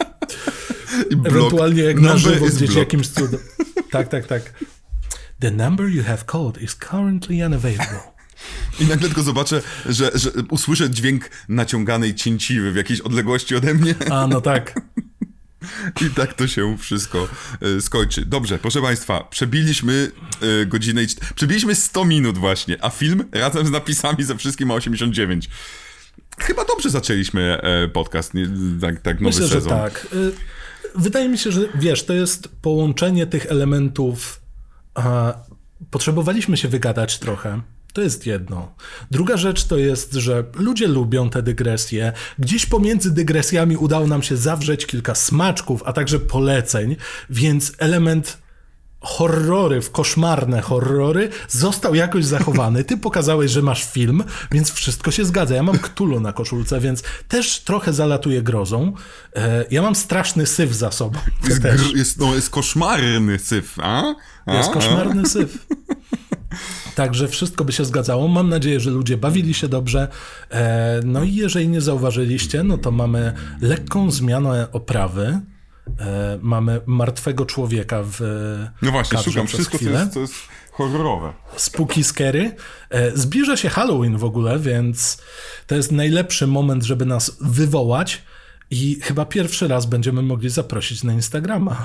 I blok. Ewentualnie jak na żywo gdzieś jakimś cudem. Tak, tak, tak. The number you have called is currently unavailable. I nagle tylko zobaczę, że, że usłyszę dźwięk naciąganej cięciwy w jakiejś odległości ode mnie. A, no tak. I tak to się wszystko y, skończy. Dobrze, proszę Państwa, przebiliśmy y, godzinę i... Przebiliśmy sto minut właśnie, a film razem z napisami ze wszystkim ma osiemdziesiąt dziewięć. Chyba dobrze zaczęliśmy y, podcast, nie, tak, tak nowy Myślę, sezon. Że tak. Y, wydaje mi się, że wiesz, to jest połączenie tych elementów. A, potrzebowaliśmy się wygadać trochę. To jest jedno. Druga rzecz to jest, że ludzie lubią te dygresje. Gdzieś pomiędzy dygresjami udało nam się zawrzeć kilka smaczków, a także poleceń, więc element horrory, w koszmarne horrory został jakoś zachowany. Ty pokazałeś, że masz film, więc wszystko się zgadza. Ja mam Cthulhu na koszulce, więc też trochę zalatuję grozą. Ja mam straszny syf za sobą. Jest, gr- jest, no, jest koszmarny syf, a? a? Jest koszmarny syf. Także wszystko by się zgadzało. Mam nadzieję, że ludzie bawili się dobrze. No i jeżeli nie zauważyliście, no to mamy lekką zmianę oprawy. Mamy martwego człowieka w No właśnie, szukam przez wszystko, co jest, co jest horrorowe. Spooky scary. Zbliża się Halloween w ogóle, więc to jest najlepszy moment, żeby nas wywołać. I chyba pierwszy raz będziemy mogli zaprosić na Instagrama.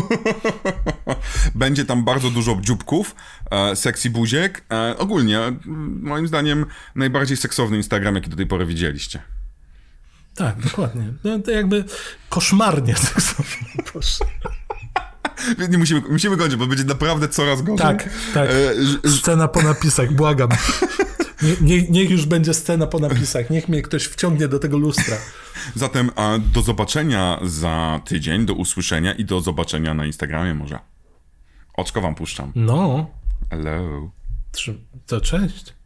Będzie tam bardzo dużo dzióbków, e, sexy buziek. E, ogólnie, moim zdaniem, najbardziej seksowny Instagram, jaki do tej pory widzieliście. Tak, dokładnie. No to jakby koszmarnie seksowny. Nie musimy, musimy kończyć, bo będzie naprawdę coraz gorzej. Tak, tak. E, Scena po napisach, błagam. Nie, nie, niech już będzie scena po napisach. Niech mnie ktoś wciągnie do tego lustra. Zatem a, do zobaczenia za tydzień, do usłyszenia i do zobaczenia na Instagramie może. Oczko wam puszczam. No. Hello. To cześć.